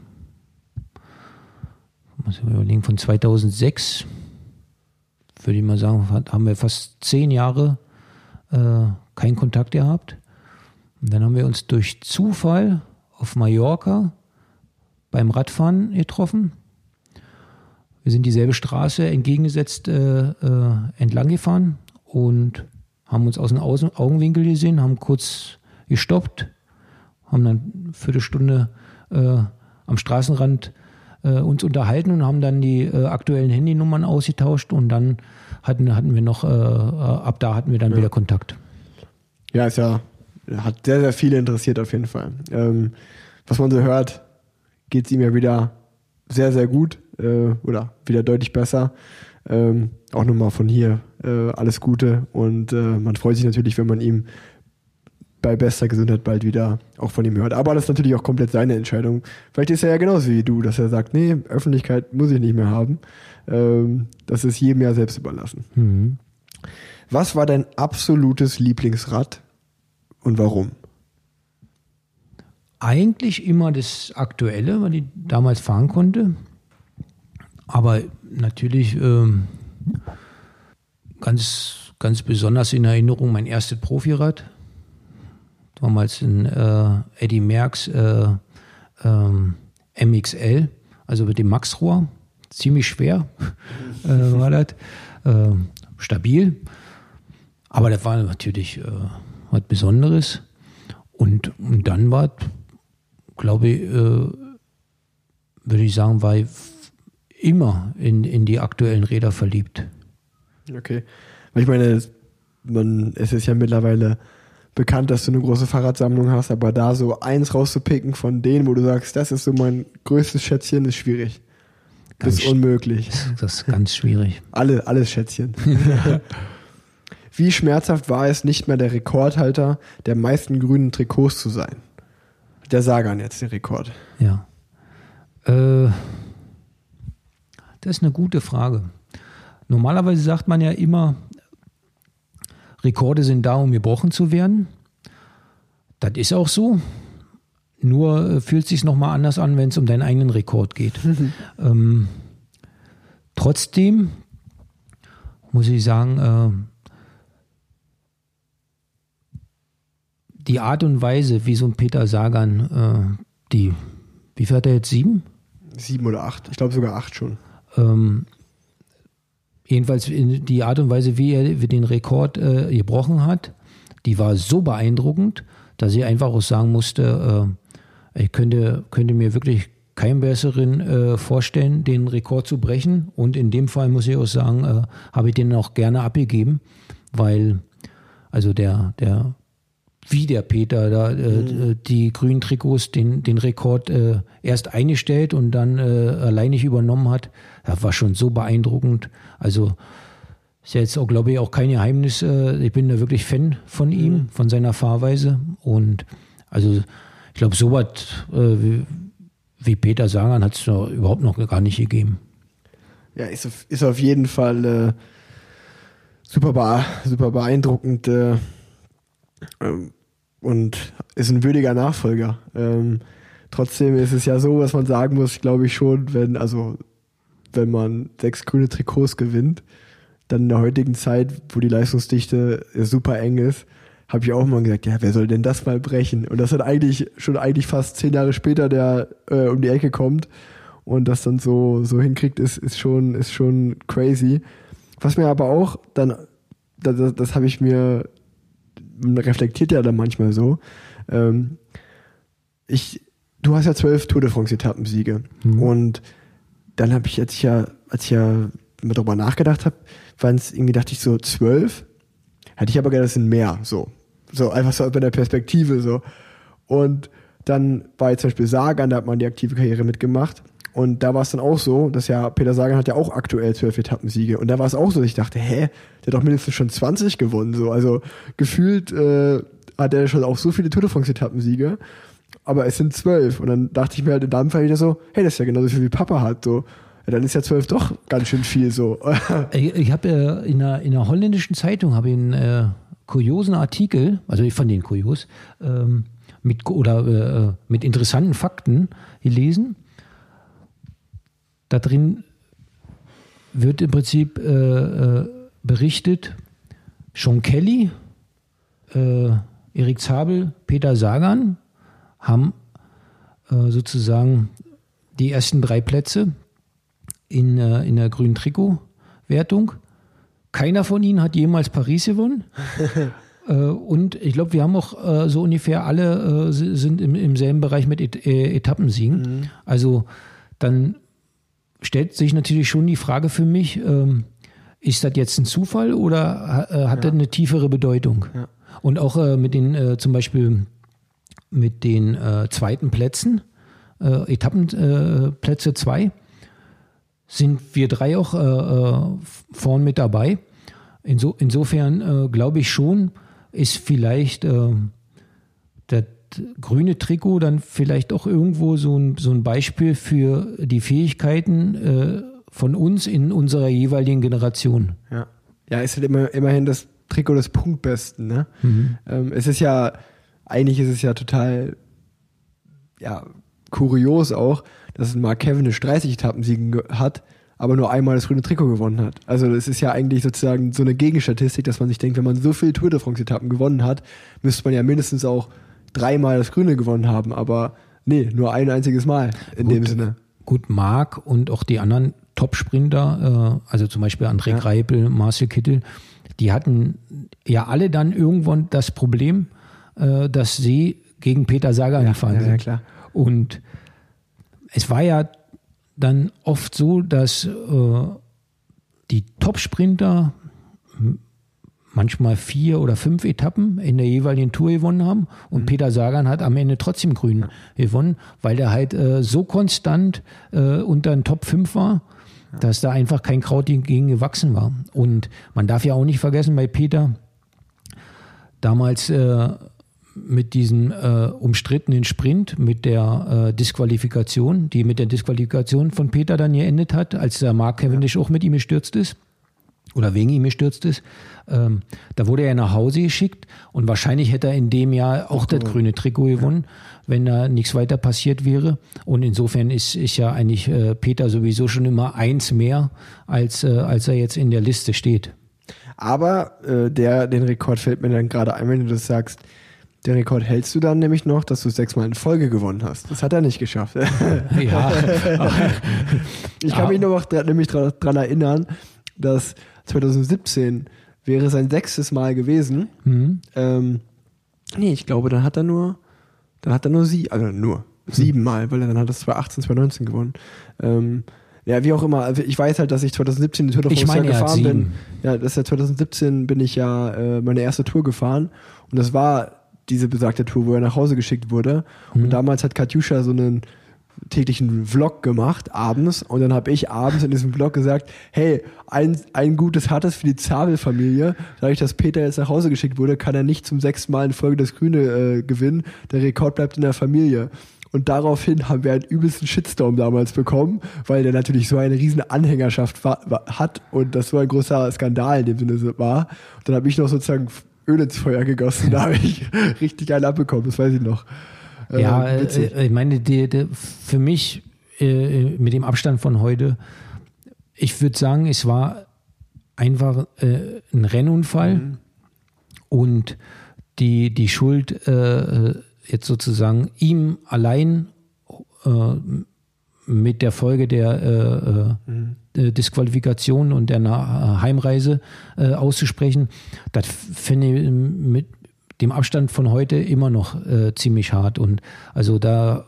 muss ich mal überlegen, von zweitausendsechs, würde ich mal sagen, haben wir fast zehn Jahre äh, keinen Kontakt gehabt. Und dann haben wir uns durch Zufall auf Mallorca beim Radfahren getroffen. Wir sind dieselbe Straße entgegengesetzt äh, äh, entlang gefahren und haben uns aus dem Außen- Augenwinkel gesehen, haben kurz gestoppt, haben dann eine Viertelstunde äh, am Straßenrand äh, uns unterhalten und haben dann die äh, aktuellen Handynummern ausgetauscht und dann hatten, hatten wir noch, äh, ab da hatten wir dann ja. wieder Kontakt. Ja, ist ja, hat sehr, sehr viele interessiert auf jeden Fall. Ähm, was man so hört, geht es ihm ja wieder sehr, sehr gut äh, oder wieder deutlich besser. Ähm, auch nochmal von hier äh, alles Gute und äh, man freut sich natürlich, wenn man ihm bei bester Gesundheit bald wieder auch von ihm hört. Aber das ist natürlich auch komplett seine Entscheidung. Vielleicht ist er ja genauso wie du, dass er sagt, nee, Öffentlichkeit muss ich nicht mehr haben. Ähm, das ist jedem ja selbst überlassen. Mhm. Was war dein absolutes Lieblingsrad und warum? Eigentlich immer das Aktuelle, weil ich damals fahren konnte. Aber natürlich ähm, ganz, ganz besonders in Erinnerung mein erstes Profirad. Damals in äh, Eddy Merckx äh, ähm, M X L, also mit dem Max-Rohr. Ziemlich schwer äh, war das. Äh, stabil. Aber das war natürlich äh, was Besonderes. Und, und dann war, glaube ich, äh, würde ich sagen, war ich immer in, in die aktuellen Räder verliebt. Okay. Weil ich meine, man, es ist ja mittlerweile bekannt, dass du eine große Fahrradsammlung hast, aber da so eins rauszupicken von denen, wo du sagst, das ist so mein größtes Schätzchen, ist schwierig. Das ist unmöglich. Das ist ganz schwierig. Alle, alles Schätzchen. Wie schmerzhaft war es, nicht mehr der Rekordhalter der meisten grünen Trikots zu sein? Der Sagan jetzt, der Rekord. Ja. Äh, das ist eine gute Frage. Normalerweise sagt man ja immer, Rekorde sind da, um gebrochen zu werden. Das ist auch so. Nur äh, fühlt es sich nochmal anders an, wenn es um deinen eigenen Rekord geht. Mhm. Ähm, trotzdem muss ich sagen, äh, die Art und Weise, wie so ein Peter Sagan äh, die, wie viel hat er jetzt? Sieben? Sieben oder acht. Ich glaube sogar acht schon. Ähm, jedenfalls in die Art und Weise, wie er wie den Rekord äh, gebrochen hat, die war so beeindruckend, dass ich einfach auch sagen musste, äh, ich könnte, könnte mir wirklich keinen besseren äh, vorstellen, den Rekord zu brechen. Und in dem Fall muss ich auch sagen, äh, habe ich den auch gerne abgegeben, weil also der, der wie der Peter da äh, mhm. die grünen Trikots den, den Rekord äh, erst eingestellt und dann äh, alleinig übernommen hat, das war schon so beeindruckend. Also ist ja jetzt auch, glaube ich, auch kein Geheimnis. Äh, ich bin da wirklich Fan von mhm. ihm, von seiner Fahrweise. Und also ich glaube, so was äh, wie, wie Peter Sagan hat es überhaupt noch gar nicht gegeben. Ja, ist auf, ist auf jeden Fall äh, super, be- super beeindruckend. Äh, ähm, und ist ein würdiger Nachfolger. Ähm, trotzdem ist es ja so, was man sagen muss, glaube ich schon, wenn, also, wenn man sechs grüne Trikots gewinnt, dann in der heutigen Zeit, wo die Leistungsdichte super eng ist, habe ich auch mal gesagt, ja, wer soll denn das mal brechen? Und das dann eigentlich schon eigentlich fast zehn Jahre später, der äh, um die Ecke kommt und das dann so, so hinkriegt, ist, ist schon, ist schon crazy. Was mir aber auch dann, das, das habe ich mir reflektiert ja dann manchmal so. Ähm, ich, du hast ja zwölf Tour de France-Etappensiege. Mhm. Und dann habe ich, als ich ja, als ich ja mal darüber nachgedacht habe, waren es irgendwie, dachte ich so, zwölf. Hätte ich aber gedacht, das sind mehr. So. So, einfach so bei der Perspektive so. Und dann war jetzt zum Beispiel Sagan, da hat man die aktive Karriere mitgemacht. Und da war es dann auch so, dass ja, Peter Sagan hat ja auch aktuell zwölf Etappensiege. Und da war es auch so, dass ich dachte, hä, der hat doch mindestens schon zwanzig gewonnen. So. Also gefühlt äh, hat er schon auch so viele Tour de France-Etappensiege. Aber es sind zwölf. Und dann dachte ich mir halt in dem Fall wieder so, hey, das ist ja genauso viel wie Papa hat. So. Ja, dann ist ja zwölf doch ganz schön viel so. ich ich habe äh, in, einer, in einer holländischen Zeitung habe ich einen äh, kuriosen Artikel, also ich fand den kurios, ähm, mit, oder äh, mit interessanten Fakten gelesen. Da drin wird im Prinzip äh, äh, berichtet, Sean Kelly, äh, Erik Zabel, Peter Sagan haben äh, sozusagen die ersten drei Plätze in, äh, in der grünen Trikotwertung. Keiner von ihnen hat jemals Paris gewonnen. äh, und ich glaube, wir haben auch äh, so ungefähr alle äh, sind im, im selben Bereich mit Et- äh, Etappensiegen. Mhm. Also dann stellt sich natürlich schon die Frage für mich, ähm, ist das jetzt ein Zufall oder äh, hat ja. das eine tiefere Bedeutung? Ja. Und auch äh, mit den, äh, zum Beispiel mit den äh, zweiten Plätzen, äh, Etappenplätze zwei, sind wir drei auch äh, vorn mit dabei. Inso, insofern äh, glaube ich schon, ist vielleicht äh, das grüne Trikot dann vielleicht auch irgendwo so ein, so ein Beispiel für die Fähigkeiten äh, von uns in unserer jeweiligen Generation. Ja, ja, ist halt immer, immerhin das Trikot des Punktbesten. Ne? Mhm. Ähm, es ist ja, eigentlich ist es ja total ja, kurios auch, dass Mark Cavendish dreißig Etappensiege hat, aber nur einmal das grüne Trikot gewonnen hat. Also das ist ja eigentlich sozusagen so eine Gegenstatistik, dass man sich denkt, wenn man so viele Tour de France-Etappen gewonnen hat, müsste man ja mindestens auch dreimal das Grüne gewonnen haben, aber nee, nur ein einziges Mal in gut, dem Sinne. Gut, Marc und auch die anderen Top-Sprinter, äh, also zum Beispiel André ja. Greipel, Marcel Kittel, die hatten ja alle dann irgendwann das Problem, äh, dass sie gegen Peter Sagan ja, gefahren ja, sind. Ja, klar. Und es war ja dann oft so, dass äh, die Top-Sprinter manchmal vier oder fünf Etappen in der jeweiligen Tour gewonnen haben und mhm. Peter Sagan hat am Ende trotzdem grün ja. gewonnen, weil der halt äh, so konstant äh, unter den Top fünf war, ja. dass da einfach kein Kraut gegen gewachsen war. Und man darf ja auch nicht vergessen, bei Peter damals äh, mit diesem äh, umstrittenen Sprint, mit der äh, Disqualifikation, die mit der Disqualifikation von Peter dann geendet hat, als der Mark Cavendish ja. auch mit ihm gestürzt ist, oder wegen ihm gestürzt ist, ähm, da wurde er nach Hause geschickt und wahrscheinlich hätte er in dem Jahr auch das grüne Trikot gewonnen, ja. wenn da nichts weiter passiert wäre. Und insofern ist, ist ja eigentlich äh, Peter sowieso schon immer eins mehr, als, äh, als er jetzt in der Liste steht. Aber äh, der, den Rekord fällt mir dann gerade ein, wenn du das sagst, Den Rekord hältst du dann nämlich noch, dass du sechsmal in Folge gewonnen hast. Das hat er nicht geschafft. Ja. Ich kann mich nur noch dran, nämlich daran erinnern, dass zwanzig siebzehn wäre sein sechstes Mal gewesen. Mhm. Ähm, nee, ich glaube, dann hat er nur, dann hat er nur sie, also nur mhm. siebenmal, weil er dann hat das zwanzig achtzehn, zwanzig neunzehn gewonnen. Ähm, ja, wie auch immer. Also ich weiß halt, dass ich zwanzig siebzehn die Tour de France gefahren bin. Ja, das ist ja zwanzig siebzehn bin ich ja äh, meine erste Tour gefahren und das war diese besagte Tour, wo er nach Hause geschickt wurde. Mhm. Und damals hat Katjuscha so einen täglichen Vlog gemacht, abends. Und dann habe ich abends in diesem Vlog gesagt, hey, ein, ein Gutes hat es für die Zabel-Familie. Dadurch, dass Peter jetzt nach Hause geschickt wurde, kann er nicht zum sechsten Mal in Folge das Grüne äh, gewinnen. Der Rekord bleibt in der Familie. Und daraufhin haben wir einen übelsten Shitstorm damals bekommen, weil der natürlich so eine riesen Anhängerschaft war, war, hat und das so ein großer Skandal in dem Sinne war. Und dann habe ich noch sozusagen Öl ins Feuer gegossen. Da habe ich richtig einen abbekommen, das weiß ich noch. Äh, ja, äh, ich meine, die, die, für mich äh, mit dem Abstand von heute, ich würde sagen, es war einfach äh, ein Rennunfall mhm. und die, die Schuld äh, jetzt sozusagen ihm allein äh, mit der Folge der äh, mhm. äh, Disqualifikation und der Na- Heimreise äh, auszusprechen, das finde ich mit dem Abstand von heute immer noch äh, ziemlich hart. Und also da,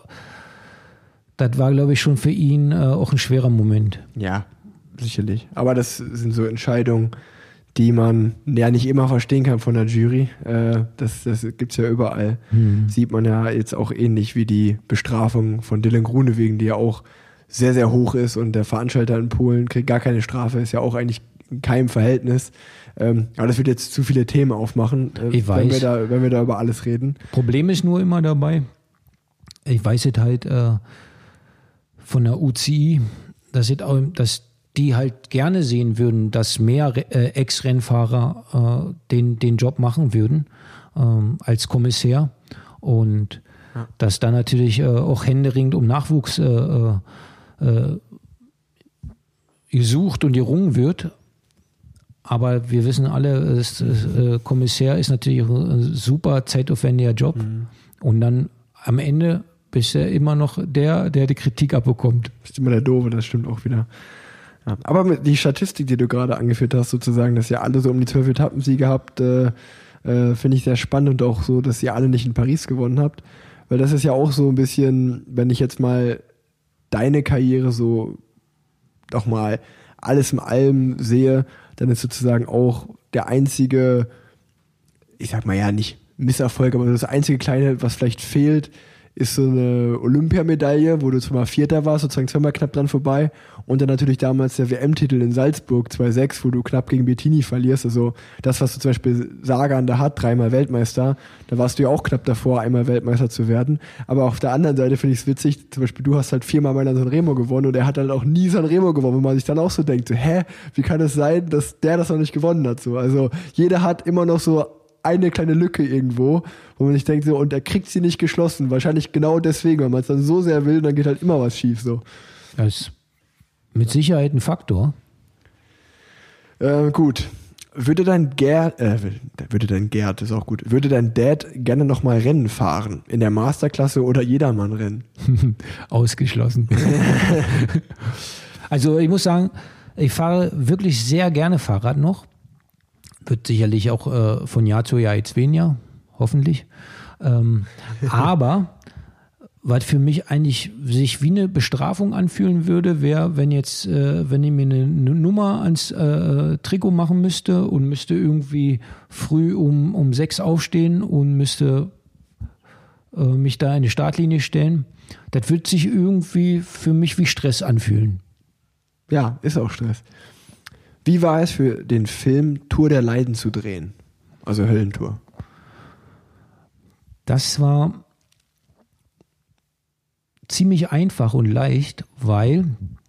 das war, glaube ich, schon für ihn äh, auch ein schwerer Moment. Ja, sicherlich. Aber das sind so Entscheidungen, die man ja nicht immer verstehen kann von der Jury. Äh, das das gibt es ja überall. Hm. Sieht man ja jetzt auch ähnlich wie die Bestrafung von Dylan Groenewegen, die ja auch sehr, sehr hoch ist und der Veranstalter in Polen kriegt gar keine Strafe, ist ja auch eigentlich in keinem Verhältnis. Ähm, aber das wird jetzt zu viele Themen aufmachen, äh, ich wenn, weiß. wir da, wenn wir da über alles reden. Problem ist nur immer dabei, ich weiß es halt äh, von der U C I, dass, es auch, dass die halt gerne sehen würden, dass mehr äh, Ex-Rennfahrer äh, den, den Job machen würden ähm, als Kommissär und ja. dass da natürlich äh, auch händeringend um Nachwuchs äh, äh, gesucht und gerungen wird. Aber wir wissen alle, das, das, äh, Kommissär ist natürlich ein super zeitaufwendiger Job mhm. und dann am Ende bist du immer noch der, der die Kritik abbekommt. Bist immer der Doofe, das stimmt auch wieder. Ja, aber mit die Statistik, die du gerade angeführt hast, sozusagen, dass ihr alle so um die zwölf Etappensiege habt, äh, äh, finde ich sehr spannend und auch so, dass ihr alle nicht in Paris gewonnen habt. Weil das ist ja auch so ein bisschen, wenn ich jetzt mal deine Karriere so doch mal alles im Allem sehe, dann ist sozusagen auch der einzige, ich sag mal ja nicht Misserfolg, aber das einzige Kleine, was vielleicht fehlt, ist so eine Olympiamedaille, wo du zweimal Vierter warst, sozusagen zweimal knapp dran vorbei. Und dann natürlich damals der W M-Titel in Salzburg zwei sechs, wo du knapp gegen Bettini verlierst. Also das, was du zum Beispiel Sagan da hat, dreimal Weltmeister, da warst du ja auch knapp davor, einmal Weltmeister zu werden. Aber auf der anderen Seite finde ich es witzig, zum Beispiel du hast halt viermal Mailand Sanremo gewonnen und er hat halt auch nie Sanremo gewonnen, wo man sich dann auch so denkt, so, hä, wie kann es sein, dass der das noch nicht gewonnen hat? So, also jeder hat immer noch so eine kleine Lücke irgendwo, wo man sich denkt, so, und er kriegt sie nicht geschlossen. Wahrscheinlich genau deswegen, weil man es dann so sehr will, dann geht halt immer was schief. So. Das ist mit Sicherheit ein Faktor. Äh, gut. Würde dein Gerd, äh, würde dein Gerd, ist auch gut, würde dein Dad gerne nochmal Rennen fahren? In der Masterklasse oder Jedermann-Rennen? Ausgeschlossen. Also ich muss sagen, ich fahre wirklich sehr gerne Fahrrad noch. Wird sicherlich auch äh, von Jahr zu Jahr jetzt weniger, hoffentlich. Ähm, aber was für mich eigentlich sich wie eine Bestrafung anfühlen würde, wäre, wenn jetzt, äh, wenn ich mir eine Nummer ans äh, Trikot machen müsste und müsste irgendwie früh um, um sechs aufstehen und müsste äh, mich da in die Startlinie stellen. Das wird sich irgendwie für mich wie Stress anfühlen. Ja, ist auch Stress. Wie war es für den Film Tour der Leiden zu drehen? Also Höllentour. Das war ziemlich einfach und leicht, weil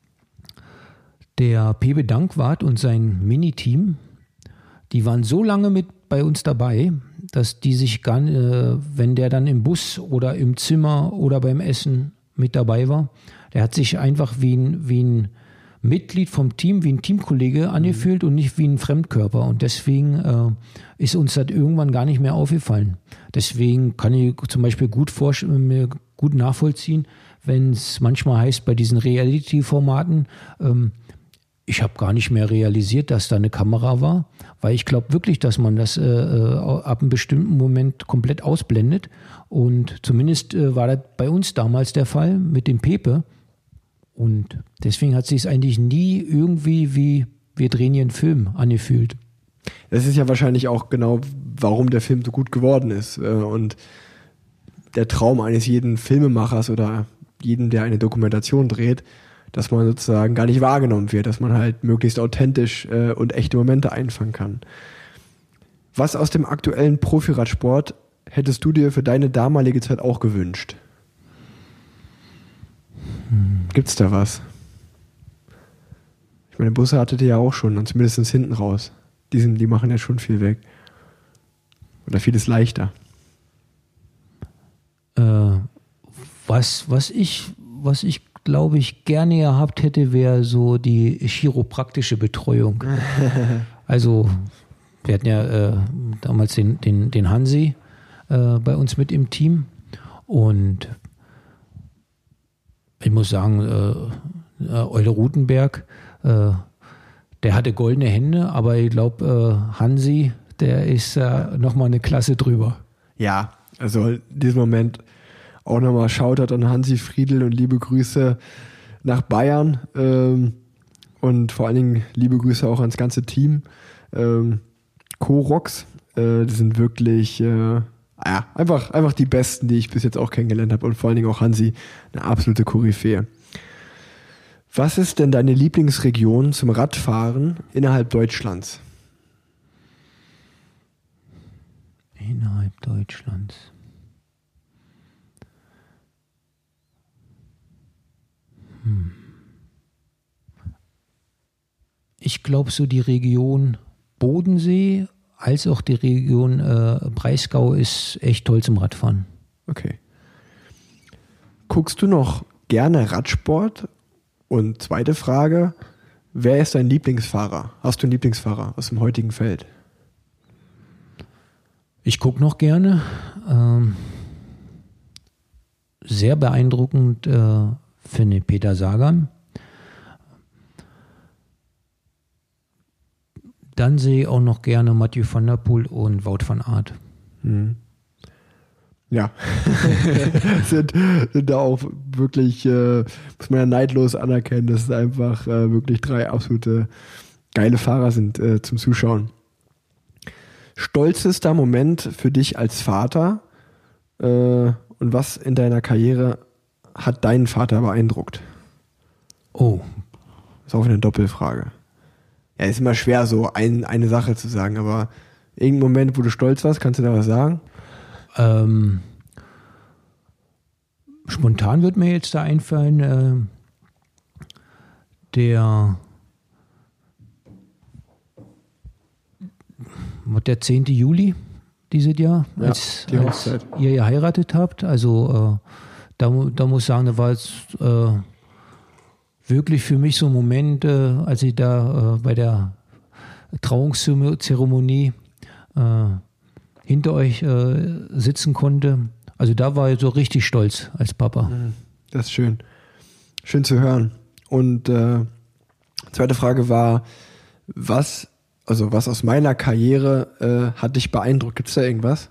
der Pepe Dankwart und sein Miniteam, die waren so lange mit bei uns dabei, dass die sich gar nicht, äh, wenn der dann im Bus oder im Zimmer oder beim Essen mit dabei war, der hat sich einfach wie ein, wie ein Mitglied vom Team, wie ein Teamkollege angefühlt mhm. und nicht wie ein Fremdkörper. Und deswegen äh, ist uns das irgendwann gar nicht mehr aufgefallen. Deswegen kann ich zum Beispiel gut, vorst- mir gut nachvollziehen, wenn es manchmal heißt bei diesen Reality-Formaten, ähm, ich habe gar nicht mehr realisiert, dass da eine Kamera war, weil ich glaube wirklich, dass man das äh, ab einem bestimmten Moment komplett ausblendet. Und zumindest äh, war das bei uns damals der Fall mit dem Pepe. Und deswegen hat sich es eigentlich nie irgendwie wie wir drehen hier einen Film angefühlt. Das ist ja wahrscheinlich auch genau, warum der Film so gut geworden ist. Und der Traum eines jeden Filmemachers oder jeden, der eine Dokumentation dreht, dass man sozusagen gar nicht wahrgenommen wird, dass man halt möglichst authentisch äh, und echte Momente einfangen kann. Was aus dem aktuellen Profiradsport hättest du dir für deine damalige Zeit auch gewünscht? Hm. Gibt's da was? Ich meine, Busse hattet ihr ja auch schon, und zumindest hinten raus. Die, sind, die machen ja schon viel weg. Oder vieles leichter. Äh, was, was ich, was ich glaube ich gerne gehabt hätte, wäre so die chiropraktische Betreuung. Also wir hatten ja äh, damals den, den, den Hansi äh, bei uns mit im Team und ich muss sagen, äh, Eule Rutenberg, äh, der hatte goldene Hände, aber ich glaube, äh, Hansi, der ist äh, nochmal eine Klasse drüber. Ja, also in diesem Moment auch nochmal Shoutout an Hansi Friedl und liebe Grüße nach Bayern ähm, und vor allen Dingen liebe Grüße auch ans ganze Team. Ähm, Korox, äh, die sind wirklich äh, ja, einfach, einfach die Besten, die ich bis jetzt auch kennengelernt habe und vor allen Dingen auch Hansi, eine absolute Koryphäe. Was ist denn deine Lieblingsregion zum Radfahren innerhalb Deutschlands? Innerhalb Deutschlands. Hm. Ich glaube, so die Region Bodensee als auch die Region äh, Breisgau ist echt toll zum Radfahren. Okay. Guckst du noch gerne Radsport? Und zweite Frage, wer ist dein Lieblingsfahrer? Hast du einen Lieblingsfahrer aus dem heutigen Feld? Ich gucke noch gerne. Ähm, sehr beeindruckend äh, finde ich Peter Sagan. Dann sehe ich auch noch gerne Mathieu van der Poel und Wout van Aert. Hm. Ja, sind, sind da auch wirklich, äh, muss man ja neidlos anerkennen, dass es einfach äh, wirklich drei absolute geile Fahrer sind äh, zum Zuschauen. Stolzester Moment für dich als Vater äh, und was in deiner Karriere hat deinen Vater beeindruckt? Oh. Das ist auch eine Doppelfrage. Ja, ist immer schwer, so ein, eine Sache zu sagen, aber irgendein Moment, wo du stolz warst, kannst du da was sagen? Ähm, spontan wird mir jetzt da einfallen, äh, der der zehnte Juli dieses Jahr, ja, als, die als ihr geheiratet habt. Also äh, da, da muss ich sagen, da war es äh, wirklich für mich so ein Moment, äh, als ich da äh, bei der Trauungszeremonie äh, hinter euch äh, sitzen konnte. Also da war ich so richtig stolz als Papa. Das ist schön. Schön zu hören. Und äh, zweite Frage war, was, also was aus meiner Karriere äh, hat dich beeindruckt? Gibt es da irgendwas?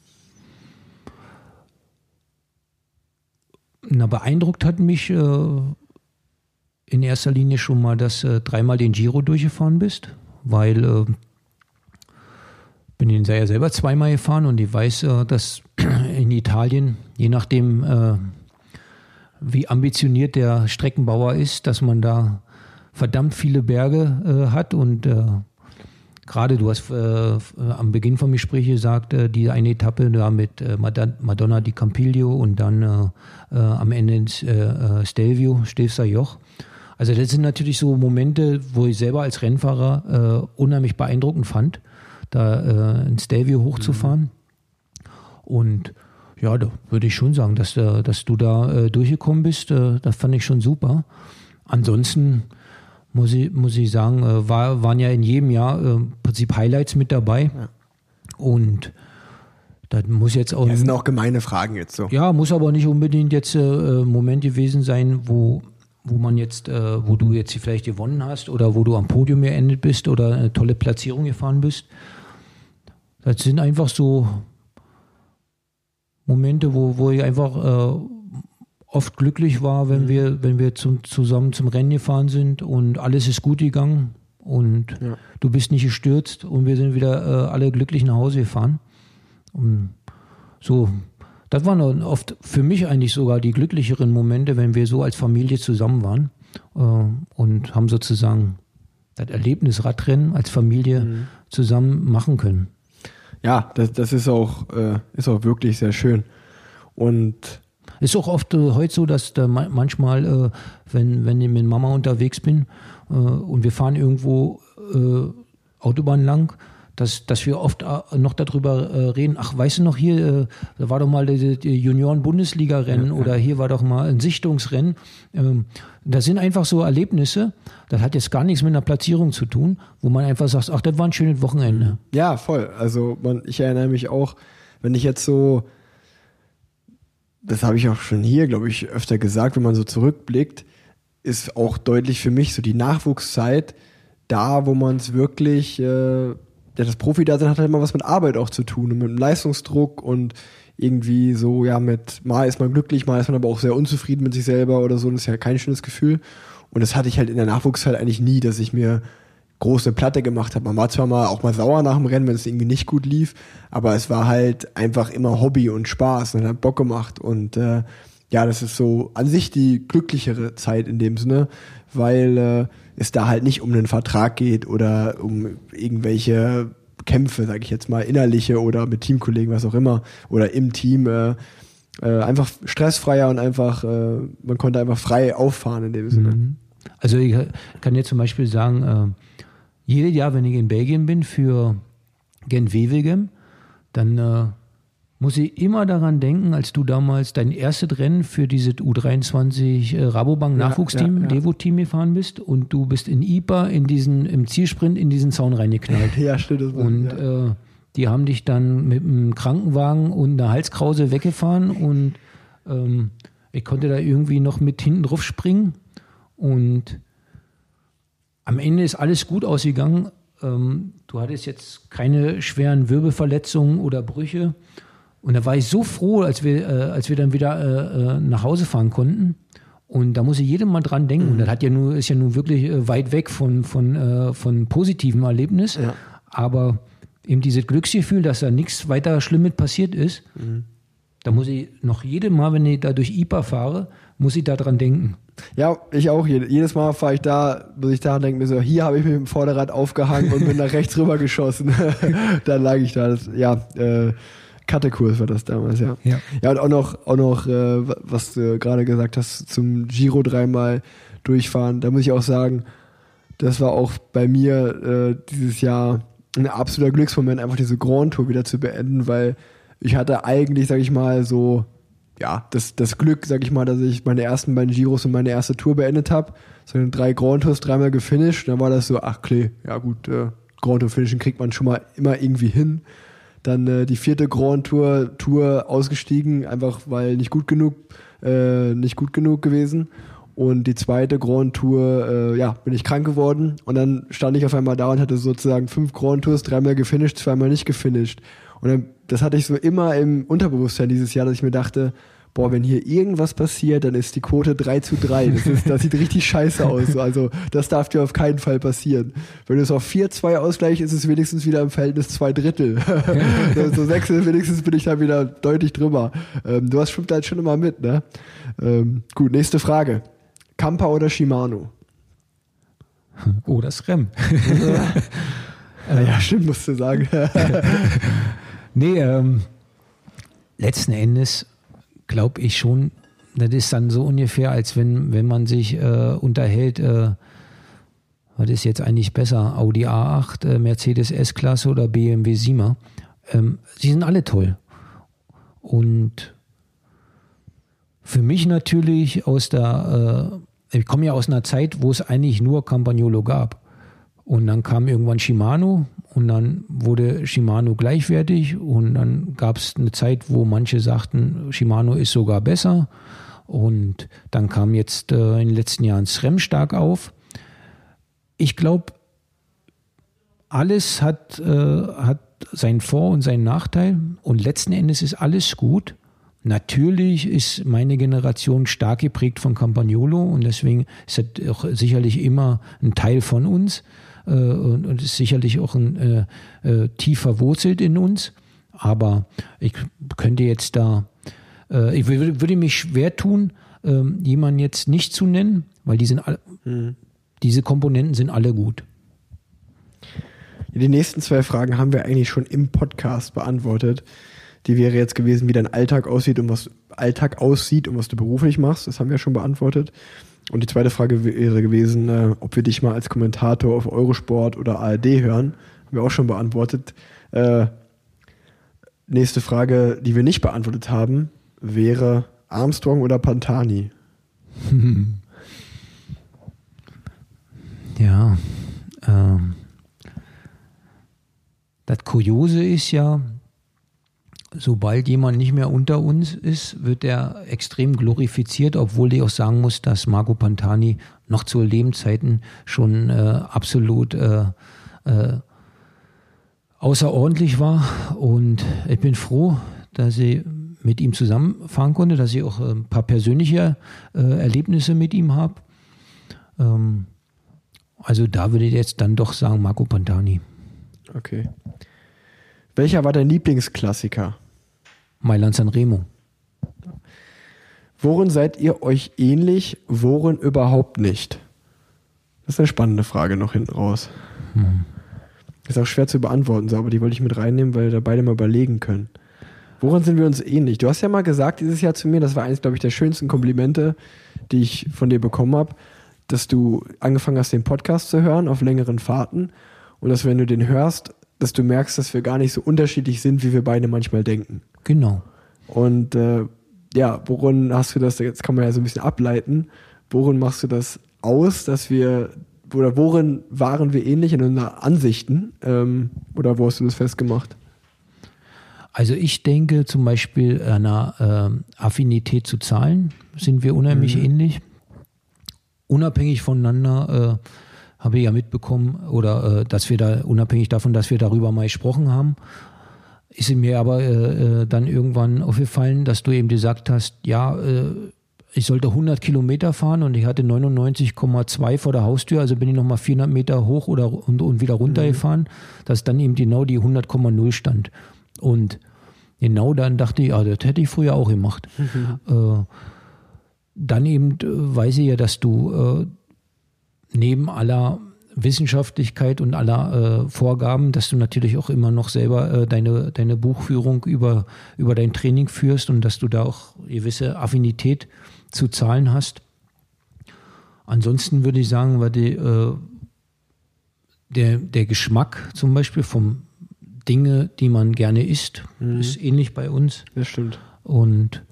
Na, beeindruckt hat mich äh, in erster Linie schon mal, dass du äh, dreimal den Giro durchgefahren bist, weil äh, bin den ja selber zweimal gefahren und ich weiß, äh, dass in Italien, je nachdem äh, wie ambitioniert der Streckenbauer ist, dass man da verdammt viele Berge äh, hat und äh, gerade du hast äh, am Beginn vom Gespräch gesagt, äh, die eine Etappe da mit äh, Madonna di Campiglio und dann äh, äh, am Ende äh, Stelvio, Stelzer Joch. Also das sind natürlich so Momente, wo ich selber als Rennfahrer äh, unheimlich beeindruckend fand, da äh, in Stelvio hochzufahren. Mhm. Und ja, da würde ich schon sagen, dass, dass du da äh, durchgekommen bist. Äh, das fand ich schon super. Ansonsten muss ich, muss ich sagen, äh, war, waren ja in jedem Jahr äh, im Prinzip Highlights mit dabei. Ja. Und das muss jetzt auch. Das sind auch gemeine Fragen jetzt so. Ja, muss aber nicht unbedingt jetzt ein äh, Moment gewesen sein, wo, wo man jetzt, äh, wo du jetzt vielleicht gewonnen hast oder wo du am Podium geendet bist oder eine tolle Platzierung gefahren bist. Das sind einfach so Momente, wo, wo ich einfach äh, oft glücklich war, wenn mhm. wir, wenn wir zum, zusammen zum Rennen gefahren sind und alles ist gut gegangen und ja. du bist nicht gestürzt und wir sind wieder äh, alle glücklich nach Hause gefahren. Und so, das waren oft für mich eigentlich sogar die glücklicheren Momente, wenn wir so als Familie zusammen waren äh, und haben sozusagen das Erlebnis Radrennen als Familie mhm. zusammen machen können. Ja, das, das ist auch, äh, ist auch wirklich sehr schön. Und ist auch oft äh, heute so, dass da manchmal, äh, wenn, wenn ich mit Mama unterwegs bin äh, und wir fahren irgendwo äh, Autobahn lang, dass, dass wir oft äh, noch darüber äh, reden, ach, weißt du noch, hier äh, da war doch mal die, die Junioren-Bundesliga-Rennen ja, ja. oder hier war doch mal ein Sichtungsrennen. Ähm, das sind einfach so Erlebnisse, das hat jetzt gar nichts mit einer Platzierung zu tun, wo man einfach sagt, ach, das war ein schönes Wochenende. Ja, voll. Also man, ich erinnere mich auch, wenn ich jetzt so, das habe ich auch schon hier, glaube ich, öfter gesagt, wenn man so zurückblickt, ist auch deutlich für mich so die Nachwuchszeit da, wo man es wirklich, äh, ja, das Profi-Dasein hat halt immer was mit Arbeit auch zu tun und mit dem Leistungsdruck und irgendwie so, ja, mit, mal ist man glücklich, mal ist man aber auch sehr unzufrieden mit sich selber oder so, das ist ja kein schönes Gefühl. Und das hatte ich halt in der Nachwuchszeit eigentlich nie, dass ich mir große Platte gemacht habe. Man war zwar mal auch mal sauer nach dem Rennen, wenn es irgendwie nicht gut lief, aber es war halt einfach immer Hobby und Spaß und hat Bock gemacht und äh, ja, das ist so an sich die glücklichere Zeit in dem Sinne, weil äh, es da halt nicht um einen Vertrag geht oder um irgendwelche Kämpfe, sage ich jetzt mal, innerliche oder mit Teamkollegen, was auch immer, oder im Team, äh, äh, einfach stressfreier und einfach, äh, man konnte einfach frei auffahren in dem Sinne. Also ich kann jetzt zum Beispiel sagen, äh, jedes Jahr, wenn ich in Belgien bin für Gent-Wevelgem, dann äh, muss ich immer daran denken, als du damals dein erstes Rennen für dieses U dreiundzwanzig äh, Rabobank Nachwuchsteam, ja, ja, ja. Devo-Team gefahren bist und du bist in I P A in diesen, im Zielsprint in diesen Zaun reingeknallt. Ja, stimmt. Das und ja. äh, die haben dich dann mit einem Krankenwagen und einer Halskrause weggefahren und ähm, ich konnte da irgendwie noch mit hinten drauf springen und am Ende ist alles gut ausgegangen. Ähm, du hattest jetzt keine schweren Wirbelverletzungen oder Brüche. Und da war ich so froh, als wir, äh, als wir dann wieder äh, nach Hause fahren konnten. Und da muss ich jedem mal dran denken. Mhm. Und das hat ja nur, ist ja nun wirklich äh, weit weg von, von, äh, von positivem Erlebnis. Ja. Aber eben dieses Glücksgefühl, dass da nichts weiter Schlimmes passiert ist, mhm. da muss ich noch jedes Mal, wenn ich da durch I P A fahre, muss ich da dran denken. Ja, ich auch. Jedes Mal fahre ich da, muss ich da denken, mir so, hier habe ich mich mit dem Vorderrad aufgehangen und bin nach rechts rüber geschossen. Dann lag ich da. Das, ja, äh, Kattekurs war das damals, ja. Ja, ja und auch noch, auch noch äh, was du gerade gesagt hast, zum Giro dreimal durchfahren. Da muss ich auch sagen, das war auch bei mir äh, dieses Jahr ein absoluter Glücksmoment, einfach diese Grand Tour wieder zu beenden, weil ich hatte eigentlich, sag ich mal, so ja, das, das Glück, sag ich mal, dass ich meine ersten beiden Giros und meine erste Tour beendet habe. So in drei Grand Tours, dreimal gefinisht. Dann war das so, ach klar, ja gut, äh, Grand Tour finishen kriegt man schon mal immer irgendwie hin. Dann äh, die vierte Grand Tour, Tour ausgestiegen, einfach weil nicht gut genug, äh, nicht gut genug gewesen. Und die zweite Grand Tour, äh, ja, bin ich krank geworden. Und dann stand ich auf einmal da und hatte sozusagen fünf Grand Tours, dreimal gefinisht, zweimal nicht gefinisht. Und dann, das hatte ich so immer im Unterbewusstsein dieses Jahr, dass ich mir dachte, boah, wenn hier irgendwas passiert, dann ist die Quote drei zu drei. Das, ist, das sieht richtig scheiße aus. Also das darf dir auf keinen Fall passieren. Wenn du es auf vier zwei ausgleichst, ist es wenigstens wieder im Verhältnis zwei Drittel. So sechs, wenigstens bin ich da wieder deutlich drüber. Ähm, du hast schwimmt halt schon immer mit, ne? Ähm, gut, nächste Frage. Kampa oder Shimano? Oh, das Rem. Ja, stimmt, musst du sagen. Nee, ähm, letzten Endes glaube ich schon, das ist dann so ungefähr, als wenn, wenn man sich äh, unterhält, äh, was ist jetzt eigentlich besser, Audi A acht, äh, Mercedes S-Klasse oder B M W Siemer. Ähm, sie sind alle toll. Und für mich natürlich aus der ich komme ja aus einer Zeit, wo es eigentlich nur Campagnolo gab. Und dann kam irgendwann Shimano und dann wurde Shimano gleichwertig und dann gab es eine Zeit, wo manche sagten, Shimano ist sogar besser. Und dann kam jetzt äh, in den letzten Jahren SRAM stark auf. Ich glaube, alles hat, äh, hat seinen Vor- und seinen Nachteil und letzten Endes ist alles gut. Natürlich ist meine Generation stark geprägt von Campagnolo und deswegen ist das auch sicherlich immer ein Teil von uns äh, und, und ist sicherlich auch ein, äh, äh, tief verwurzelt in uns. Aber ich könnte jetzt da, äh, ich würde, würde mich schwer tun, äh, jemanden jetzt nicht zu nennen, weil die sind alle, mhm. diese Komponenten sind alle gut. Die nächsten zwei Fragen haben wir eigentlich schon im Podcast beantwortet. Die wäre jetzt gewesen, wie dein Alltag aussieht und was Alltag aussieht und was du beruflich machst. Das haben wir schon beantwortet. Und die zweite Frage wäre gewesen, äh, ob wir dich mal als Kommentator auf Eurosport oder A R D hören. Haben wir auch schon beantwortet. Äh, nächste Frage, die wir nicht beantwortet haben, wäre Armstrong oder Pantani? Ja, ähm, das Kuriose ist ja, sobald jemand nicht mehr unter uns ist, wird er extrem glorifiziert, obwohl ich auch sagen muss, dass Marco Pantani noch zu Lebenszeiten schon äh, absolut äh, äh, außerordentlich war. Und ich bin froh, dass ich mit ihm zusammenfahren konnte, dass ich auch ein paar persönliche äh, Erlebnisse mit ihm habe. Ähm, also da würde ich jetzt dann doch sagen Marco Pantani. Okay. Welcher war dein Lieblingsklassiker? Mailand Sanremo. Worin seid ihr euch ähnlich, worin überhaupt nicht? Das ist eine spannende Frage noch hinten raus. Hm. Ist auch schwer zu beantworten, so, aber die wollte ich mit reinnehmen, weil da beide mal überlegen können. Worin sind wir uns ähnlich? Du hast ja mal gesagt dieses Jahr zu mir, das war eines, glaube ich, der schönsten Komplimente, die ich von dir bekommen habe, dass du angefangen hast, den Podcast zu hören auf längeren Fahrten und dass, wenn du den hörst, dass du merkst, dass wir gar nicht so unterschiedlich sind, wie wir beide manchmal denken. Genau. Und äh, ja, worin hast du das, jetzt kann man ja so ein bisschen ableiten, worin machst du das aus, dass wir, oder worin waren wir ähnlich in unseren Ansichten, ähm, oder wo hast du das festgemacht? Also ich denke zum Beispiel einer äh, Affinität zu Zahlen sind wir unheimlich mhm. ähnlich. Unabhängig voneinander äh, habe ich ja mitbekommen, oder äh, dass wir da, unabhängig davon, dass wir darüber mal gesprochen haben, ist mir aber äh, dann irgendwann aufgefallen, dass du eben gesagt hast, ja, äh, ich sollte hundert Kilometer fahren und ich hatte neunundneunzig Komma zwei vor der Haustür, also bin ich nochmal vierhundert Meter hoch oder und, und wieder runtergefahren, mhm. dass dann eben genau die hundert Komma null stand. Und genau dann dachte ich, ja, das hätte ich früher auch gemacht. Mhm. Äh, dann eben äh, weiß ich ja, dass du äh, neben aller Wissenschaftlichkeit und aller äh, Vorgaben, dass du natürlich auch immer noch selber äh, deine, deine Buchführung über, über dein Training führst und dass du da auch gewisse Affinität zu Zahlen hast. Ansonsten würde ich sagen, war die, äh, der, der Geschmack zum Beispiel vom Dinge, die man gerne isst, mhm. ist ähnlich bei uns. Das stimmt. Und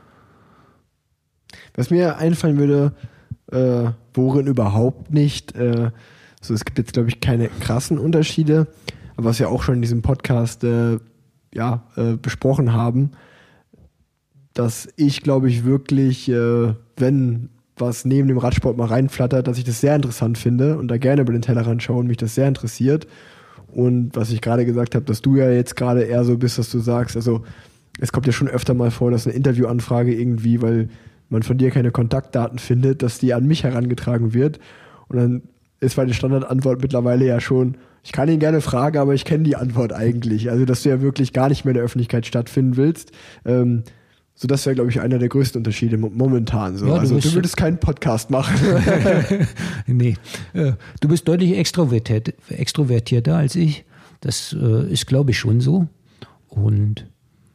was mir einfallen würde, äh, worin überhaupt nicht, äh, so, es gibt jetzt, glaube ich, keine krassen Unterschiede, aber was wir auch schon in diesem Podcast äh, ja, äh, besprochen haben, dass ich, glaube ich, wirklich, äh, wenn was neben dem Radsport mal reinflattert, dass ich das sehr interessant finde und da gerne über den Tellerrand schaue und mich das sehr interessiert. Und was ich gerade gesagt habe, dass du ja jetzt gerade eher so bist, dass du sagst, also es kommt ja schon öfter mal vor, dass eine Interviewanfrage irgendwie, weil man von dir keine Kontaktdaten findet, dass die an mich herangetragen wird. Und dann ist meine Standardantwort mittlerweile ja schon, ich kann ihn gerne fragen, aber ich kenne die Antwort eigentlich. Also, dass du ja wirklich gar nicht mehr in der Öffentlichkeit stattfinden willst. Ähm, so, das wäre, glaube ich, einer der größten Unterschiede momentan. So. Ja, du also, du würdest keinen Podcast machen. Nee. Du bist deutlich extrovertiert, extrovertierter als ich. Das äh, ist, glaube ich, schon so. Und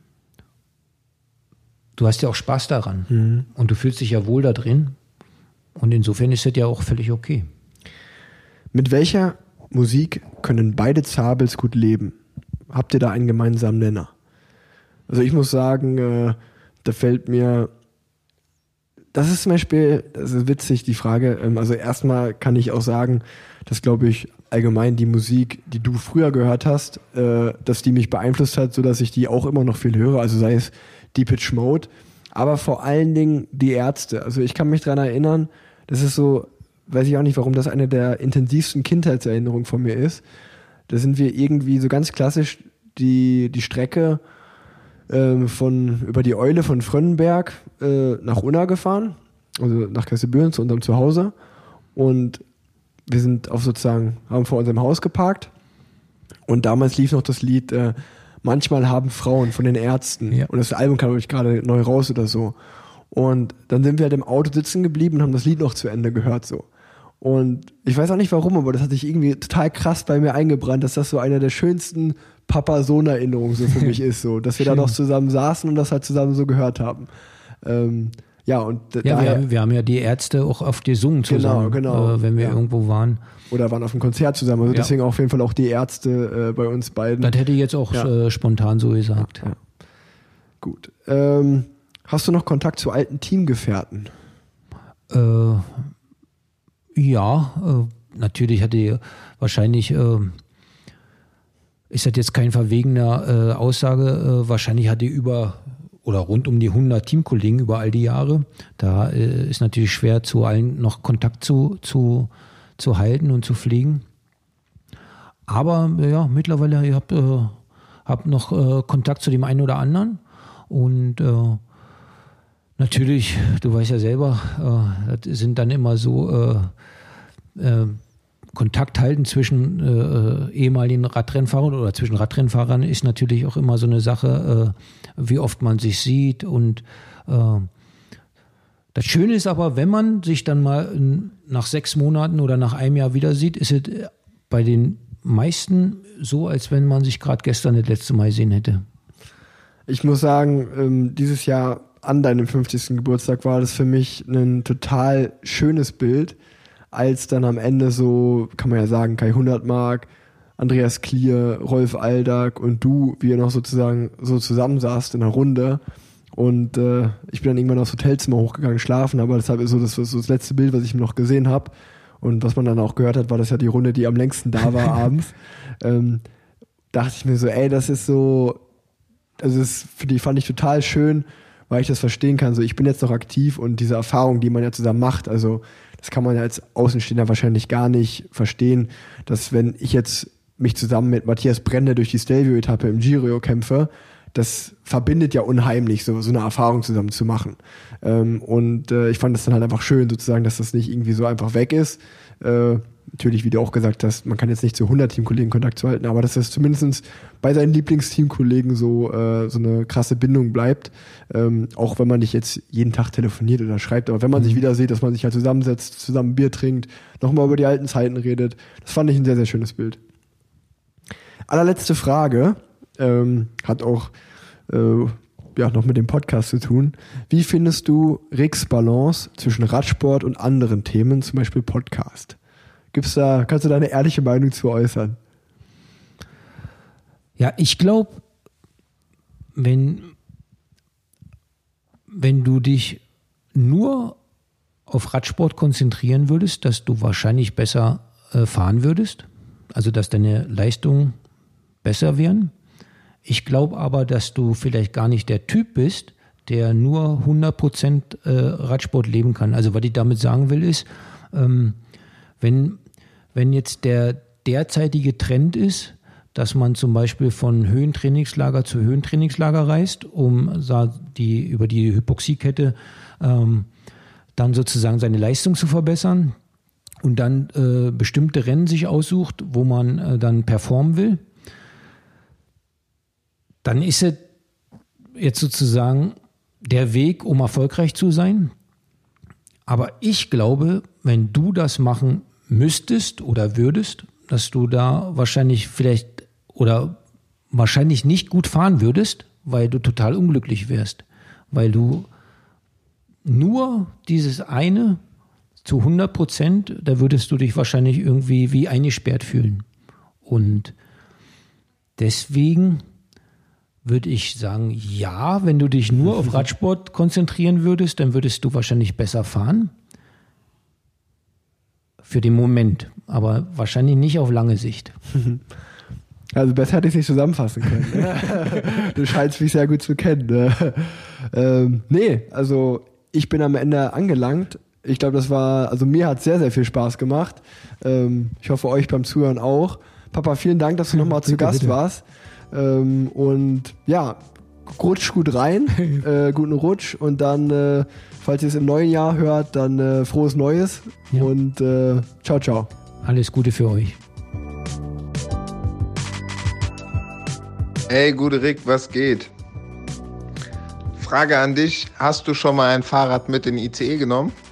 du hast ja auch Spaß daran. Mhm. Und du fühlst dich ja wohl da drin. Und insofern ist das ja auch völlig okay. Mit welcher Musik können beide Zabels gut leben? Habt ihr da einen gemeinsamen Nenner? Also ich muss sagen, äh, da fällt mir, das ist zum Beispiel, das ist witzig, die Frage. Also erstmal kann ich auch sagen, dass, glaube ich, allgemein die Musik, die du früher gehört hast, äh, dass die mich beeinflusst hat, sodass ich die auch immer noch viel höre. Also sei es Depeche Mode, aber vor allen Dingen die Ärzte. Also ich kann mich daran erinnern, das ist so, weiß ich auch nicht, warum das eine der intensivsten Kindheitserinnerungen von mir ist. Da sind wir irgendwie so ganz klassisch die, die Strecke äh, von, über die Eule von Frönnenberg äh, nach Unna gefahren, also nach Kessebüren zu unserem Zuhause. Und wir sind auf sozusagen, haben vor unserem Haus geparkt und damals lief noch das Lied äh, Manchmal haben Frauen von den Ärzten. Ja. Und das Album kam, glaube ich, gerade neu raus oder so. Und dann sind wir halt im Auto sitzen geblieben und haben das Lied noch zu Ende gehört so. Und ich weiß auch nicht warum, aber das hat sich irgendwie total krass bei mir eingebrannt, dass das so eine der schönsten Papa-Sohn-Erinnerungen so für mich ist, so, dass wir da noch zusammen saßen und das halt zusammen so gehört haben. Ähm, Ja, und ja, daher, wir, haben, wir haben ja die Ärzte auch oft gesungen zusammen, genau, genau, äh, wenn wir ja. irgendwo waren. Oder waren auf einem Konzert zusammen. Also ja. deswegen auf jeden Fall auch die Ärzte äh, bei uns beiden. Das hätte ich jetzt auch ja. äh, spontan so gesagt. Ja, ja. Gut. Ähm, hast du noch Kontakt zu alten Teamgefährten? Äh, ja, äh, natürlich hatte ich wahrscheinlich, äh, ist das jetzt kein verwegener äh, Aussage, äh, wahrscheinlich hatte ich über oder rund um die hundert Teamkollegen über all die Jahre. Da äh, ist natürlich schwer, zu allen noch Kontakt zu, zu, zu halten und zu pflegen. Aber ja, mittlerweile, ich habe äh, hab noch äh, Kontakt zu dem einen oder anderen. Und äh, natürlich, du weißt ja selber, äh, das sind dann immer so äh, äh, Kontakt halten zwischen äh, ehemaligen Radrennfahrern oder zwischen Radrennfahrern ist natürlich auch immer so eine Sache, äh, wie oft man sich sieht. Und äh, das Schöne ist aber, wenn man sich dann mal nach sechs Monaten oder nach einem Jahr wieder sieht, ist es bei den meisten so, als wenn man sich gerade gestern das letzte Mal gesehen hätte. Ich muss sagen, ähm, dieses Jahr an deinem fünfzigsten Geburtstag war das für mich ein total schönes Bild, als dann am Ende so, kann man ja sagen, Kai Hundertmark, Andreas Klier, Rolf Aldag und du, wie ihr noch sozusagen so zusammensaßt in einer Runde. Und äh, ich bin dann irgendwann aufs Hotelzimmer hochgegangen, schlafen, aber deshalb ist so das, so das letzte Bild, was ich noch gesehen habe. Und was man dann auch gehört hat, war das ja die Runde, die am längsten da war abends. Ähm, dachte ich mir so, ey, das ist so, also das für die fand ich total schön, weil ich das verstehen kann. So, ich bin jetzt noch aktiv und diese Erfahrung, die man ja zusammen macht, also das kann man ja als Außenstehender wahrscheinlich gar nicht verstehen, dass wenn ich jetzt mich zusammen mit Matthias Brende durch die Stelvio-Etappe im Giro kämpfe, das verbindet ja unheimlich, so, so eine Erfahrung zusammen zu machen. Ähm, und äh, ich fand das dann halt einfach schön, sozusagen, dass das nicht irgendwie so einfach weg ist. Äh, natürlich, wie du auch gesagt hast, man kann jetzt nicht zu hundert Teamkollegen Kontakt zu halten, aber dass das zumindest bei seinen Lieblingsteamkollegen so, äh, so eine krasse Bindung bleibt. Ähm, auch wenn man nicht jetzt jeden Tag telefoniert oder schreibt, aber wenn man sich wieder sieht, dass man sich halt zusammensetzt, zusammen Bier trinkt, nochmal über die alten Zeiten redet, das fand ich ein sehr, sehr schönes Bild. Allerletzte Frage, ähm, hat auch äh, ja, noch mit dem Podcast zu tun. Wie findest du Ricks Balance zwischen Radsport und anderen Themen, zum Beispiel Podcast? Gibt's da, kannst du deine ehrliche Meinung zu äußern? Ja, ich glaube, wenn, wenn du dich nur auf Radsport konzentrieren würdest, dass du wahrscheinlich besser äh, fahren würdest, also dass deine Leistungen besser wären. Ich glaube aber, dass du vielleicht gar nicht der Typ bist, der nur hundert Prozent äh, Radsport leben kann. Also was ich damit sagen will ist, ähm, wenn, wenn jetzt der derzeitige Trend ist, dass man zum Beispiel von Höhentrainingslager zu Höhentrainingslager reist, um die, über die Hypoxiekette ähm, dann sozusagen seine Leistung zu verbessern und dann äh, bestimmte Rennen sich aussucht, wo man äh, dann performen will, dann ist es jetzt sozusagen der Weg, um erfolgreich zu sein. Aber ich glaube, wenn du das machen müsstest oder würdest, dass du da wahrscheinlich vielleicht oder wahrscheinlich nicht gut fahren würdest, weil du total unglücklich wärst. Weil du nur dieses eine zu hundert Prozent, da würdest du dich wahrscheinlich irgendwie wie eingesperrt fühlen. Und deswegen würde ich sagen, ja. Wenn du dich nur auf Radsport konzentrieren würdest, dann würdest du wahrscheinlich besser fahren. Für den Moment, aber wahrscheinlich nicht auf lange Sicht. Also besser hätte ich es nicht zusammenfassen können. Du scheinst mich sehr gut zu kennen. ähm, nee, also ich bin am Ende angelangt. Ich glaube, das war, also mir hat es sehr, sehr viel Spaß gemacht. Ähm, ich hoffe, euch beim Zuhören auch. Papa, vielen Dank, dass du nochmal zu Gast bitte. warst. Ähm, und ja, rutsch gut rein, äh, guten Rutsch und dann, äh, falls ihr es im neuen Jahr hört, dann äh, frohes Neues ja. und äh, ciao, ciao. Alles Gute für euch. Hey, gute Rick, was geht? Frage an dich, hast du schon mal ein Fahrrad mit in den I C E genommen?